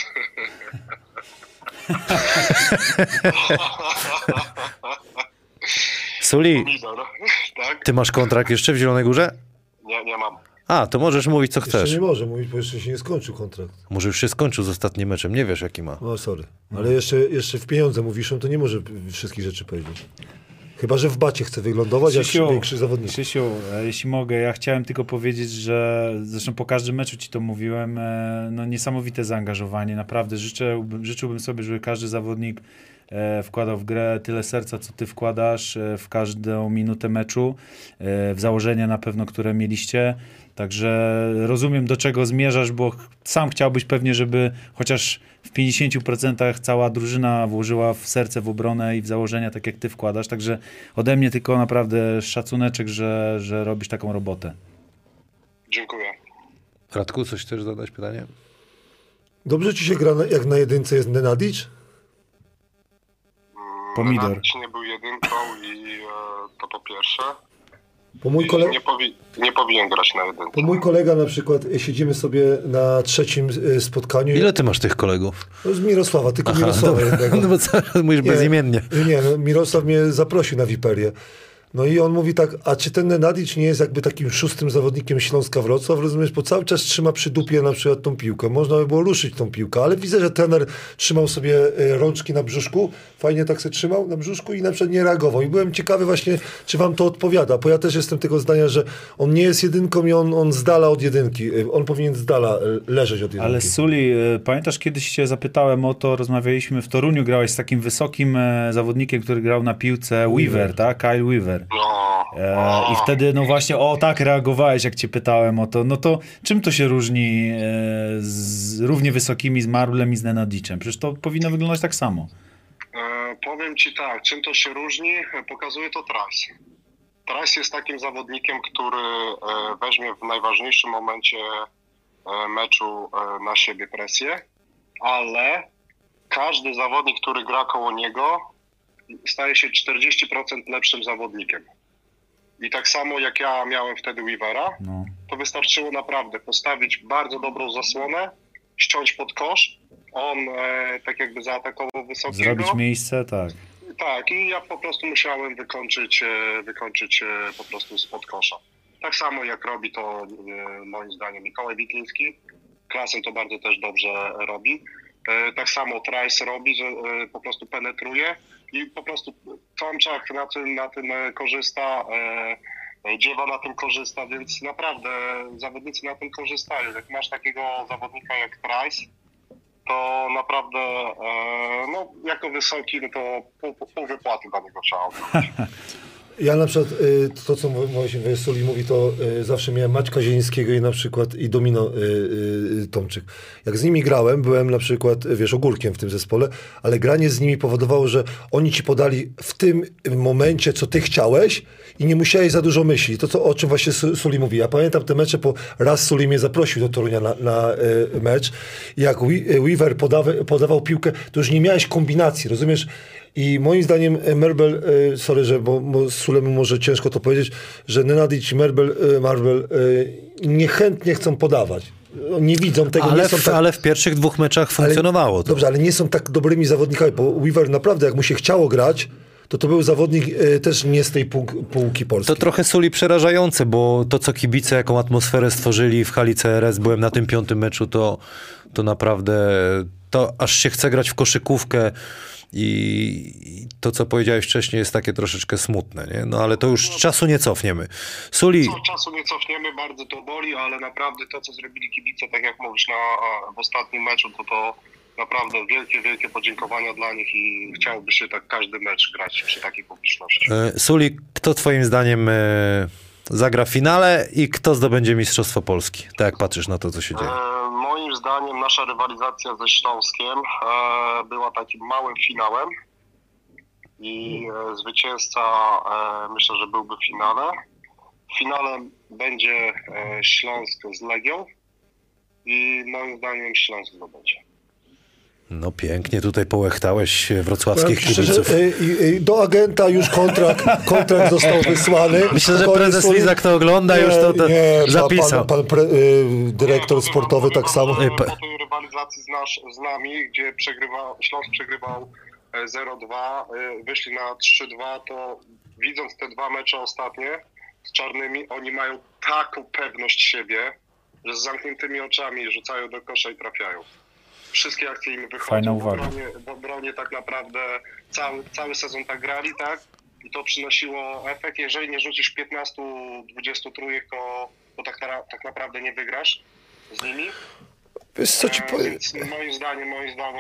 S1: Suli,
S5: Tak?
S1: ty masz kontrakt jeszcze w Zielonej Górze?
S5: Nie mam.
S1: A, to możesz mówić co
S2: Jeszcze
S1: chcesz.
S2: nie może mówić, bo jeszcze się nie skończył kontrakt.
S1: Może już się skończył z ostatnim meczem, nie wiesz jaki ma.
S2: No sorry. Ale jeszcze w pieniądze mówisz, to nie może wszystkich rzeczy powiedzieć. Chyba że w bacie chce wyglądować jak większy zawodnik.
S3: Krzysiu, jeśli mogę, ja chciałem tylko powiedzieć, że zresztą po każdym meczu ci to mówiłem, no niesamowite zaangażowanie, naprawdę życzyłbym sobie, żeby każdy zawodnik wkładał w grę tyle serca, co ty wkładasz w każdą minutę meczu, w założenia na pewno, które mieliście. Także rozumiem, do czego zmierzasz, bo sam chciałbyś pewnie, żeby chociaż w 50% cała drużyna włożyła w serce, w obronę i w założenia, tak jak ty wkładasz. Także ode mnie tylko naprawdę szacuneczek, że robisz taką robotę.
S5: Dziękuję.
S1: Radku, coś chcesz zadać pytanie?
S2: Dobrze ci się gra, jak na jedynce jest Nenadic?
S3: Pomidor.
S5: Nenadic nie był jedynką i to po pierwsze.
S2: Bo mój kolega...
S5: Nie powinien grać na jedynce.
S2: Bo mój kolega na przykład, siedzimy sobie na trzecim spotkaniu.
S1: Ile ty masz tych kolegów?
S2: No z Mirosława, tylko Mirosława jednego.
S1: No bo co, mówisz bezimiennie.
S2: Nie, no Mirosław mnie zaprosił na Wiperię. No i on mówi tak, a czy ten Nenadic nie jest jakby takim szóstym zawodnikiem Śląska Wrocław, rozumiesz, bo cały czas trzyma przy dupie na przykład tą piłkę. Można by było ruszyć tą piłkę, ale widzę, że trener trzymał sobie rączki na brzuszku, fajnie tak sobie trzymał na brzuszku i na przykład nie reagował. I byłem ciekawy właśnie, czy wam to odpowiada, bo ja też jestem tego zdania, że on nie jest jedynką i on z dala od jedynki. On powinien z dala leżeć od jedynki.
S3: Ale Suli, pamiętasz, kiedyś cię zapytałem o to, rozmawialiśmy w Toruniu, grałeś z takim wysokim zawodnikiem, który grał na piłce, Weaver, tak? Kyle Weaver. I wtedy, no właśnie, tak reagowałeś, jak cię pytałem o to. No to czym to się różni z równie wysokimi, z Marblem i z Nenadicem? Przecież to powinno wyglądać tak samo.
S5: Powiem ci tak, czym to się różni? Pokazuje to Trice. Trice jest takim zawodnikiem, który weźmie w najważniejszym momencie meczu na siebie presję, ale każdy zawodnik, który gra koło niego, staje się 40% lepszym zawodnikiem. I tak samo jak ja miałem wtedy Weavera, to wystarczyło naprawdę postawić bardzo dobrą zasłonę, ściąć pod kosz, on tak jakby zaatakował wysokiego.
S3: Zrobić miejsce, tak.
S5: Tak, i ja po prostu musiałem wykończyć po prostu spod kosza. Tak samo jak robi to moim zdaniem Mikołaj Witliński, Klasem to bardzo też dobrze robi. Tak samo Trice robi, że po prostu penetruje i po prostu Tomczak na tym korzysta, Dziewa na tym korzysta, więc naprawdę zawodnicy na tym korzystają. Jak masz takiego zawodnika jak Trice, to naprawdę, no jako wysoki, no to pół wypłaty dla niego trzeba oddać.
S2: Ja na przykład, to co właśnie Suli mówi, to zawsze miałem Maćka Zielińskiego i na przykład i Domino Tomczyk. Jak z nimi grałem, byłem na przykład, wiesz, ogórkiem w tym zespole, ale granie z nimi powodowało, że oni ci podali w tym momencie, co ty chciałeś i nie musiałeś za dużo myśli. To, o czym właśnie Suli mówi. Ja pamiętam te mecze, raz Suli mnie zaprosił do Torunia na mecz i jak Weaver podawał piłkę, to już nie miałeś kombinacji, rozumiesz? I moim zdaniem Merbel, sorry, że bo Sulemu może ciężko to powiedzieć, że Nenadic i Marble niechętnie chcą podawać. Nie widzą tego.
S1: Ale w pierwszych dwóch meczach funkcjonowało to.
S2: Dobrze, ale nie są tak dobrymi zawodnikami, bo Weaver naprawdę, jak mu się chciało grać, to był zawodnik też nie z tej półki polskiej.
S1: To trochę Suli przerażające, bo to, co kibice, jaką atmosferę stworzyli w hali CRS, byłem na tym 5. meczu, to naprawdę, to aż się chce grać w koszykówkę. I to, co powiedziałeś wcześniej, jest takie troszeczkę smutne, nie? No ale to już czasu nie cofniemy. Suli...
S5: Czasu nie cofniemy, bardzo to boli, ale naprawdę to, co zrobili kibice, tak jak mówisz, w ostatnim meczu, to naprawdę wielkie, wielkie podziękowania dla nich i chciałoby się tak każdy mecz grać przy takiej publiczności.
S1: Suli, kto twoim zdaniem zagra w finale i kto zdobędzie Mistrzostwo Polski? Tak jak patrzysz na to, co się dzieje.
S5: moim zdaniem nasza rywalizacja ze Śląskiem była takim małym finałem i zwycięzca myślę, że byłby w finale. Finałem będzie Śląsk z Legią i moim zdaniem Śląsk zdobędzie.
S1: No pięknie tutaj połechtałeś wrocławskich
S2: Szczerze,
S1: kibiców.
S2: do agenta już kontrakt został wysłany.
S1: Myślę, że prezes Lizak to ogląda, już to zapisał.
S2: Pan dyrektor sportowy tak samo.
S5: Po tej rywalizacji z nami, gdzie Śląsk przegrywał 0-2, wyszli na 3-2, to widząc te dwa mecze ostatnie z czarnymi, oni mają taką pewność siebie, że z zamkniętymi oczami rzucają do kosza i trafiają. Wszystkie akcje im wychodzą.
S3: Fajna uwaga.
S5: W obronie tak naprawdę cały sezon tak grali, tak? I to przynosiło efekt. Jeżeli nie rzucisz 15-20 trójek, to tak naprawdę nie wygrasz z nimi.
S2: Wiesz, co ci powiem?
S5: Więc moim zdaniem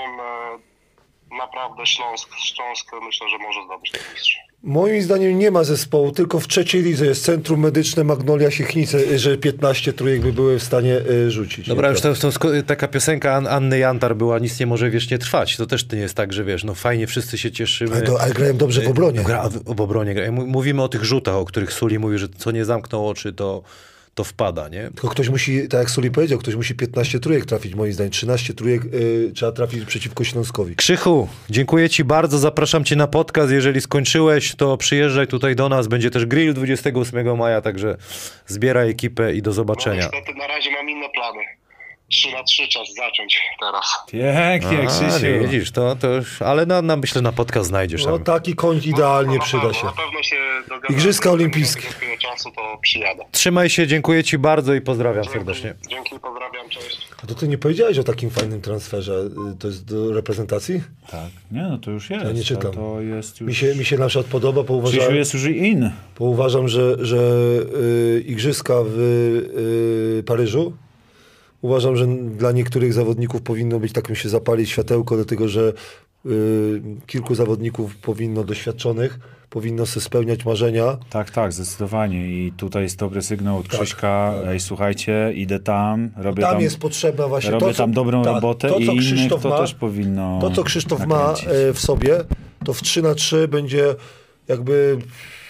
S5: naprawdę Śląsk myślę, że może zdobyć ten mistrz.
S2: Moim zdaniem nie ma zespołu, tylko w trzeciej lidze jest Centrum Medyczne Magnolia Siechnice, że 15 trójek by były w stanie rzucić.
S1: Dobra, już taka piosenka Anny Jantar była, nic nie może wiecznie trwać. To też nie jest tak, że wiesz, no fajnie, wszyscy się cieszymy.
S2: Ale grałem dobrze w obronie.
S1: W obronie. Mówimy o tych rzutach, o których Suli mówi, że co nie zamknął oczy, to wpada, nie?
S2: Tylko ktoś musi, tak jak Suli powiedział, ktoś musi 15 trójek trafić, moim zdaniem. 13 trójek trzeba trafić przeciwko Śląskowi.
S1: Krzychu, dziękuję ci bardzo, zapraszam cię na podcast. Jeżeli skończyłeś, to przyjeżdżaj tutaj do nas. Będzie też grill 28 maja, także zbieraj ekipę i do zobaczenia.
S5: No niestety na razie mam inne plany. 3-3 czas zacząć teraz.
S3: Pięknie, Krzysiu.
S1: Widzisz, to już, ale myślę, na podcast znajdziesz.
S2: No taki koń idealnie przyda się.
S5: Na pewno się dogadamy.
S2: Igrzyska olimpijskie.
S5: Jak będzie czasu, to przyjadę.
S1: Trzymaj się, dziękuję ci bardzo i pozdrawiam serdecznie.
S5: Dzięki, pozdrawiam, cześć.
S2: A to ty nie powiedziałeś o takim fajnym transferze. To jest do reprezentacji?
S3: Tak. Nie, no to już jest.
S2: Ja nie czytam.
S3: To jest już...
S2: Mi się na przykład podoba, bo
S3: Krzysiu jest już in.
S2: uważam, że igrzyska w Paryżu, uważam, że dla niektórych zawodników powinno być, takim się zapalić światełko, dlatego że kilku zawodników doświadczonych powinno sobie spełniać marzenia.
S3: Tak, zdecydowanie. I tutaj jest dobry sygnał od Krzyśka. Ej, słuchajcie, idę tam, robię tam
S2: jest potrzebna właśnie
S3: robię tam dobrą robotę i innych to też powinno
S2: To, co Krzysztof
S3: nakręcić.
S2: ma w sobie, to w 3-3 będzie jakby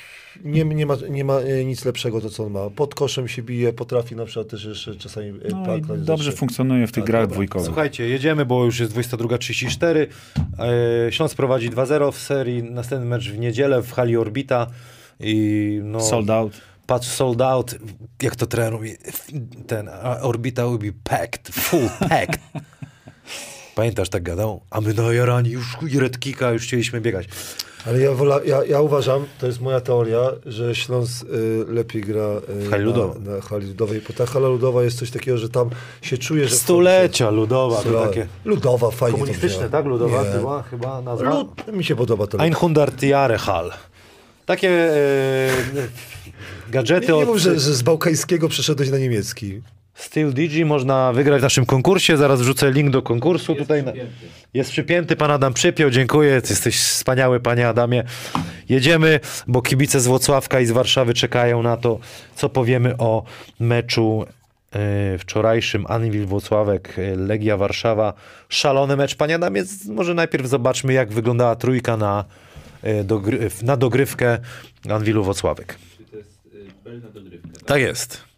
S2: nie ma nic lepszego to, co on ma. Pod koszem się bije, potrafi na przykład też jeszcze czasami
S3: i dobrze funkcjonuje w tych grach dwójkowych.
S1: Słuchajcie, jedziemy, bo już jest 22:34. Śląsk prowadzi 2-0 w serii. Następny mecz w niedzielę w hali Orbita. I
S3: Sold out.
S1: Patrz, sold out. Jak to trener mówi, ten Orbita will be packed, full packed. Pamiętasz, tak gadał? A my na jarani już red kicka, już chcieliśmy biegać.
S2: Ale ja uważam, to jest moja teoria, że Śląsk lepiej gra
S1: w hali ludowej.
S2: Na hali ludowej, bo ta hala ludowa jest coś takiego, że tam się czuje, że...
S1: Stulecia ludowa. To takie
S2: ludowa, fajnie
S1: komunistyczne,
S2: to
S1: tak? Ludowa chyba nazwa?
S2: mi się podoba to.
S1: 100 Jahre Hall. Takie gadżety
S2: Nie mów, że z bałkańskiego przeszedłeś na niemiecki.
S1: Steel Digi można wygrać w naszym konkursie. Zaraz wrzucę link do konkursu. Jest przypięty. Pan Adam przypiął. Dziękuję. Ty jesteś wspaniały, panie Adamie. Jedziemy, bo kibice z Włocławka i z Warszawy czekają na to, co powiemy o meczu wczorajszym. Anwil Włocławek, Legia Warszawa. Szalony mecz. Panie Adamie, może najpierw zobaczmy, jak wyglądała trójka na dogrywkę Anwilu Włocławek.
S4: Czy to jest belna dogrywka?
S1: Tak jest.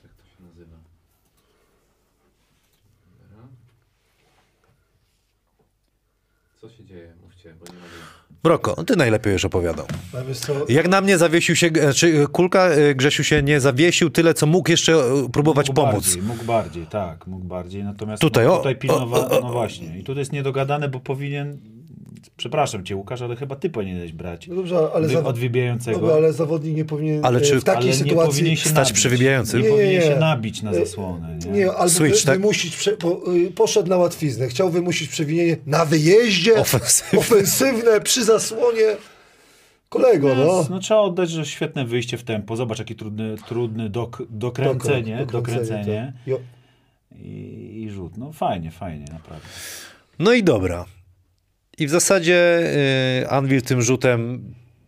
S4: Co się dzieje? Mówcie, bo nie mogę.
S1: Broko, ty najlepiej już opowiadał.
S2: Co?
S1: Jak na mnie zawiesił się, czy Kulka, Grzesiu się nie zawiesił tyle, co mógł jeszcze próbować pomóc.
S3: Mógł bardziej, natomiast
S1: tutaj,
S3: no właśnie. I tutaj jest niedogadane, bo powinien, przepraszam cię Łukasz, ale chyba ty powinieneś brać
S2: No dobrze, ale
S3: od wybijającego.
S2: Dobra, ale zawodnik nie powinien w takiej
S3: nie
S2: sytuacji
S3: powinien się
S1: stać
S3: nabić.
S1: przy wybijającym.
S3: Nie powinien się nabić na zasłonę.
S2: Nie, albo
S1: Switch, tak?
S2: wymusić, poszedł na łatwiznę, chciał wymusić przewinienie na wyjeździe, ofensywne przy zasłonie. Kolego,
S3: No trzeba oddać, że świetne wyjście w tempo. Zobacz, jaki trudny dokręcenie.
S2: Tak.
S3: I rzut. No fajnie, naprawdę.
S1: No i dobra. I w zasadzie Anwil tym rzutem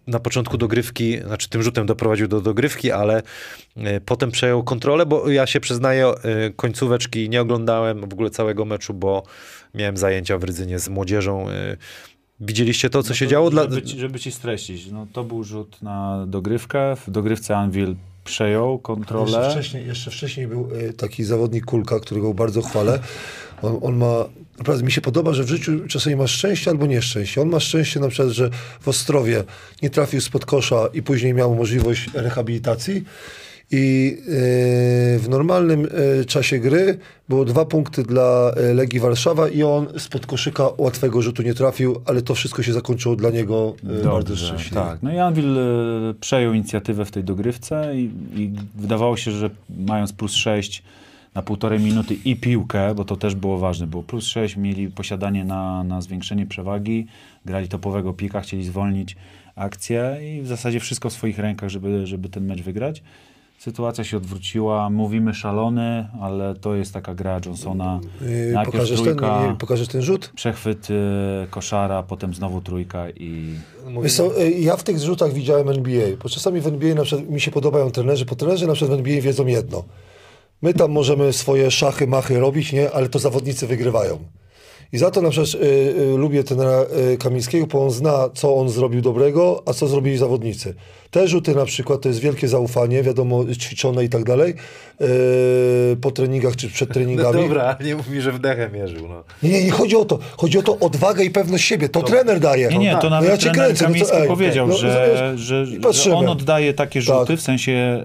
S1: na początku dogrywki, znaczy tym rzutem doprowadził do dogrywki, ale potem przejął kontrolę, bo ja się przyznaję, końcóweczki nie oglądałem w ogóle całego meczu, bo miałem zajęcia w Rydzynie z młodzieżą. Widzieliście to, co się działo?
S3: Żeby ci streścić, no to był rzut na dogrywkę. W dogrywce Anwil przejął kontrolę.
S2: Jeszcze wcześniej był taki zawodnik Kulka, którego bardzo chwalę. On ma, naprawdę mi się podoba, że w życiu czasami ma szczęście albo nieszczęście. On ma szczęście na przykład, że w Ostrowie nie trafił spod kosza i później miał możliwość rehabilitacji. I w normalnym czasie gry było 2 punkty dla Legii Warszawa i on spod koszyka łatwego rzutu nie trafił, ale to wszystko się zakończyło dla niego bardzo szczęśliwie.
S3: Tak. No i Anwil przejął inicjatywę w tej dogrywce i wydawało się, że mając +6 na 1,5 minuty i piłkę, bo to też było ważne, było +6, mieli posiadanie na zwiększenie przewagi, grali topowego pika, chcieli zwolnić akcję i w zasadzie wszystko w swoich rękach, żeby ten mecz wygrać. Sytuacja się odwróciła, mówimy szalony, ale to jest taka gra Johnsona. Najpierw trójka,
S2: pokażesz ten rzut?
S3: przechwyt koszara, potem znowu trójka i...
S2: Wiesz co, ja w tych zrzutach widziałem NBA, bo czasami w NBA na przykład mi się podobają trenerzy, bo trenerzy na przykład w NBA wiedzą jedno. My tam możemy swoje szachy, machy robić, nie? Ale to zawodnicy wygrywają. I za to na przykład lubię trenera Kamińskiego, bo on zna, co on zrobił dobrego, a co zrobili zawodnicy. Te rzuty na przykład to jest wielkie zaufanie, wiadomo, ćwiczone i tak dalej, po treningach czy przed treningami.
S1: No dobra, nie mówi, że wdechem mierzył. No.
S2: Nie chodzi o to. Chodzi o to odwagę i pewność siebie. To trener daje.
S3: Nie, to nawet trener Kamiński powiedział, że on oddaje takie rzuty, tak. W sensie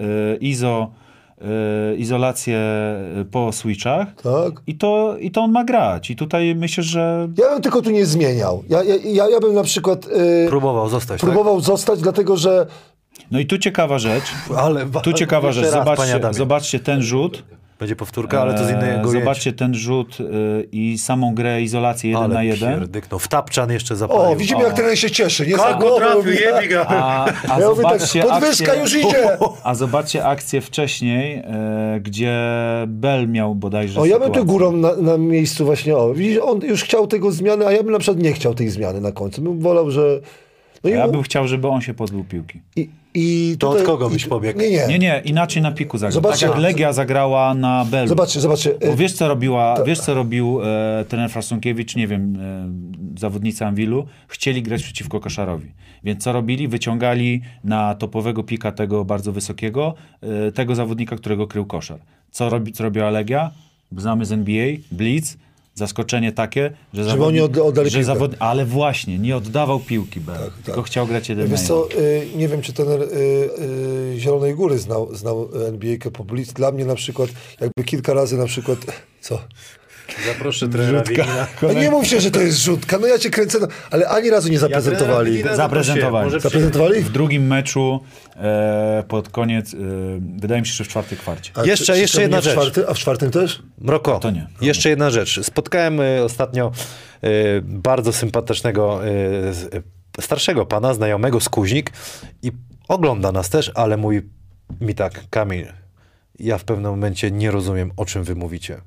S3: izolację po switchach, tak. I to on ma grać. I tutaj myślę, że...
S2: Ja bym tylko tu nie zmieniał. Ja bym na przykład... Próbował zostać, dlatego że...
S3: No i tu ciekawa rzecz. Zobaczcie ten rzut.
S1: Będzie powtórka, ale to z innego
S3: zobaczcie ten rzut i samą grę, izolację 1 na 1.
S1: Pierdyknął. W tapczan jeszcze zapalił.
S2: O, widzimy jak trener się cieszy. Nie
S1: trafił,
S3: a zobaczcie
S2: podwyżka już idzie.
S3: A zobaczcie akcję wcześniej, gdzie Bell miał bodajże
S2: ja bym tu górą na miejscu właśnie, widzisz, on już chciał tego zmiany, a ja bym na przykład nie chciał tej zmiany na końcu. Bym wolał, że...
S3: No ja bym chciał, żeby on się pozbył piłki.
S1: To od kogo byś pobiegł?
S3: Nie, inaczej na piku zagrał. Tak jak Legia zagrała na Bellu.
S2: Zobaczcie.
S3: Bo wiesz co robił trener Frasunkiewicz, nie wiem, zawodnicy Anwilu, chcieli grać przeciwko Koszarowi. Więc co robili? Wyciągali na topowego pika tego bardzo wysokiego, tego zawodnika, którego krył Koszar. Co robiła Legia? Znamy z NBA, blitz, zaskoczenie takie, że
S2: żeby oni oddali piłkę.
S3: Ale właśnie, nie oddawał piłki, tylko chciał grać 1 na 1.
S2: Wiesz co, nie wiem, czy trener Zielonej Góry znał NBA po blitz. Dla mnie na przykład, jakby kilka razy na przykład... Co?
S1: Zaproszę trenera Wigina.
S2: Nie mówcie, że to jest rzutka. No ja cię kręcę, ale ani razu nie zaprezentowali.
S3: Zaprezentowali? W drugim meczu pod koniec, wydaje mi się, że w 4. kwarcie.
S1: Jeszcze jedna rzecz.
S2: A w 4 też?
S1: Mroko,
S3: to nie.
S1: Jeszcze jedna rzecz. Spotkałem ostatnio bardzo sympatycznego starszego pana, znajomego z Kuźnik i ogląda nas też, ale mówi mi tak: Kamil, ja w pewnym momencie nie rozumiem, o czym wy mówicie.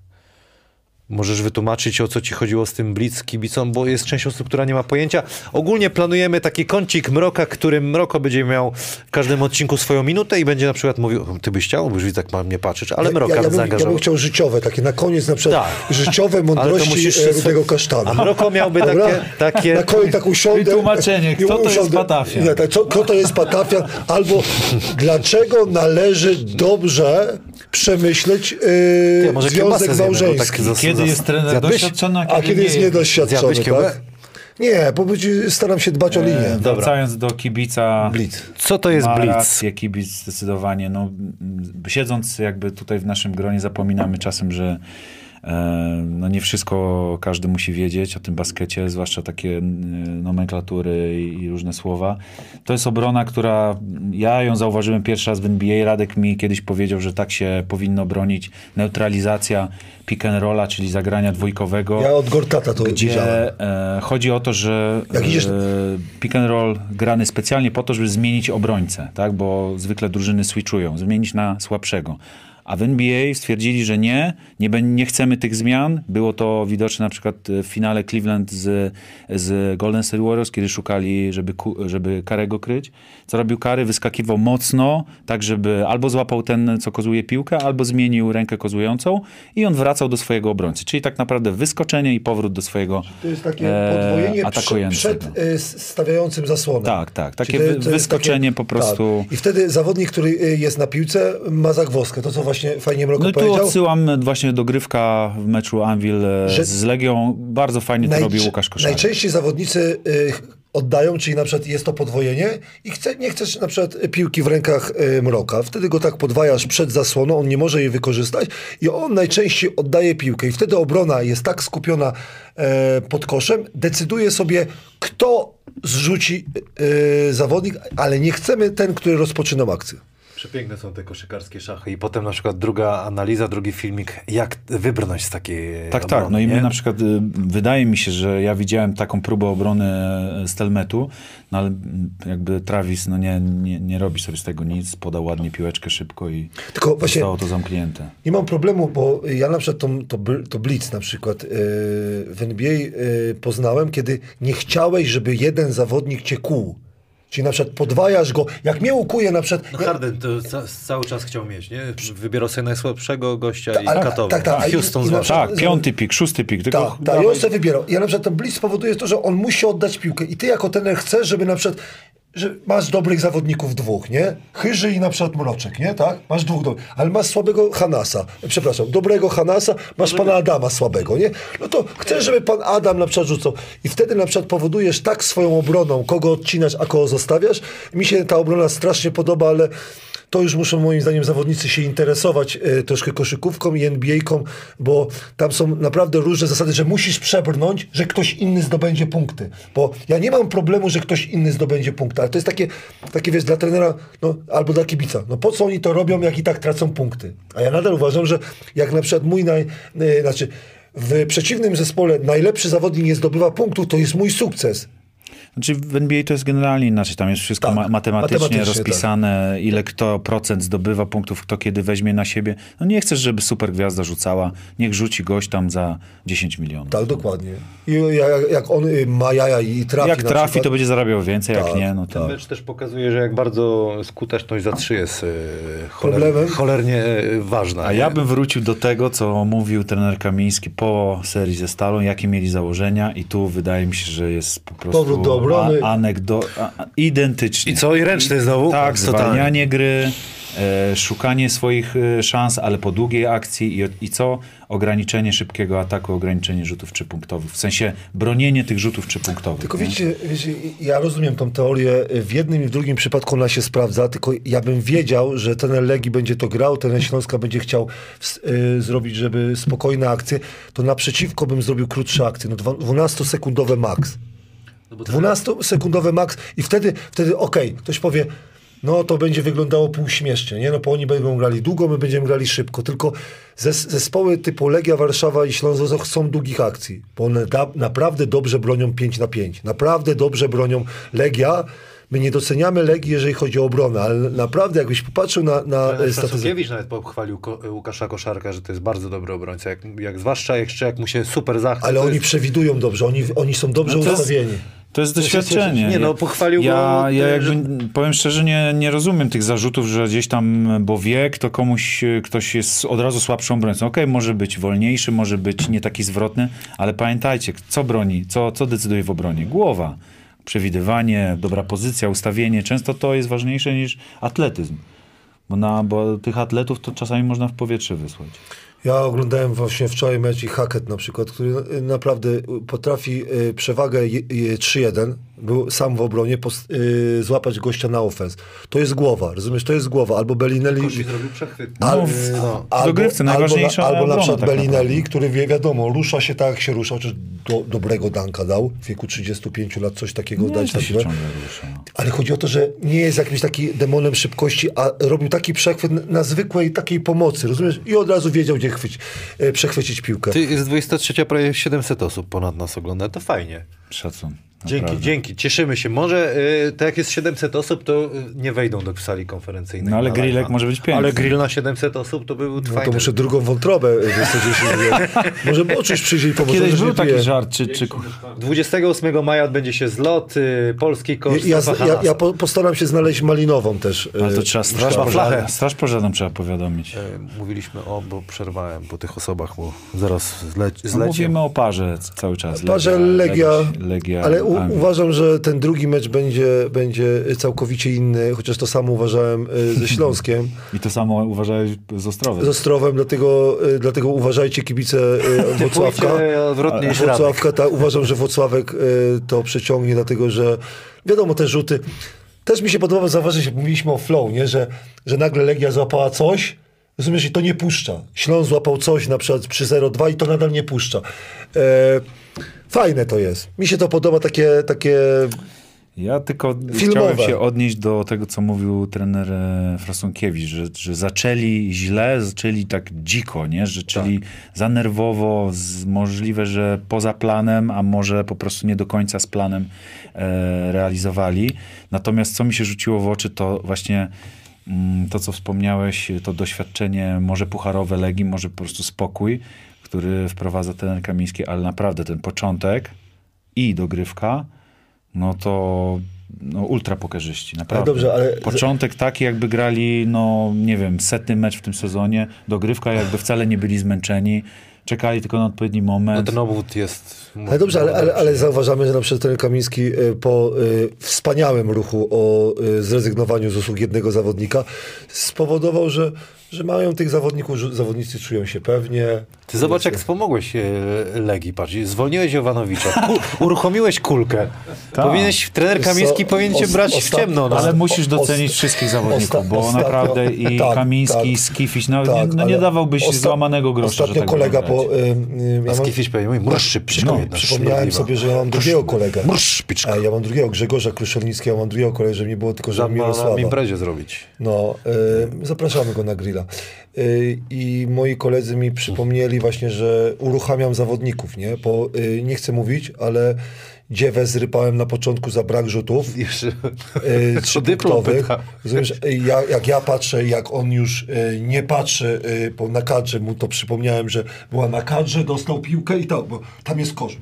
S1: Możesz wytłumaczyć, o co ci chodziło z tym blitz kibicom, bo jest część osób, która nie ma pojęcia. Ogólnie planujemy taki kącik Mroka, którym Mroko będzie miał w każdym odcinku swoją minutę i będzie na przykład mówił: ty byś chciał, byś tak mnie patrzeć, ale Mroka zaangażował.
S2: Ja bym chciał życiowe, takie na koniec na przykład życiowe mądrości Rudego Kasztana.
S1: A Mroko miałby takie...
S2: Na koniec tak usiądę.
S3: Wytłumaczenie, kto to jest Patafian?
S2: Kto to jest Patafian? Albo dlaczego należy dobrze przemyśleć związek małżeński.
S3: Kiedy jest trener doświadczony,
S2: a kiedy jest niedoświadczony, tak? Nie, bo staram się dbać o linię.
S3: Wracając do kibica.
S2: Blitz.
S1: Co to jest blitz?
S3: Rację, kibic zdecydowanie. No, siedząc jakby tutaj w naszym gronie, zapominamy czasem, że no nie wszystko każdy musi wiedzieć o tym baskecie, zwłaszcza takie nomenklatury i różne słowa. To jest obrona, która, ja ją zauważyłem pierwszy raz w NBA. Radek mi kiedyś powiedział, że tak się powinno bronić. Neutralizacja pick and rolla, czyli zagrania dwójkowego.
S2: Ja od Gortata to widziałem.
S3: Chodzi o to, że pick and roll grany specjalnie po to, żeby zmienić obrońcę, tak? Bo zwykle drużyny switchują, zmienić na słabszego. A w NBA stwierdzili, że nie chcemy tych zmian. Było to widoczne na przykład w finale Cleveland z Golden State Warriors, kiedy szukali, żeby Curry'ego kryć. Co robił Curry? Wyskakiwał mocno, tak żeby albo złapał ten, co kozłuje piłkę, albo zmienił rękę kozłującą i on wracał do swojego obrońcy. Czyli tak naprawdę wyskoczenie i powrót do swojego
S2: to jest takie podwojenie przed stawiającym zasłonę.
S3: Tak. Takie wyskoczenie po prostu.
S2: Tak. I wtedy zawodnik, który jest na piłce, ma zagwozdkę. To, co właśnie fajnie Mroko
S3: No
S2: powiedział.
S3: tu odsyłam właśnie dogrywka w meczu Anvil z Legią. Bardzo fajnie to robi Łukasz Koszara.
S2: Najczęściej zawodnicy oddają, czyli na przykład jest to podwojenie i nie chcesz na przykład piłki w rękach Mroka. Wtedy go tak podwajasz przed zasłoną, on nie może jej wykorzystać i on najczęściej oddaje piłkę i wtedy obrona jest tak skupiona pod koszem, decyduje sobie, kto zrzuci zawodnik, ale nie chcemy ten, który rozpoczynał akcję.
S1: Przepiękne są te koszykarskie szachy i potem na przykład druga analiza, drugi filmik, jak wybrnąć z takiej obrony.
S3: Tak. No i my na przykład, wydaje mi się, że ja widziałem taką próbę obrony Stelmetu, no ale jakby Travis nie robi sobie z tego nic, podał ładnie piłeczkę szybko i
S2: tylko właśnie
S3: zostało to zamknięte.
S2: Nie mam problemu, bo ja na przykład to blitz na przykład w NBA poznałem, kiedy nie chciałeś, żeby jeden zawodnik cię kłuł. Czyli na przykład podwajasz go, jak mnie ukuje na przykład...
S1: No Harden to cały czas chciał mieć, nie? Wybierał sobie najsłabszego gościa i katował.
S2: Tak.
S1: Houston
S3: Tak, 5. pik, 6. pik.
S2: Tak, i on sobie wybierał. Ja na przykład ten blitz powoduje to, że on musi oddać piłkę i ty jako trener chcesz, żeby na przykład... że masz dobrych zawodników dwóch, nie? Chyży i na przykład Mroczek, nie? Tak? Masz dwóch dobrych, ale masz słabego Hanasa. Przepraszam, dobrego Hanasa, masz pana Adama słabego, nie? No to chcesz, żeby pan Adam na przykład rzucał. I wtedy na przykład powodujesz tak swoją obroną, kogo odcinasz, a kogo zostawiasz. Mi się ta obrona strasznie podoba, ale to już muszą moim zdaniem zawodnicy się interesować troszkę koszykówką i NBA-ką, bo tam są naprawdę różne zasady, że musisz przebrnąć, że ktoś inny zdobędzie punkty. Bo ja nie mam problemu, że ktoś inny zdobędzie punkty, ale to jest takie wiesz, dla trenera albo dla kibica. No po co oni to robią, jak i tak tracą punkty? A ja nadal uważam, że jak na przykład w przeciwnym zespole najlepszy zawodnik nie zdobywa punktów, to jest mój sukces.
S3: Znaczy w NBA to jest generalnie inaczej. Tam jest wszystko matematycznie rozpisane, tak. Ile kto procent zdobywa punktów, kto kiedy weźmie na siebie. No nie chcesz, żeby super gwiazda rzucała. Niech rzuci gość tam za 10 milionów.
S2: Tak, dokładnie. I jak on ma jaja i trafi.
S3: Jak trafi, przykład, to będzie zarabiał więcej, jak nie. No to...
S1: Ten mecz też pokazuje, że jak bardzo skuteczność za 3 jest
S2: problemem
S1: cholernie ważna.
S3: A ja bym wrócił do tego, co mówił trener Kamiński po serii ze Stalą, jakie mieli założenia i tu wydaje mi się, że jest po prostu
S2: powrót do obrony.
S3: Identycznie.
S1: I co? I ręczny znowu?
S3: Tak, zwalnianie gry, szukanie swoich szans, ale po długiej akcji i co? Ograniczenie szybkiego ataku, ograniczenie rzutów 3-punktowych. W sensie bronienie tych rzutów 3-punktowych.
S2: Tylko wiecie, ja rozumiem tą teorię. W jednym i w drugim przypadku ona się sprawdza, tylko ja bym wiedział, że ten Legii będzie to grał, ten Śląska będzie chciał zrobić, żeby spokojne akcje, to naprzeciwko bym zrobił krótsze akcje. 12-sekundowe max. 12-sekundowe max i wtedy okej, ktoś powie, no to będzie wyglądało półśmiesznie, nie? No bo oni będą grali długo, my będziemy grali szybko, tylko zespoły typu Legia Warszawa i Śląsk chcą długich akcji, bo one naprawdę dobrze bronią 5-5, naprawdę dobrze bronią Legia. My nie doceniamy Legii, jeżeli chodzi o obronę, ale naprawdę jakbyś popatrzył na statystykę...
S1: Stasukiewicz nawet pochwalił Łukasza Koszarka, że to jest bardzo dobry obrońca. Zwłaszcza jak mu się super zachce.
S2: Ale oni przewidują dobrze, oni są dobrze ustawieni.
S3: To jest doświadczenie.
S1: Nie, no pochwalił
S3: ja powiem szczerze, nie rozumiem tych zarzutów, że gdzieś tam, bo wiek, to ktoś jest od razu słabszą obrońcą. Okej, może być wolniejszy, może być nie taki zwrotny, ale pamiętajcie, co broni, co decyduje w obronie? Głowa. Przewidywanie, dobra pozycja, ustawienie. Często to jest ważniejsze niż atletyzm. Bo tych atletów to czasami można w powietrze wysłać.
S2: Ja oglądałem właśnie wczoraj mecz i Hackett na przykład, który naprawdę potrafi przewagę 3-1, był sam w obronie, złapać gościa na ofens. To jest głowa, rozumiesz? To jest głowa. Albo Bellinelli...
S1: Kości zrobił przechwyt.
S3: Dogrywce najważniejsza
S2: albo na przykład
S3: tak
S2: Bellinelli, który wiadomo, rusza się tak, jak się rusza, chociaż dobrego danka dał, w wieku 35 lat coś takiego dać na siłę. Ale chodzi o to, że nie jest jakimś takim demonem szybkości, a robił taki przechwyt na zwykłej takiej pomocy, rozumiesz? I od razu wiedział, gdzie przechwycić piłkę.
S1: Jest 23, prawie 700 osób ponad nas ogląda, to fajnie.
S3: Szacun.
S1: Dzięki. Cieszymy się. Może tak jak jest 700 osób, to nie wejdą do sali konferencyjnej.
S3: No ale grillek może być piękny.
S1: Ale grill na 700 osób to by był fajny.
S2: No to muszę drugą wątrobę wysadzić. Może Boczuś przyjdzie i pomoże.
S3: Kiedyś był taki żart, czy
S1: 28 maja odbędzie się zlot polski kosz
S2: Ja postaram się znaleźć malinową też.
S3: Ale to trzeba straż pożarną trzeba powiadomić.
S1: Mówiliśmy bo przerwałem po tych osobach, bo zaraz zleci.
S3: Mówimy o parze cały czas.
S2: Parze Legia, ale uważam, że ten drugi mecz będzie całkowicie inny, chociaż to samo uważałem ze Śląskiem.
S3: I to samo uważałeś z Ostrowem.
S2: Z Ostrowem, dlatego uważajcie kibice Włocławka. Włocławka, uważam, że Włocławek to przeciągnie, dlatego że wiadomo, te rzuty. Też mi się podobało zauważyć, jak mówiliśmy o flow, nie? Że nagle Legia złapała coś, rozumiesz, i to nie puszcza. Śląsk złapał coś na przykład przy 0-2 i to nadal nie puszcza. Fajne to jest. Mi się to podoba, takie
S3: Ja tylko
S2: filmowe.
S3: chciałem się odnieść do tego, co mówił trener Frasunkiewicz, że zaczęli źle, zaczęli tak dziko, nie? Że zaczęli za nerwowo, możliwe, że poza planem, a może po prostu nie do końca z planem realizowali. Natomiast co mi się rzuciło w oczy, to właśnie to, co wspomniałeś, to doświadczenie może pucharowe Legii, może po prostu spokój, który wprowadza trener Kamiński, ale naprawdę ten początek i dogrywka, no to ultra pokerzyści, naprawdę.
S2: Dobrze, ale
S3: początek taki, jakby grali, nie wiem, 100. mecz w tym sezonie, dogrywka jakby wcale nie byli zmęczeni, czekali tylko na odpowiedni moment.
S1: No ten obwód jest...
S2: Ale dobrze, ale zauważamy, że na przykład trener Kamiński po wspaniałym ruchu o zrezygnowaniu z usług jednego zawodnika spowodował, że mają tych zawodników, zawodnicy czują się pewnie.
S1: Ty zobacz, jak wspomogłeś Legii, patrz, zwolniłeś Jovanowicza, uruchomiłeś kulkę. Trener Kamiński powinien cię brać w ciemno. No.
S3: Ale musisz docenić wszystkich zawodników, bo naprawdę i Kamiński, i Skifiś, nie dawałbyś złamanego grosza.
S2: Ostatnio kolega
S1: Skifiś powiedział,
S2: przypomniałem sobie, że ja mam drugiego kolegę. Ja mam drugiego, Grzegorza Kruszelnickiego, ja mam drugiego kolegę, że nie było tylko, że Mirosława.
S1: Na imprezie zrobić.
S2: Zapraszamy go na grilla. I moi koledzy mi przypomnieli właśnie, że uruchamiam zawodników, nie? Bo nie chcę mówić, ale Dziewę zrypałem na początku za brak rzutów. Trzypunktowych. Jak ja patrzę, jak on już nie patrzy na kadrze, mu to przypomniałem, że była na kadrze, dostał piłkę i tak, bo tam jest kosz.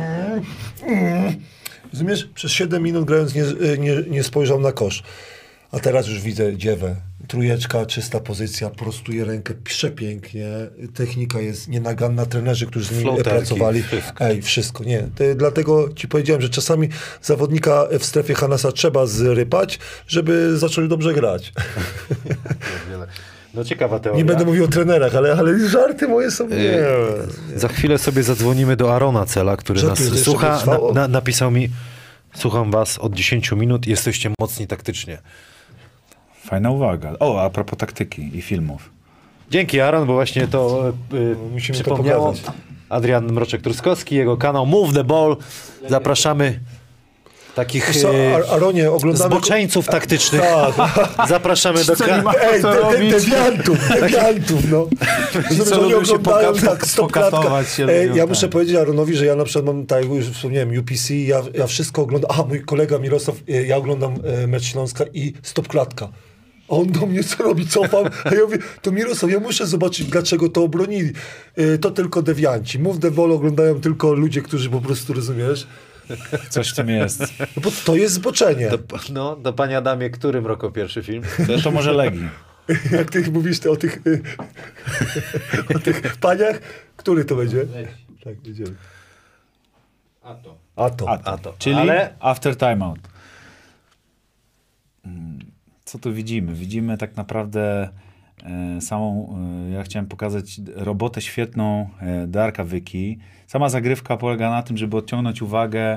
S2: Rozumiesz? Przez 7 minut grając nie spojrzał na kosz. A teraz już widzę Dziewę. Trójeczka, czysta pozycja, prostuje rękę, przepięknie. Technika jest nienaganna. Trenerzy, którzy z nim pracowali. Wszystko. Nie. Dlatego ci powiedziałem, że czasami zawodnika w strefie Hanasa trzeba zrypać, żeby zaczęli dobrze grać.
S1: No ciekawa teoria.
S2: Nie będę mówił o trenerach, ale żarty moje są... Nie.
S1: Za chwilę sobie zadzwonimy do Arona Cela, który nas słucha. Napisał mi: słucham was od 10 minut, jesteście mocni taktycznie.
S3: Fajna uwaga. A propos taktyki i filmów.
S1: Dzięki, Aaron, bo właśnie to przypomniało. Adrian Mroczek-Truskowski, jego kanał Move the Ball. Zapraszamy takich
S2: Aronie, oglądamy
S1: zboczeńców taktycznych. Zapraszamy do kanału.
S2: Dewiantów, no.
S3: Co lubią się pokatować.
S2: Ja muszę powiedzieć Aronowi, że ja na przykład mam, tak jak już wspomniałem, UPC, ja wszystko oglądam. Mój kolega Mirosław, ja oglądam mecz Śląska i stopklatka. A on do mnie co robi, cofam, a ja mówię, to Mirosław, ja muszę zobaczyć, dlaczego to obronili. To tylko dewianci. Move the Ball oglądają tylko ludzie, którzy po prostu, rozumiesz?
S3: Coś w tym jest.
S2: No bo to jest zboczenie.
S1: Do Panie Adamie, którym roku pierwszy film?
S3: To może Legii.
S2: Jak ty mówisz o tych paniach, który to będzie? Tak, będziemy.
S3: Ato. Czyli After Timeout. Co tu widzimy? Widzimy tak naprawdę ja chciałem pokazać robotę świetną Darka Wyki. Sama zagrywka polega na tym, żeby odciągnąć uwagę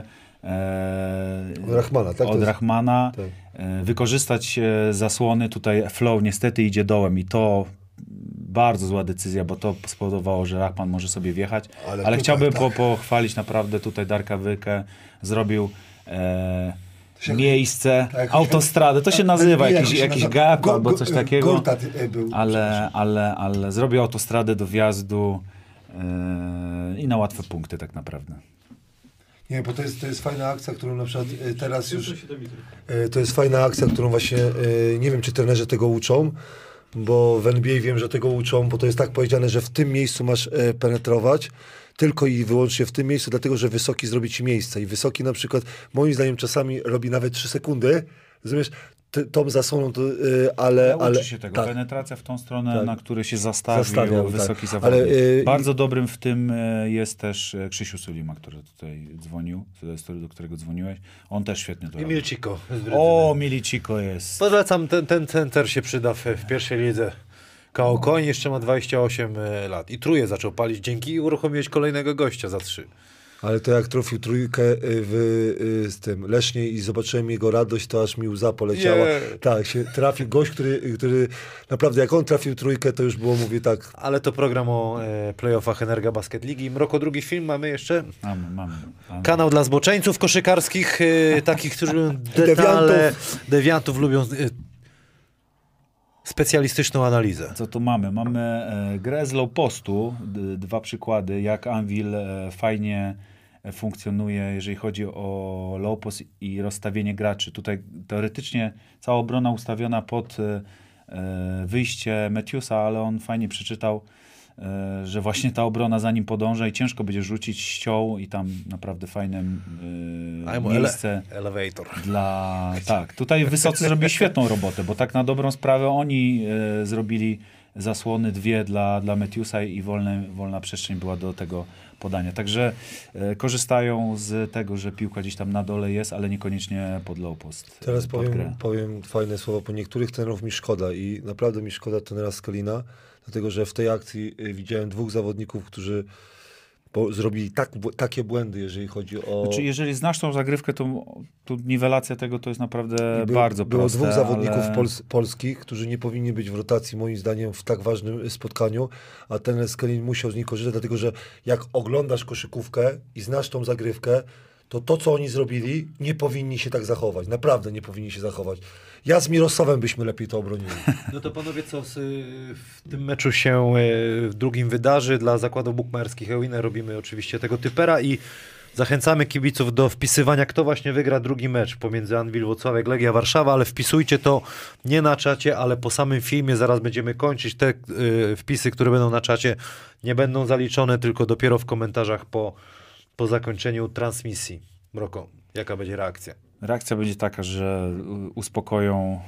S3: od Rahmana, tak. Wykorzystać zasłony. Tutaj flow niestety idzie dołem i to bardzo zła decyzja, bo to spowodowało, że Rahman może sobie wjechać. Ale chciałbym pochwalić naprawdę tutaj Darka Wykę. Zrobił miejsce, autostradę, to się nazywa jakiś gap albo coś takiego, ale zrobił autostradę do wjazdu i na łatwe punkty tak naprawdę.
S2: Nie, bo to jest fajna akcja, którą na przykład teraz już... To jest fajna akcja, którą właśnie, nie wiem, czy trenerzy tego uczą, bo w NBA wiem, że tego uczą, bo to jest tak powiedziane, że w tym miejscu masz penetrować, tylko i wyłącznie w tym miejscu, dlatego, że wysoki zrobi ci miejsce. I wysoki na przykład, moim zdaniem, czasami robi nawet 3 sekundy, rozumiesz? Tą zasłoną, to, ale
S3: uczy się tego.
S2: Tak.
S3: Penetracja w tą stronę,
S2: Tak.
S3: na której się zastawił wysoki
S2: tak.
S3: zawodnik.
S2: Ale,
S3: Bardzo dobrym w tym jest też Krzysiu Sulima, który tutaj dzwonił, do którego dzwoniłeś. On też świetnie to
S1: I
S3: robi.
S1: Milciko.
S3: O, Miliciko jest.
S1: Polecam, ten center się przyda w pierwszej lidze. K.O. Koń jeszcze ma 28 lat. I truje zaczął palić dzięki uruchomiłeś kolejnego gościa za 3.
S2: Ale to jak trafił trójkę z tym Lesznie i zobaczyłem jego radość, to aż mi łza poleciała. Tak, się trafił gość, który naprawdę jak on trafił trójkę, to już było, mówię tak.
S1: Ale to program o playoffach Energa Basket Ligi. Mroko, drugi film mamy jeszcze.
S3: Mamy.
S1: Kanał dla zboczeńców koszykarskich, takich, którzy lubią dewiantów lubią specjalistyczną analizę.
S3: Co tu mamy? Mamy grę z low postu, 2 przykłady, jak Anvil fajnie funkcjonuje, jeżeli chodzi o low post i rozstawienie graczy. Tutaj teoretycznie cała obrona ustawiona pod wyjście Matthewsa, ale on fajnie przeczytał, że właśnie ta obrona za nim podąża i ciężko będzie rzucić, ściął i tam naprawdę fajne miejsce
S1: elevator.
S3: Tak, tutaj wysocy zrobili świetną robotę, bo tak na dobrą sprawę oni zrobili zasłony 2 dla Matthewsa i wolna przestrzeń była do tego podania. Także korzystają z tego, że piłka gdzieś tam na dole jest, ale niekoniecznie pod low post.
S2: Teraz powiem fajne słowo, po niektórych trenerów mi szkoda i naprawdę mi szkoda trenera Skelina, dlatego że w tej akcji widziałem 2 zawodników, którzy zrobili takie błędy, jeżeli chodzi o...
S3: Znaczy, jeżeli znasz tą zagrywkę, to niwelacja tego to jest naprawdę bardzo proste.
S2: Było 2 zawodników polskich, którzy nie powinni być w rotacji, moim zdaniem, w tak ważnym spotkaniu, a trener Skelin musiał z nich korzystać, dlatego że jak oglądasz koszykówkę i znasz tą zagrywkę, to, co oni zrobili, nie powinni się tak zachować. Naprawdę nie powinni się zachować. Ja z Mirosławem byśmy lepiej to obronili.
S1: No to panowie, co w tym meczu się w drugim wydarzy? Dla zakładów bukmacherskich Ewinę robimy oczywiście tego typera i zachęcamy kibiców do wpisywania, kto właśnie wygra drugi mecz pomiędzy Anwil Włocławek, Legia Warszawa, ale wpisujcie to nie na czacie, ale po samym filmie. Zaraz będziemy kończyć. Te wpisy, które będą na czacie, nie będą zaliczone, tylko dopiero w komentarzach po zakończeniu transmisji. Mroko, jaka będzie reakcja?
S3: Reakcja będzie taka, że uspokoją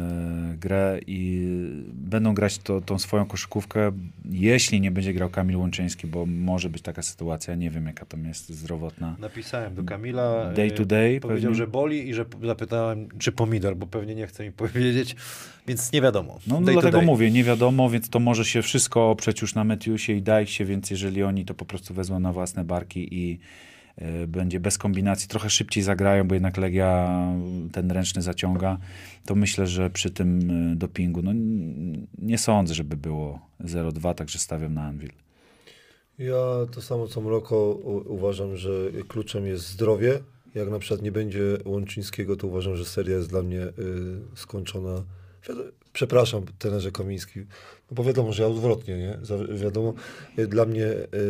S3: grę i będą grać tą swoją koszykówkę, jeśli nie będzie grał Kamil Łączyński, bo może być taka sytuacja, nie wiem jaka tam jest zdrowotna.
S1: Napisałem do Kamila,
S3: day to day,
S1: powiedział,
S3: pewnie.
S1: że boli i że zapytałem, czy pomidor, bo pewnie nie chce mi powiedzieć, więc nie wiadomo.
S3: No dlatego mówię, nie wiadomo, więc to może się wszystko oprzeć już na Matthewsie i Dajksie, więc jeżeli oni to po prostu wezmą na własne barki i będzie bez kombinacji, trochę szybciej zagrają, bo jednak Legia ten ręczny zaciąga, to myślę, że przy tym dopingu, no nie sądzę, żeby było 0-2, także stawiam na Anvil.
S2: Ja to samo co Mroko uważam, że kluczem jest zdrowie. Jak na przykład nie będzie Łączyńskiego, to uważam, że seria jest dla mnie skończona. Przepraszam, trenerze Kamiński, no bo wiadomo, że ja odwrotnie, nie? Wiadomo, dla mnie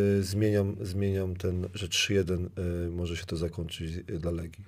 S2: zmieniam że 3-1 może się to zakończyć dla Legii.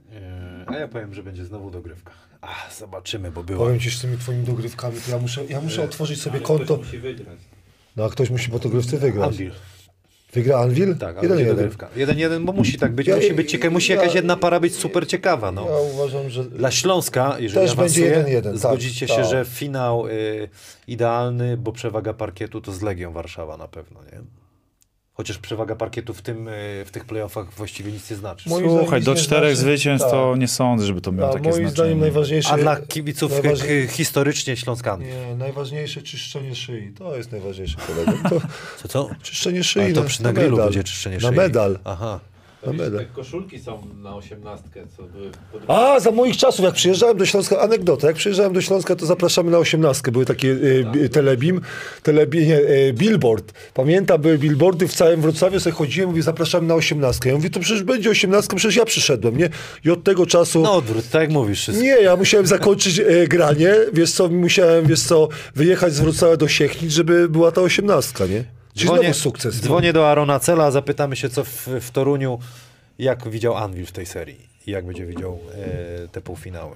S1: A ja powiem, że będzie znowu dogrywka. Zobaczymy, bo było.
S2: Powiem ci, z tymi twoimi dogrywkami, to ja muszę otworzyć sobie konto.
S4: Ktoś musi wygrać.
S2: No a ktoś musi po dogrywce wygrać.
S1: Anvil.
S2: Wygra Anvil?
S1: Tak,
S2: 1-1.
S1: 1-1, bo musi tak być. Musi jakaś jedna para być super ciekawa. No.
S2: Ja uważam, że...
S1: Dla Śląska, jeżeli
S2: też będzie
S1: awansuje,
S2: 1-1.
S1: zgodzicie
S2: tak,
S1: się,
S2: tak.
S1: że finał idealny, bo przewaga parkietu to z Legią Warszawa na pewno, nie? Chociaż przewaga parkietu w tych playoffach właściwie nic nie znaczy.
S3: Słuchaj, do 4 zwycięstw to nie sądzę, żeby to miało takie
S2: moim
S3: znaczenie.
S2: zdaniem najważniejsze...
S1: A dla kibiców historycznie Śląskami.
S2: Nie, najważniejsze czyszczenie szyi. To jest najważniejsze, kolego.
S1: Co?
S2: Czyszczenie szyi.
S1: Ale to przy na grillu będzie czyszczenie szyi.
S2: Na medal.
S1: Aha.
S4: Te koszulki są na 18, co były
S2: Za moich czasów, jak przyjeżdżałem do Śląska, anegdota, jak przyjeżdżałem do Śląska, to zapraszamy na 18. Były takie billboard. Pamiętam, były billboardy w całym Wrocławiu, sobie chodziłem, mówię, zapraszamy na 18. Ja mówię, to przecież będzie 18, przecież ja przyszedłem, nie? I od tego czasu...
S1: No odwrót, tak jak mówisz wszystko.
S2: Nie, ja musiałem zakończyć granie, musiałem, wyjechać z Wrocławia do Siechnic, żeby była ta 18, nie? Czyli znowu sukces.
S1: Dzwonię do Arona Cela, zapytamy się, co w Toruniu Jak widział Anvil w tej serii i jak będzie widział te półfinały.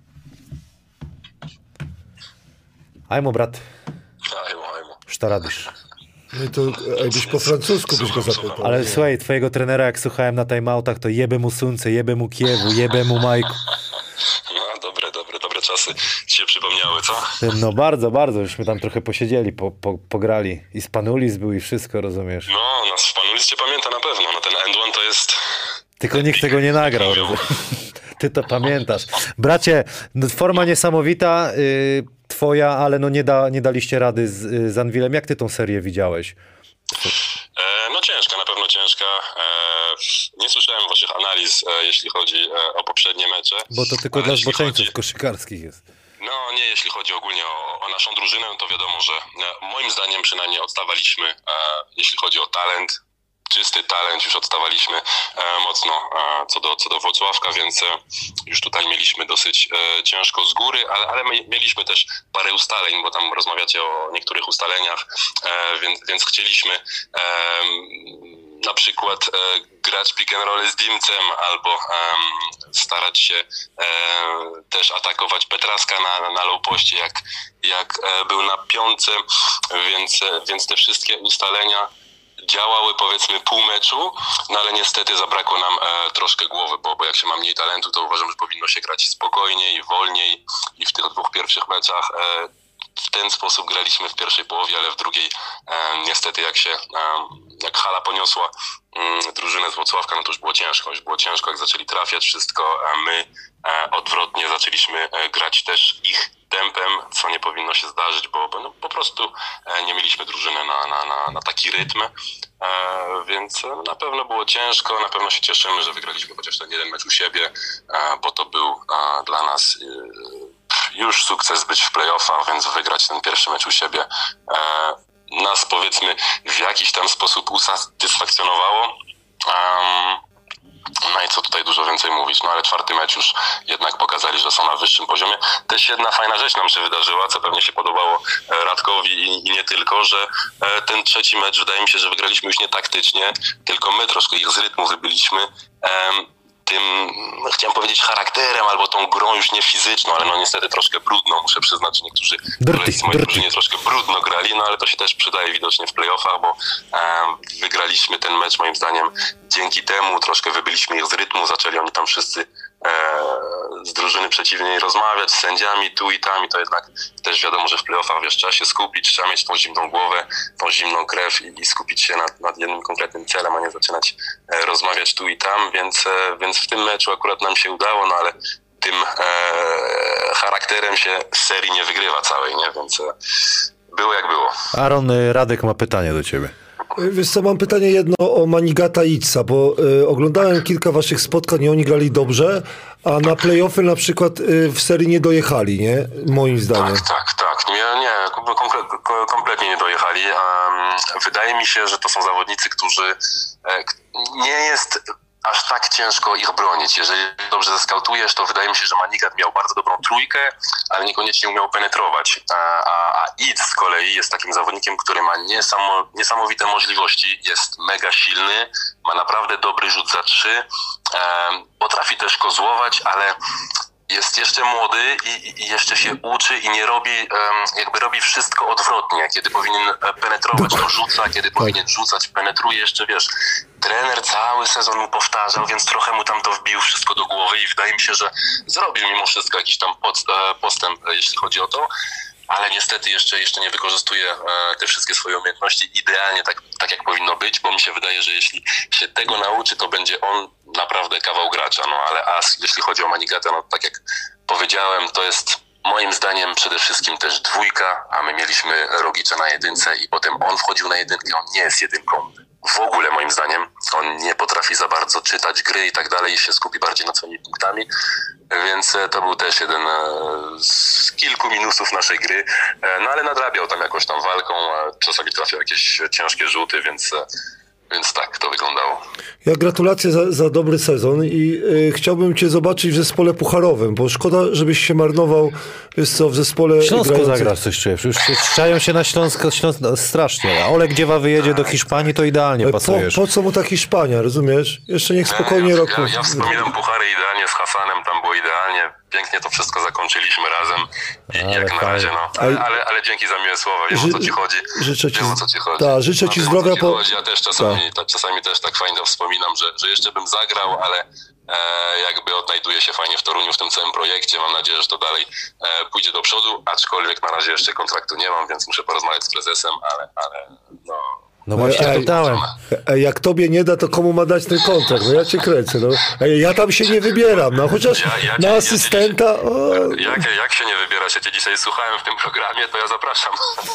S1: Ajmo, brat.
S6: Ajmo.
S1: Sztaradisz.
S2: No i to jakbyś po francusku byś go zapytał.
S1: Ale słuchaj, twojego trenera jak słuchałem na timeoutach, to jebę mu Sunce, jebę mu Kiewu, jebę mu Majku.
S6: No, dobre czasy się przypomniały, co?
S1: No bardzo, bardzo. Żeśmy tam trochę posiedzieli, pograli. I Spanulis był i wszystko, rozumiesz?
S6: No, nas w Panulis cię pamięta na pewno. No ten End One to jest...
S1: Tylko nikt tego nie nagrał. Ty to pamiętasz. Bracie, no, forma niesamowita twoja, ale no nie daliście rady z Anvilem. Jak ty tą serię widziałeś?
S6: No ciężka, na pewno ciężka. Nie słyszałem waszych analiz, jeśli chodzi o poprzednie mecze.
S1: Bo to tylko dla zboczeńców koszykarskich jest.
S6: No nie, jeśli chodzi ogólnie o naszą drużynę, to wiadomo, że moim zdaniem przynajmniej odstawaliśmy, jeśli chodzi o talent. Czysty talent, już odstawaliśmy mocno co do Włocławka, więc już tutaj mieliśmy dosyć ciężko z góry, ale my mieliśmy też parę ustaleń, bo tam rozmawiacie o niektórych ustaleniach, więc chcieliśmy na przykład grać pick and roll z Dimcem albo starać się też atakować Petraska na low poście, jak był na piątce, więc te wszystkie ustalenia działały powiedzmy pół meczu, no ale niestety zabrakło nam troszkę głowy, bo jak się ma mniej talentu, to uważam, że powinno się grać spokojniej, wolniej i w tych dwóch pierwszych meczach w ten sposób graliśmy w pierwszej połowie, ale w drugiej niestety jak hala poniosła drużynę z Włocławka, no to już było ciężko, jak zaczęli trafiać wszystko, a my odwrotnie zaczęliśmy grać też ich tempem, co nie powinno się zdarzyć, bo no, po prostu nie mieliśmy drużyny na taki rytm, więc na pewno było ciężko, na pewno się cieszymy, że wygraliśmy chociaż ten jeden mecz u siebie, bo to był dla nas już sukces być w play-offach, więc wygrać ten pierwszy mecz u siebie nas powiedzmy w jakiś tam sposób usatysfakcjonowało. No i co tutaj dużo więcej mówić, no ale czwarty mecz już jednak pokazali, że są na wyższym poziomie. Też jedna fajna rzecz nam się wydarzyła, co pewnie się podobało Radkowi i nie tylko, że ten trzeci mecz wydaje mi się, że wygraliśmy już nie taktycznie, tylko my troszkę ich z rytmu wybiliśmy. Tym, chciałem powiedzieć charakterem albo tą grą już nie fizyczną, ale no niestety troszkę brudną, muszę przyznać, że niektórzy z mojej drużynie troszkę brudno grali, no ale to się też przydaje widocznie w playoffach, bo wygraliśmy ten mecz moim zdaniem dzięki temu, troszkę wybiliśmy ich z rytmu, zaczęli oni tam wszyscy z drużyny przeciwnej rozmawiać z sędziami tu i tam i to jednak też wiadomo, że w playoffach wiesz, trzeba się skupić, trzeba mieć tą zimną głowę, tą zimną krew i skupić się nad jednym konkretnym celem, a nie zaczynać rozmawiać tu i tam, więc w tym meczu akurat nam się udało, no ale tym charakterem się serii nie wygrywa całej, nie? Więc było jak było.
S1: Aaron, Radek ma pytanie do ciebie.
S2: Wiesz co, mam pytanie jedno o Manigata i Itza, bo oglądałem kilka waszych spotkań i oni grali dobrze, a na play-offy na przykład w serii nie dojechali, nie? Moim zdaniem.
S6: Tak. Nie, kompletnie nie dojechali. Wydaje mi się, że to są zawodnicy, którzy nie jest aż tak ciężko ich bronić. Jeżeli dobrze zeskautujesz, to wydaje mi się, że Manigat miał bardzo dobrą trójkę, ale niekoniecznie umiał penetrować. A Id z kolei jest takim zawodnikiem, który ma niesamowite możliwości, jest mega silny, ma naprawdę dobry rzut za 3, potrafi też kozłować, ale jest jeszcze młody i jeszcze się uczy i nie robi, jakby robi wszystko odwrotnie. Kiedy powinien penetrować, to rzuca, kiedy powinien rzucać, penetruje jeszcze, wiesz. Trener cały sezon mu powtarzał, więc trochę mu tam to wbił wszystko do głowy i wydaje mi się, że zrobił mimo wszystko jakiś tam postęp, jeśli chodzi o to, ale niestety jeszcze nie wykorzystuje te wszystkie swoje umiejętności idealnie tak jak powinno być, bo mi się wydaje, że jeśli się tego nauczy, to będzie on naprawdę kawał gracza, no ale jeśli chodzi o Manigatę, no tak jak powiedziałem, to jest moim zdaniem przede wszystkim też dwójka, a my mieliśmy Rogicza na jedynce i potem on wchodził na jedynkę, on nie jest jedynką. W ogóle moim zdaniem on nie potrafi za bardzo czytać gry i tak dalej i się skupi bardziej nad swoimi punktami, więc to był też jeden z kilku minusów naszej gry, no ale nadrabiał tam jakąś tam walką, czasami trafiał jakieś ciężkie rzuty, Więc tak to wyglądało.
S2: Ja gratulacje za dobry sezon i chciałbym cię zobaczyć w zespole pucharowym, bo szkoda, żebyś się marnował, wiesz co, w zespole
S1: Śląsko
S2: grającym.
S1: zagrasz, coś czujesz. Już czają się na Śląsko strasznie. A Olek Dziewa wyjedzie do Hiszpanii, to idealnie pasujesz.
S2: Po co mu ta Hiszpania, rozumiesz? Jeszcze niech spokojnie rok...
S6: Ja wspominam puchary idealnie z Hasanem, tam było idealnie. Pięknie to wszystko zakończyliśmy razem i jak na razie, no. Ale dzięki za miłe słowa, wiem o co ci chodzi. Wiem o co ci chodzi.
S2: Tak, życzę ci zdrowia.
S6: Ja też czasami też tak fajnie wspominam, że jeszcze bym zagrał, ale jakby odnajduję się fajnie w Toruniu w tym całym projekcie. Mam nadzieję, że to dalej pójdzie do przodu, aczkolwiek na razie jeszcze kontraktu nie mam, więc muszę porozmawiać z prezesem, ale no...
S1: No właśnie pytałem.
S2: Jak tobie nie da, to komu ma dać ten kontrakt? No ja cię kręcę. No. Ja tam się nie wybieram, no chociaż na asystenta...
S6: Jak się nie wybierasz? Ja cię dzisiaj słuchałem w tym programie, to ja zapraszam.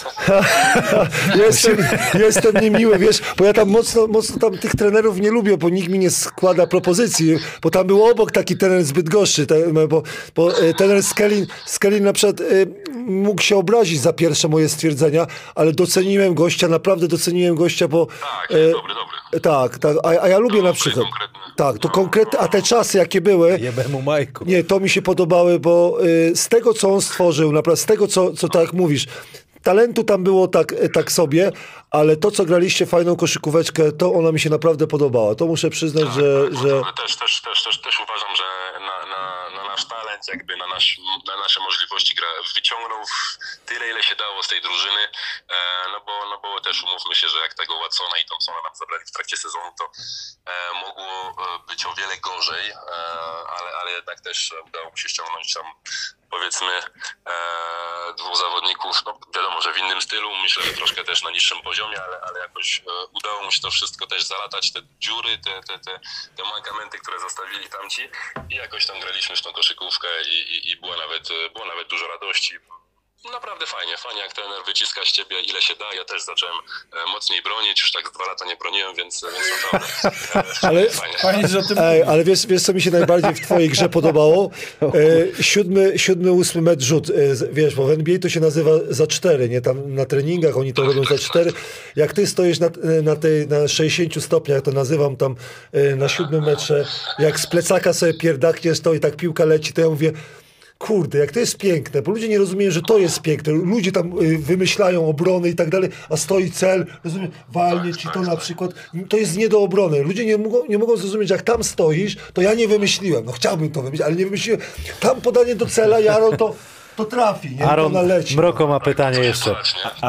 S2: Jestem niemiły, wiesz, bo ja tam mocno tam tych trenerów nie lubię, bo nikt mi nie składa propozycji, bo tam był obok taki trener z Bydgoszczy, bo trener Skelin na przykład mógł się obrazić za pierwsze moje stwierdzenia, ale doceniłem gościa, naprawdę doceniłem gościa, bo...
S6: Tak, dobry.
S2: Tak, a ja lubię na przykład... Tak, to konkretne, a te czasy jakie były...
S1: Jebemu Majku.
S2: Nie, to mi się podobały, bo z tego, co on stworzył, naprawdę z tego, co tak jak mówisz, talentu tam było tak sobie, ale to, co graliście, fajną koszykóweczkę, to ona mi się naprawdę podobała. To muszę przyznać, że...
S6: Też uważam, że na nasz talent, jakby na nasze możliwości wyciągnął tyle, ile się dało z tej drużyny, no bo też umówmy się, że jak tego Watsona i Thompsona nam zabrali w trakcie sezonu, to mogło być o wiele gorzej, ale jednak też udało mi się ściągnąć tam, powiedzmy, dwóch zawodników, no wiadomo, że w innym stylu, myślę, że troszkę też na niższym poziomie, ale jakoś udało mi się to wszystko też zalatać, te dziury, te mankamenty, które zostawili tamci i jakoś tam graliśmy w tą koszykówkę i było nawet dużo radości. Naprawdę fajnie, jak trener wyciska z ciebie ile się da. Ja też zacząłem mocniej bronić, już tak z 2 lata nie broniłem, więc naprawdę
S2: ale
S6: fajnie.
S3: Fajnie, że o tym
S2: ale wiesz, co mi się najbardziej w twojej grze podobało? 7, 8 metr rzut. Wiesz, bo w NBA to się nazywa za 4, nie? Tam na treningach oni to robią za 4. Jak ty stoisz na 60 stopniach, to nazywam tam na 7 metrze, jak z plecaka sobie pierdakniesz to i tak piłka leci, to ja mówię... Kurde, jak to jest piękne, bo ludzie nie rozumieją, że to jest piękne. Ludzie tam wymyślają obrony i tak dalej, a stoi cel, rozumiem, walnie ci to na przykład. To jest nie do obrony. Ludzie nie mogą zrozumieć, że jak tam stoisz, to ja nie wymyśliłem. No chciałbym to wymyślić, ale nie wymyśliłem. Tam podanie do cela, Jaro to trafi, nie?
S1: Aaron
S2: to naleci.
S1: Mroko ma pytanie jeszcze.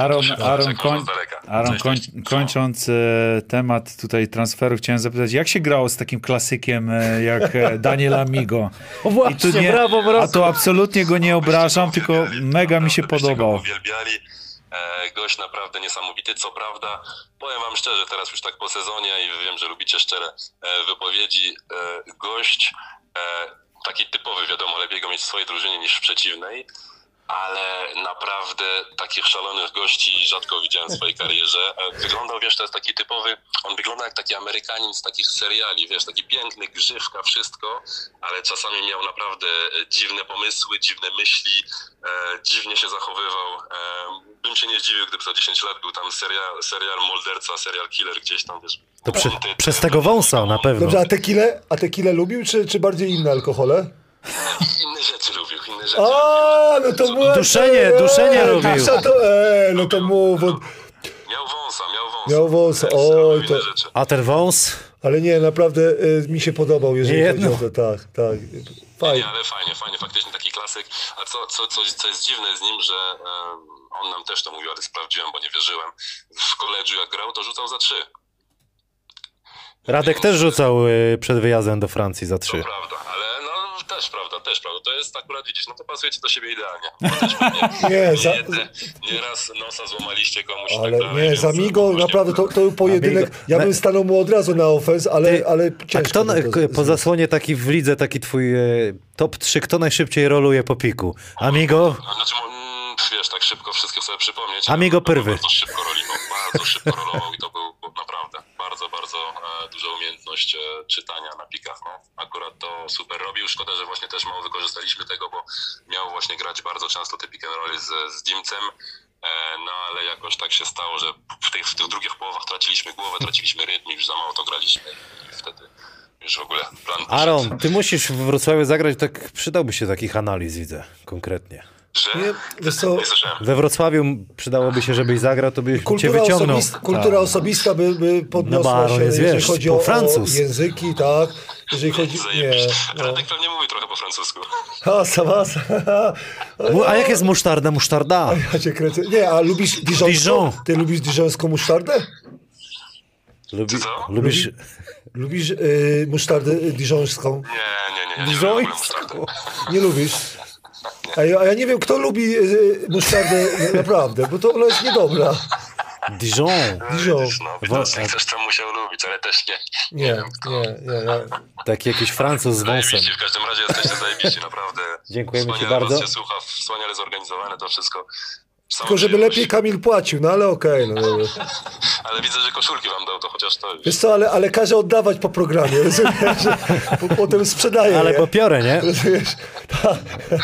S3: Kończąc temat tutaj transferów, chciałem zapytać, jak się grało z takim klasykiem jak Daniel Amigo?
S1: O właśnie, brawo, Mroko.
S3: A to absolutnie go nie obrażam, tylko mega mi się podobał.
S6: Uwielbiali. Gość naprawdę niesamowity, co prawda, powiem wam szczerze, teraz już tak po sezonie i wiem, że lubicie szczere wypowiedzi, gość taki typowy, wiadomo, lepiej go mieć w swojej drużynie niż w przeciwnej, ale naprawdę takich szalonych gości rzadko widziałem w swojej karierze. Wyglądał, wiesz, to jest taki typowy, on wygląda jak taki Amerykanin z takich seriali, wiesz, taki piękny, grzywka, wszystko, ale czasami miał naprawdę dziwne pomysły, dziwne myśli, dziwnie się zachowywał. Bym się nie zdziwił, gdyby za 10 lat był tam serial Molderca, serial Killer gdzieś tam, wiesz.
S1: To przez tego wąsa na pewno.
S2: Dobrze, a tequilę lubił, czy bardziej inne alkohole?
S6: Inne rzeczy lubił, inne rzeczy.
S2: No to mów.
S1: Duszenie robił.
S2: No to mów.
S6: Miał wąsa.
S2: Oj, to...
S1: A ten wąs?
S2: Ale nie, naprawdę mi się podobał, jeżeli chodzi o to. Tak.
S6: Fajnie. Nie, ale fajnie, faktycznie taki klasyk. A co jest dziwne z nim, że on nam też to mówił, ale sprawdziłem, bo nie wierzyłem. W koledżu jak grał, to rzucał za 3.
S1: Radek też rzucał przed wyjazdem do Francji za 3.
S6: To prawda, ale no też prawda. To jest akurat, widzisz, no to pasujecie do siebie idealnie. Nieraz nosa złamaliście komuś.
S2: Ale
S6: tak dalej,
S2: nie, za Amigo naprawdę to był pojedynek. Ja bym stanął mu od razu na ofens, ale ciężko.
S1: A kto po zasłonie taki w lidze, taki twój top 3, kto najszybciej roluje po piku? Amigo?
S6: Znaczy, wiesz, tak szybko wszystko sobie przypomnieć.
S1: Amigo Pyrwy.
S6: Bardzo szybko rolował i to był naprawdę bardzo duża umiejętność czytania na pikach. No. Akurat to super robił. Szkoda, że właśnie też mało wykorzystaliśmy tego, bo miał właśnie grać bardzo często te pick and roll z Dimcem. No ale jakoś tak się stało, że w tych drugich połowach traciliśmy głowę, traciliśmy rytm i już za mało to graliśmy i wtedy już w ogóle plan poszedł.
S1: Aaron, ty musisz w Wrocławiu zagrać, tak przydałby się takich analiz, widzę, konkretnie.
S6: Że?
S2: Nie, wiesz co,
S6: Nie słyszałem.
S1: We Wrocławiu przydałoby się, żebyś zagrał, to byś cię wyciągnął.
S2: kultura osobista by podniosła
S1: No bo Aaron
S2: się,
S1: jest,
S2: jeżeli
S1: wiesz,
S2: chodzi
S1: po
S2: o
S1: Francuz.
S2: języki, tak? Jeżeli chodzi... Nie,
S6: Zajebiście.
S2: no.
S6: Radek pewnie mówi trochę po francusku.
S2: Masa.
S1: A jak jest musztarda? Musztarda.
S2: Ja cię kręcę. Nie, a lubisz diżonską?
S1: Dijon.
S2: Ty lubisz diżonską musztardę?
S6: Co?
S1: Lubisz...
S2: Lubisz musztardę diżonską?
S6: Nie lubię musztardy.
S2: Nie lubisz? A ja nie wiem, kto lubi musztardę naprawdę, bo to ona jest niedobra.
S1: Dijon.
S2: Dijon.
S6: No, widocznie ktoś to musiał lubić, ale też nie.
S2: Nie.
S1: Taki jakiś Francuz z wąsem.
S6: Zajebiści, w każdym razie jesteście zajebiści, naprawdę.
S1: Dziękujemy ci
S6: Wspaniale
S1: bardzo.
S6: was się słucha, wspaniale zorganizowane to wszystko. Sama
S2: Tylko żeby
S6: przyjemność.
S2: lepiej Kamil płacił, no ale okej. No dobra.
S6: Ale widzę, że koszulki wam dał, to chociaż to już.
S2: Wiesz co, ale każe oddawać po programie, rozumiesz? Że potem sprzedaje.
S1: Ale
S2: nie?
S1: po piorę, nie?
S2: Rozumiesz? Tak.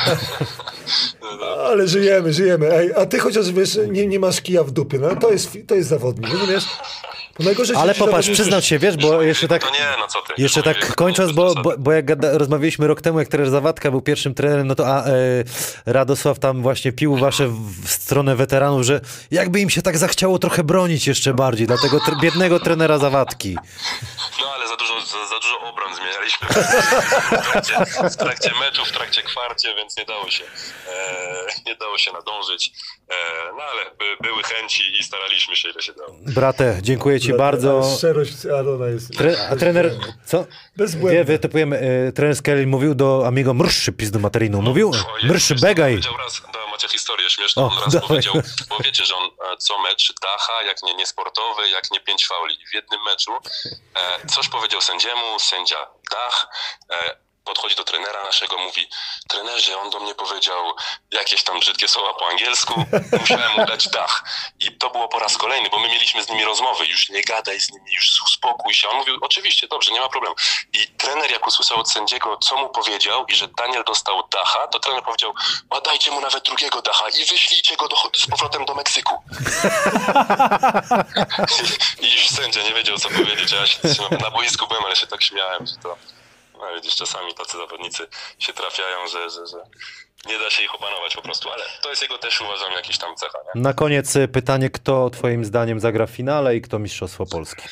S2: Ale żyjemy. Ej, a ty chociaż wiesz, nie masz kija w dupie, no to jest zawodnik, rozumiesz? Bo najgorzej
S1: Ale
S2: się
S1: popatrz,
S2: zawodnicy-
S1: przyznać się, wiesz, bo jeszcze tak...
S6: To nie, no co ty.
S1: Jeszcze
S6: Mówię,
S1: tak kończąc, bo jak rozmawialiśmy rok temu, jak trener Zawadka był pierwszym trenerem, no to Radosław tam właśnie pił wasze w stronę weteranów, że jakby im się tak zachciało trochę bronić jeszcze bardziej, dlatego biednego trenera Zawadki.
S6: No ale za dużo obron zmienialiśmy w trakcie meczu, w trakcie kwarcie, więc nie dało się nadążyć. No ale były chęci i staraliśmy się, ile się dało.
S1: Brate, dziękuję ci bardzo.
S2: Szczerość Arona jest...
S1: A trener, co?
S2: Bezbłędna.
S1: Wytypujemy, trener Skelly mówił do amigo mrszy pizdu materynu, mówił?
S6: Ojej,
S1: Mrszy
S6: wiesz co,
S1: begaj.
S6: powiedział raz, macie historię śmieszną,
S1: O,
S6: on raz
S1: dawaj.
S6: powiedział, bo wiecie, że on co mecz dacha, jak nie sportowy, jak nie 5 fauli. W jednym meczu coś powiedział sędziemu, sędzia dach, podchodzi do trenera naszego, mówi: trenerze, on do mnie powiedział jakieś tam brzydkie słowa po angielsku, musiałem mu dać dach. I to było po raz kolejny, bo my mieliśmy z nimi rozmowy, już nie gadaj z nimi, już uspokój się. On mówił: oczywiście, dobrze, nie ma problemu. I trener, jak usłyszał od sędziego, co mu powiedział i że Daniel dostał dacha, to trener powiedział: a dajcie mu nawet drugiego dacha i wyślijcie go z powrotem do Meksyku. I już sędzia nie wiedział, co powiedzieć, a ja się na boisku byłem, ale się tak śmiałem, że to... No widzisz, czasami tacy zawodnicy się trafiają, że nie da się ich opanować po prostu, ale to jest jego też, uważam, jakiś tam cecha, nie?
S1: Na koniec pytanie, kto twoim zdaniem zagra w finale i kto Mistrzostwo Polski?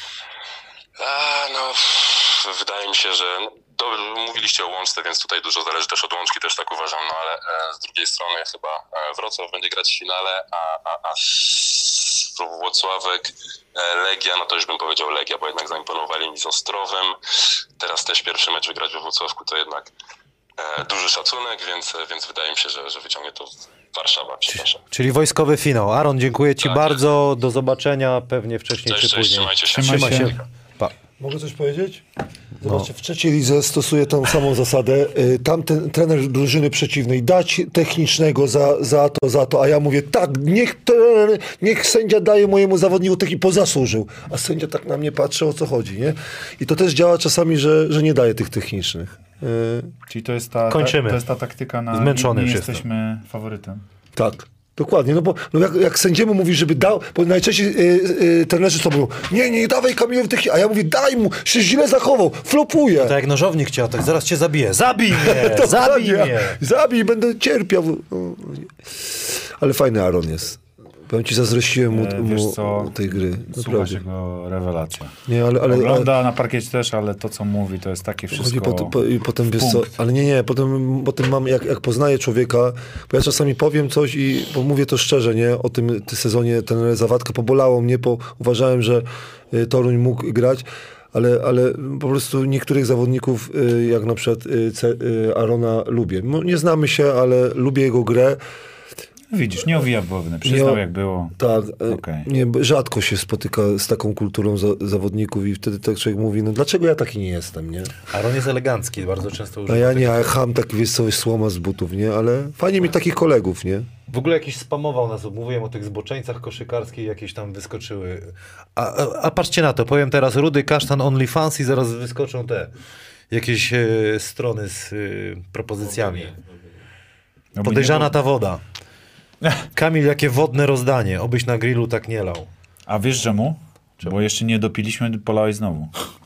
S6: No, wydaje mi się, że mówiliście o łączce, więc tutaj dużo zależy też od łączki, też tak uważam, no ale z drugiej strony chyba Wrocław będzie grać w finale, a Włocławek, Legia, no to już bym powiedział Legia, bo jednak zaimponowali mi z Ostrowem. Teraz też pierwszy mecz wygrać we Włocławku to jednak duży szacunek, więc wydaje mi się, że wyciągnie to Warszawa, przepraszam.
S1: Czyli wojskowy finał. Aaron, dziękuję ci
S6: Tak
S1: bardzo, do zobaczenia pewnie wcześniej
S6: Cześć,
S1: czy później.
S6: trzymajcie się.
S1: Trzymaj się. Pa.
S2: Mogę coś powiedzieć? Zobaczcie, w trzeciej lidze stosuje tą samą zasadę. Tam ten trener drużyny przeciwnej dać technicznego za to, a ja mówię tak, niech sędzia daje mojemu zawodnikowi i pozasłużył. A sędzia tak na mnie patrzy, o co chodzi, nie? I to też działa czasami, że nie daje tych technicznych.
S3: Czyli to jest
S1: Kończymy.
S3: to jest ta taktyka na
S1: Zmęczony
S3: nie
S1: już
S3: jesteśmy faworytem.
S2: Tak. Dokładnie, no bo jak sędziemu mówi, żeby dał, bo najczęściej trenerzy co mówią, nie dawaj Kamilowi technikę, a ja mówię, daj mu, się źle zachował, flopuje.
S1: Tak jak nożownik chciał, tak zaraz cię zabiję. Zabij mnie!
S2: To
S1: Zabij
S2: fajnie.
S1: mnie!
S2: Zabij, będę cierpiał. No, ale fajny Aaron jest. Powiem ci, zazdrościłem
S3: Wiesz
S2: mu
S3: co,
S2: tej gry.
S3: Słucha
S2: Naprawdę.
S3: się go rewelacja.
S2: Nie, ale
S3: Ogląda na parkiecie też, ale to co mówi, to jest takie wszystko
S2: i potem wiesz co,
S3: punkt.
S2: ale nie, potem mam, jak poznaję człowieka, bo ja czasami powiem coś bo mówię to szczerze, nie, o tym sezonie ten Zawadka pobolało mnie, uważałem, że Toruń mógł grać, ale po prostu niektórych zawodników, jak na przykład Arona lubię. No, nie znamy się, ale lubię jego grę.
S3: Widzisz, nie owija bawełny, przyznał jak było.
S2: Tak,
S3: Okej.
S2: nie, rzadko się spotyka z taką kulturą zawodników i wtedy tak człowiek mówi, no dlaczego ja taki nie jestem, nie?
S1: Aaron jest elegancki, bardzo często używa.
S2: A ja nie, a ham taki, wiesz co, słoma z butów, nie? Ale fajnie mieć takich kolegów, nie?
S1: W ogóle jakiś spamował nas, mówiłem o tych zboczeńcach koszykarskich, jakieś tam wyskoczyły. A patrzcie na to, powiem teraz Rudy Kasztan OnlyFans i zaraz wyskoczą te jakieś strony z propozycjami.
S3: No bo
S1: Podejrzana
S3: nie
S1: ta woda. Kamil, jakie wodne rozdanie. Obyś na grillu tak nie lał.
S3: A wiesz czemu? Bo jeszcze nie dopiliśmy, polałeś znowu.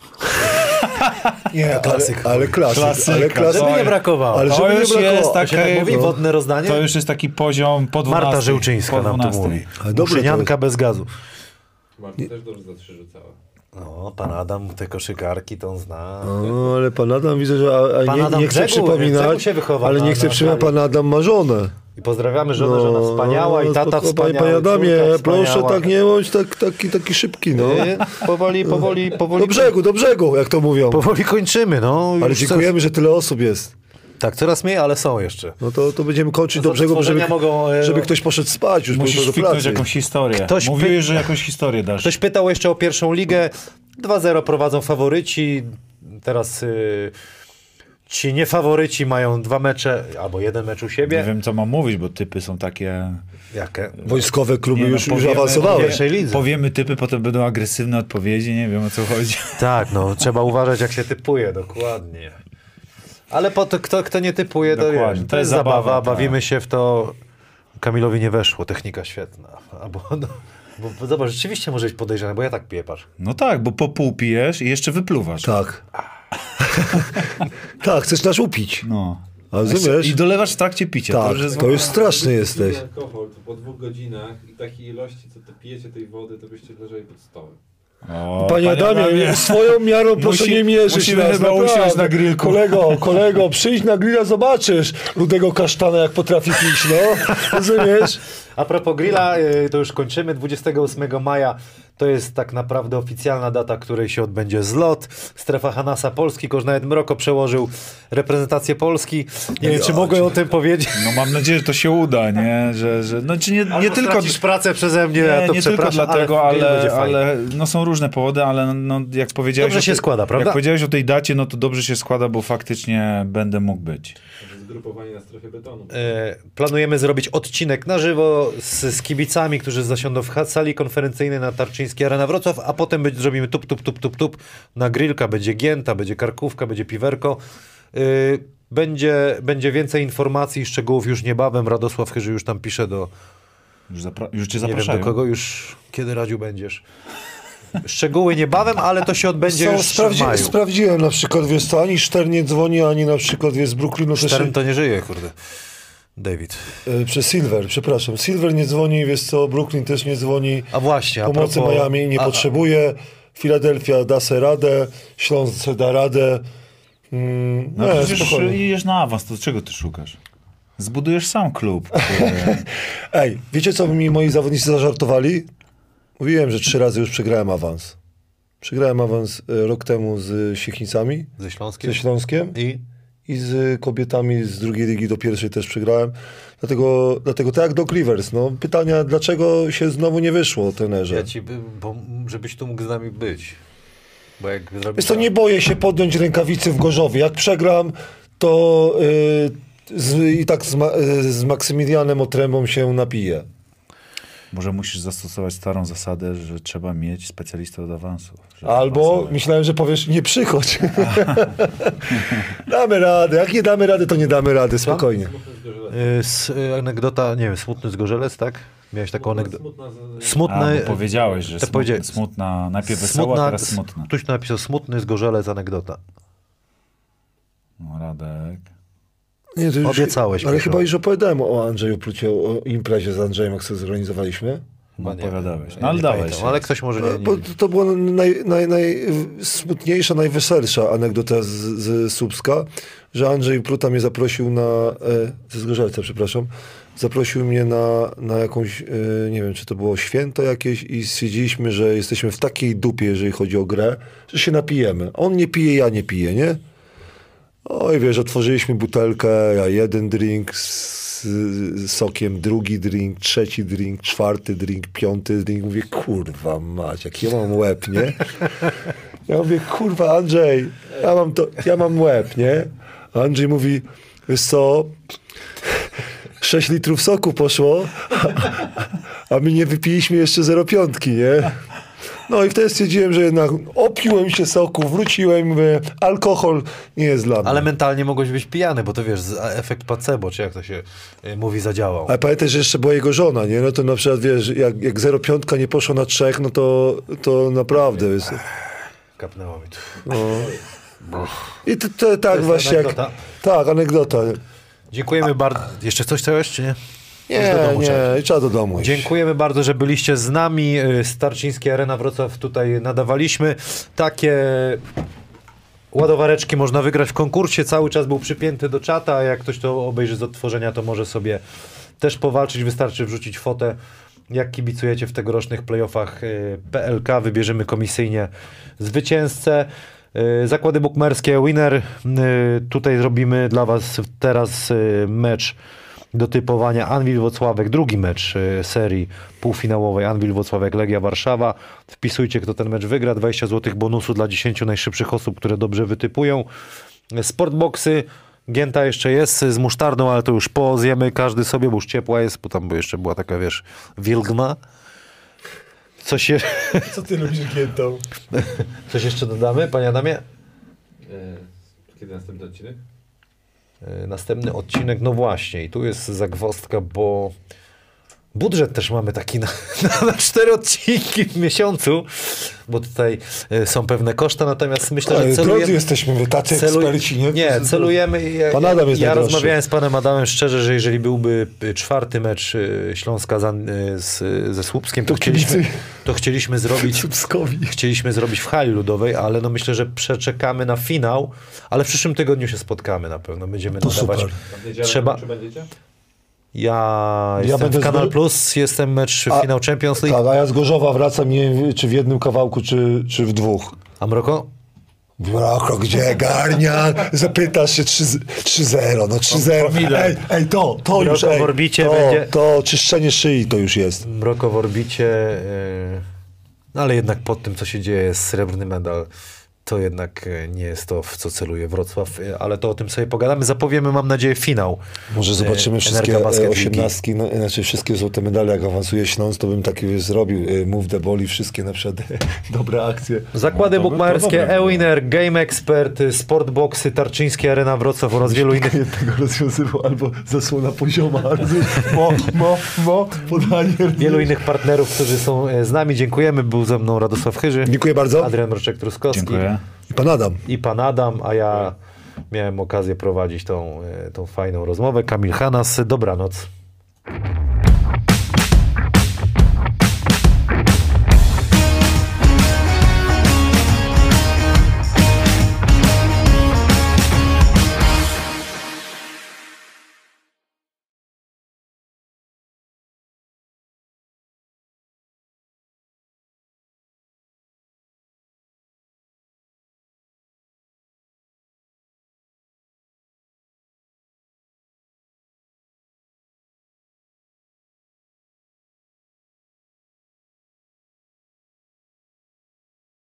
S2: Nie,
S1: Klasyk.
S2: ale klasyk.
S1: Żeby nie brakowało.
S2: Ale
S3: To
S2: żeby nie
S3: już
S2: brakowało.
S3: jest
S1: To się tak mówi, wodne rozdanie?
S3: To już jest taki poziom po 12.
S1: Marta Żyłczyńska nam to mówi.
S2: Ale dobre to
S1: Muszynianka bez gazu.
S4: Marta też dobrze za 3 rzucała.
S1: No, pan Adam te koszykarki to on zna.
S2: No, ale pan Adam widzę, że
S1: Pan Adam
S2: nie chce
S1: Brzegu
S2: przypominać,
S1: się wychował
S2: ale
S1: na-
S2: nie chce
S1: na
S2: przypominać,
S1: sali.
S2: pan Adam ma żonę.
S1: I pozdrawiamy żonę, żona wspaniała i tata
S2: spoko,
S1: wspaniały.
S2: Panie Adamie,
S1: córka
S2: proszę
S1: wspaniała.
S2: tak nie bądź taki szybki, no.
S1: Powoli.
S2: Do brzegu, jak to mówią.
S1: Powoli kończymy, no.
S2: Ale
S1: Już
S2: dziękujemy, że tyle osób jest.
S1: Tak, coraz mniej, ale są jeszcze.
S2: No to będziemy kończyć
S1: No
S2: do brzegu,
S1: tworzenia mogą,
S2: żeby ktoś poszedł spać już
S3: Musisz
S2: do
S3: wpiknąć
S2: pracy.
S3: jakąś historię.
S1: Ktoś
S3: Mówiłeś, że jakąś historię dasz.
S1: Ktoś pytał jeszcze o pierwszą ligę. 2-0 prowadzą faworyci. Teraz ci niefaworyci mają 2 mecze, albo 1 mecz u
S3: Nie
S1: siebie.
S3: wiem, co mam mówić, bo typy są takie...
S1: Jakie?
S2: Wojskowe kluby
S3: Nie, no,
S2: już
S3: powiemy-
S2: awansowały.
S1: w pierwszej lidze.
S3: Powiemy typy, potem będą agresywne odpowiedzi, nie wiem o co chodzi.
S1: Tak, no trzeba uważać jak się typuje, dokładnie. Ale kto nie typuje, to
S3: Dokładnie.
S1: wiesz, to jest
S3: zabawa,
S1: zabawa,
S3: tak.
S1: bawimy się w to. Kamilowi nie weszło, technika świetna. Bo zobacz, rzeczywiście może być podejrzane, bo ja tak piję, patrz.
S3: No tak, bo po pół pijesz i jeszcze wypluwasz.
S2: Tak. Tak, chcesz nas upić.
S3: No.
S2: A rozumiesz?
S3: I dolewasz w trakcie picia.
S2: Tak,
S3: już jest
S2: to już straszny
S4: Gdybyście
S2: jesteś.
S4: pili alkohol to po 2 godzinach i takiej ilości, co to pijecie tej wody, to byście leżeli pod stołem.
S3: O,
S2: Panie Adamie, swoją miarą proszę nie mierzyć
S3: musimy
S2: nas,
S3: chyba
S2: naprawdę.
S3: usiąść na grillku.
S2: Kolego, przyjdź na grilla, zobaczysz rudego kasztana, jak potrafi pić, no. Rozumiesz?
S1: A propos grilla, to już kończymy. 28 maja to jest tak naprawdę oficjalna data, której się odbędzie zlot. Strefa Hanasa Polski, koż nawet Mroko przełożył reprezentację Polski. Nie wiem, czy mogę o tym powiedzieć.
S3: No mam nadzieję, że to się uda, nie? Że no, czy nie tylko...
S1: Stracisz pracę przeze mnie,
S3: Nie,
S1: ja to
S3: nie tylko
S1: przepraszam,
S3: dlatego,
S1: grill będzie fajny.
S3: ale no są różne powody, ale no, jak powiedziałeś...
S1: Dobrze się składa, prawda?
S3: Jak powiedziałeś o tej dacie, no to dobrze się składa, bo faktycznie będę mógł być.
S4: Zgrupowanie na strefie betonu.
S1: Planujemy zrobić odcinek na żywo z kibicami, którzy zasiądą w sali konferencyjnej na Tarczyńskiej Arena Wrocław, a potem zrobimy tup na grillka, będzie gięta, będzie karkówka, będzie piwerko. Będzie więcej informacji i szczegółów już niebawem. Radosław Chyży już tam pisze do...
S3: Już cię
S1: Nie wiem
S3: zapraszają.
S1: do kogo już, kiedy Radziu będziesz. Szczegóły niebawem, ale to się odbędzie już w maju.
S2: Sprawdziłem na przykład, wiesz co, ani Stern nie dzwoni, ani na przykład, wiesz, z Brooklynu też...
S1: Stern to nie żyje, kurde. David.
S2: Przez Silver, przepraszam. Silver nie dzwoni, wiesz co, Brooklyn też nie dzwoni.
S1: A właśnie, a
S2: Pomocy
S1: propos...
S2: Miami nie potrzebuje. Filadelfia da se radę. Śląsk da radę.
S3: No
S2: Nie,
S3: przecież
S2: spokojnie.
S3: idziesz na awans, to czego ty szukasz? Zbudujesz sam klub.
S2: Ej, wiecie co mi moi zawodnicy zażartowali? Mówiłem, że 3 razy już przegrałem awans. Przegrałem awans rok temu z Siechnicami,
S1: Ze Śląskiem?
S2: ze Śląskiem
S1: I
S2: z kobietami z drugiej ligi do pierwszej też przegrałem. Dlatego tak jak Doc Rivers. No, pytania, dlaczego się znowu nie wyszło, trenerze?
S1: ja ci, żebyś tu mógł z nami być. Bo jak zrobisz...
S2: Wiesz co, nie boję się podjąć rękawicy w Gorzowie. Jak przegram, to i tak z Maksymilianem Otrębą się napiję.
S3: Może musisz zastosować starą zasadę, że trzeba mieć specjalistę od awansu. żeby
S2: Albo
S3: awansować.
S2: myślałem, że powiesz, nie przychodź. Damy radę. Jak nie damy rady, to nie damy rady. Spokojnie.
S1: Anegdota, nie wiem, smutny Zgorzelec, tak? Miałeś taką anegdotę.
S3: A,
S1: Smutny...
S3: bo powiedziałeś, że
S1: to powiedziałeś.
S3: smutna, najpierw wesoła, teraz smutna.
S1: Ktoś napisał smutny Zgorzelec, anegdota.
S3: No, Radek.
S2: Nie, to już,
S1: Obiecałeś,
S2: ale
S1: proszę.
S2: chyba już opowiadałem o Andrzeju Plucie, o imprezie z Andrzejem, jak sobie zorganizowaliśmy.
S3: No,
S1: nie
S3: opowiadałeś.
S1: wiem,
S3: No ale
S1: nie
S3: dałeś
S1: pamiętam,
S3: się.
S1: ale ktoś może nie...
S2: Bo to była najsmutniejsza, najweselsza anegdota z Słupska, że Andrzej Pluta mnie zaprosił ze Zgorzelca, przepraszam, zaprosił mnie na jakąś, nie wiem, czy to było święto jakieś i stwierdziliśmy, że jesteśmy w takiej dupie, jeżeli chodzi o grę, że się napijemy. On nie pije, ja nie piję, nie? Oj, wiesz, otworzyliśmy butelkę, ja 1 drink z sokiem, 2 drink, 3 drink, 4 drink, 5 drink. Mówię, kurwa mać, jak ja mam łeb, nie? Ja mówię, kurwa Andrzej, ja mam łeb, nie? A Andrzej mówi, wiesz co, 6 litrów soku poszło, a my nie wypiliśmy jeszcze 0,5, nie? No i wtedy stwierdziłem, że jednak opiłem się soku, wróciłem, mówię, alkohol nie jest dla mnie.
S1: Ale mentalnie mogłeś być pijany, bo to wiesz, efekt placebo, czy jak to się mówi, zadziałał.
S2: Ale pamiętaj, że jeszcze była jego żona, nie? No to na przykład, wiesz, jak 0,5 nie poszło na 3, no to naprawdę jest...
S1: Kapnęło mi tu.
S2: No. I to tak
S1: jest
S2: właśnie
S1: anegdota?
S2: jak... Tak, anegdota.
S1: Dziękujemy bardzo. Jeszcze coś chciałeś, czy nie?
S2: Nie, trzeba do domu iść.
S1: Dziękujemy bardzo, że byliście z nami. Starczyński Arena Wrocław tutaj nadawaliśmy. Takie ładowareczki można wygrać w konkursie. Cały czas był przypięty do czata. Jak ktoś to obejrzy z odtworzenia, to może sobie też powalczyć. Wystarczy wrzucić fotę, jak kibicujecie w tegorocznych playoffach PLK. Wybierzemy komisyjnie zwycięzcę. Zakłady bukmerskie Winner. Tutaj zrobimy dla was teraz mecz do typowania Anwil Włocławek, drugi mecz serii półfinałowej Anwil Włocławek Legia Warszawa. Wpisujcie, kto ten mecz wygra, 20 zł bonusu dla 10 najszybszych osób, które dobrze wytypują. Sportboxy, gięta jeszcze jest z musztardą, ale to już zjemy każdy sobie, bo już ciepła jest, bo tam jeszcze była taka, wiesz, wilgna.
S2: Co ty lubisz giętą?
S1: Coś jeszcze dodamy, panie Adamie?
S4: Kiedy następny odcinek?
S1: Następny odcinek, no właśnie, i tu jest zagwozdka, bo budżet też mamy taki na 4 odcinki w miesiącu, bo tutaj są pewne koszta, natomiast myślę, że celujemy...
S2: Drodzy jesteśmy, my tacy eksperci, nie?
S1: Nie, celujemy...
S2: Pan Adam jest
S1: ja
S2: najdroższy.
S1: rozmawiałem z panem Adamem szczerze, że jeżeli byłby 4. mecz Śląska ze Słupskiem, to chcieliśmy zrobić...
S2: Słupskowi.
S1: Chcieliśmy zrobić w hali ludowej, ale no myślę, że przeczekamy na finał, ale w przyszłym tygodniu się spotkamy na pewno. Będziemy
S2: To
S1: nadawać.
S2: super.
S4: Czy będziecie?
S1: Ja jestem
S2: będę
S1: w Kanal Plus, jestem mecz finał Champions League.
S2: Tak, a ja z Gorzowa wracam, nie wiem, czy w jednym kawałku, czy w 2.
S1: A Mroko?
S2: Mroko, gdzie? Garnia? Zapytasz się 3-0, no 3-0. Ej, to już,
S1: Mroko w orbicie
S2: to,
S1: będzie...
S2: To czyszczenie szyi to już jest.
S1: Mroko w orbicie, no ale jednak pod tym, co się dzieje, jest srebrny medal. To jednak nie jest to, w co celuje Wrocław, ale to o tym sobie pogadamy. Zapowiemy, mam nadzieję, finał.
S2: Może zobaczymy wszystkie 18, znaczy wszystkie złote medale, jak awansuje Śląsk, to bym taki zrobił move the ball i wszystkie na przykład dobre akcje.
S1: Zakłady bukmacherskie, e-winner, Game Expert, Sportboxy, Tarczyńskie Arena Wrocław oraz wielu innych.
S2: Jednego rozwiązywał albo zasłona pozioma, albo podanie.
S1: Wielu innych partnerów, którzy są z nami. Dziękujemy. Był ze mną Radosław Chyży.
S2: Dziękuję bardzo.
S1: Adrian Mroczek-Truskowski.
S3: Dziękuję.
S2: I pan Adam.
S1: A ja miałem okazję prowadzić tą fajną rozmowę. Kamil Hanas. Dobranoc.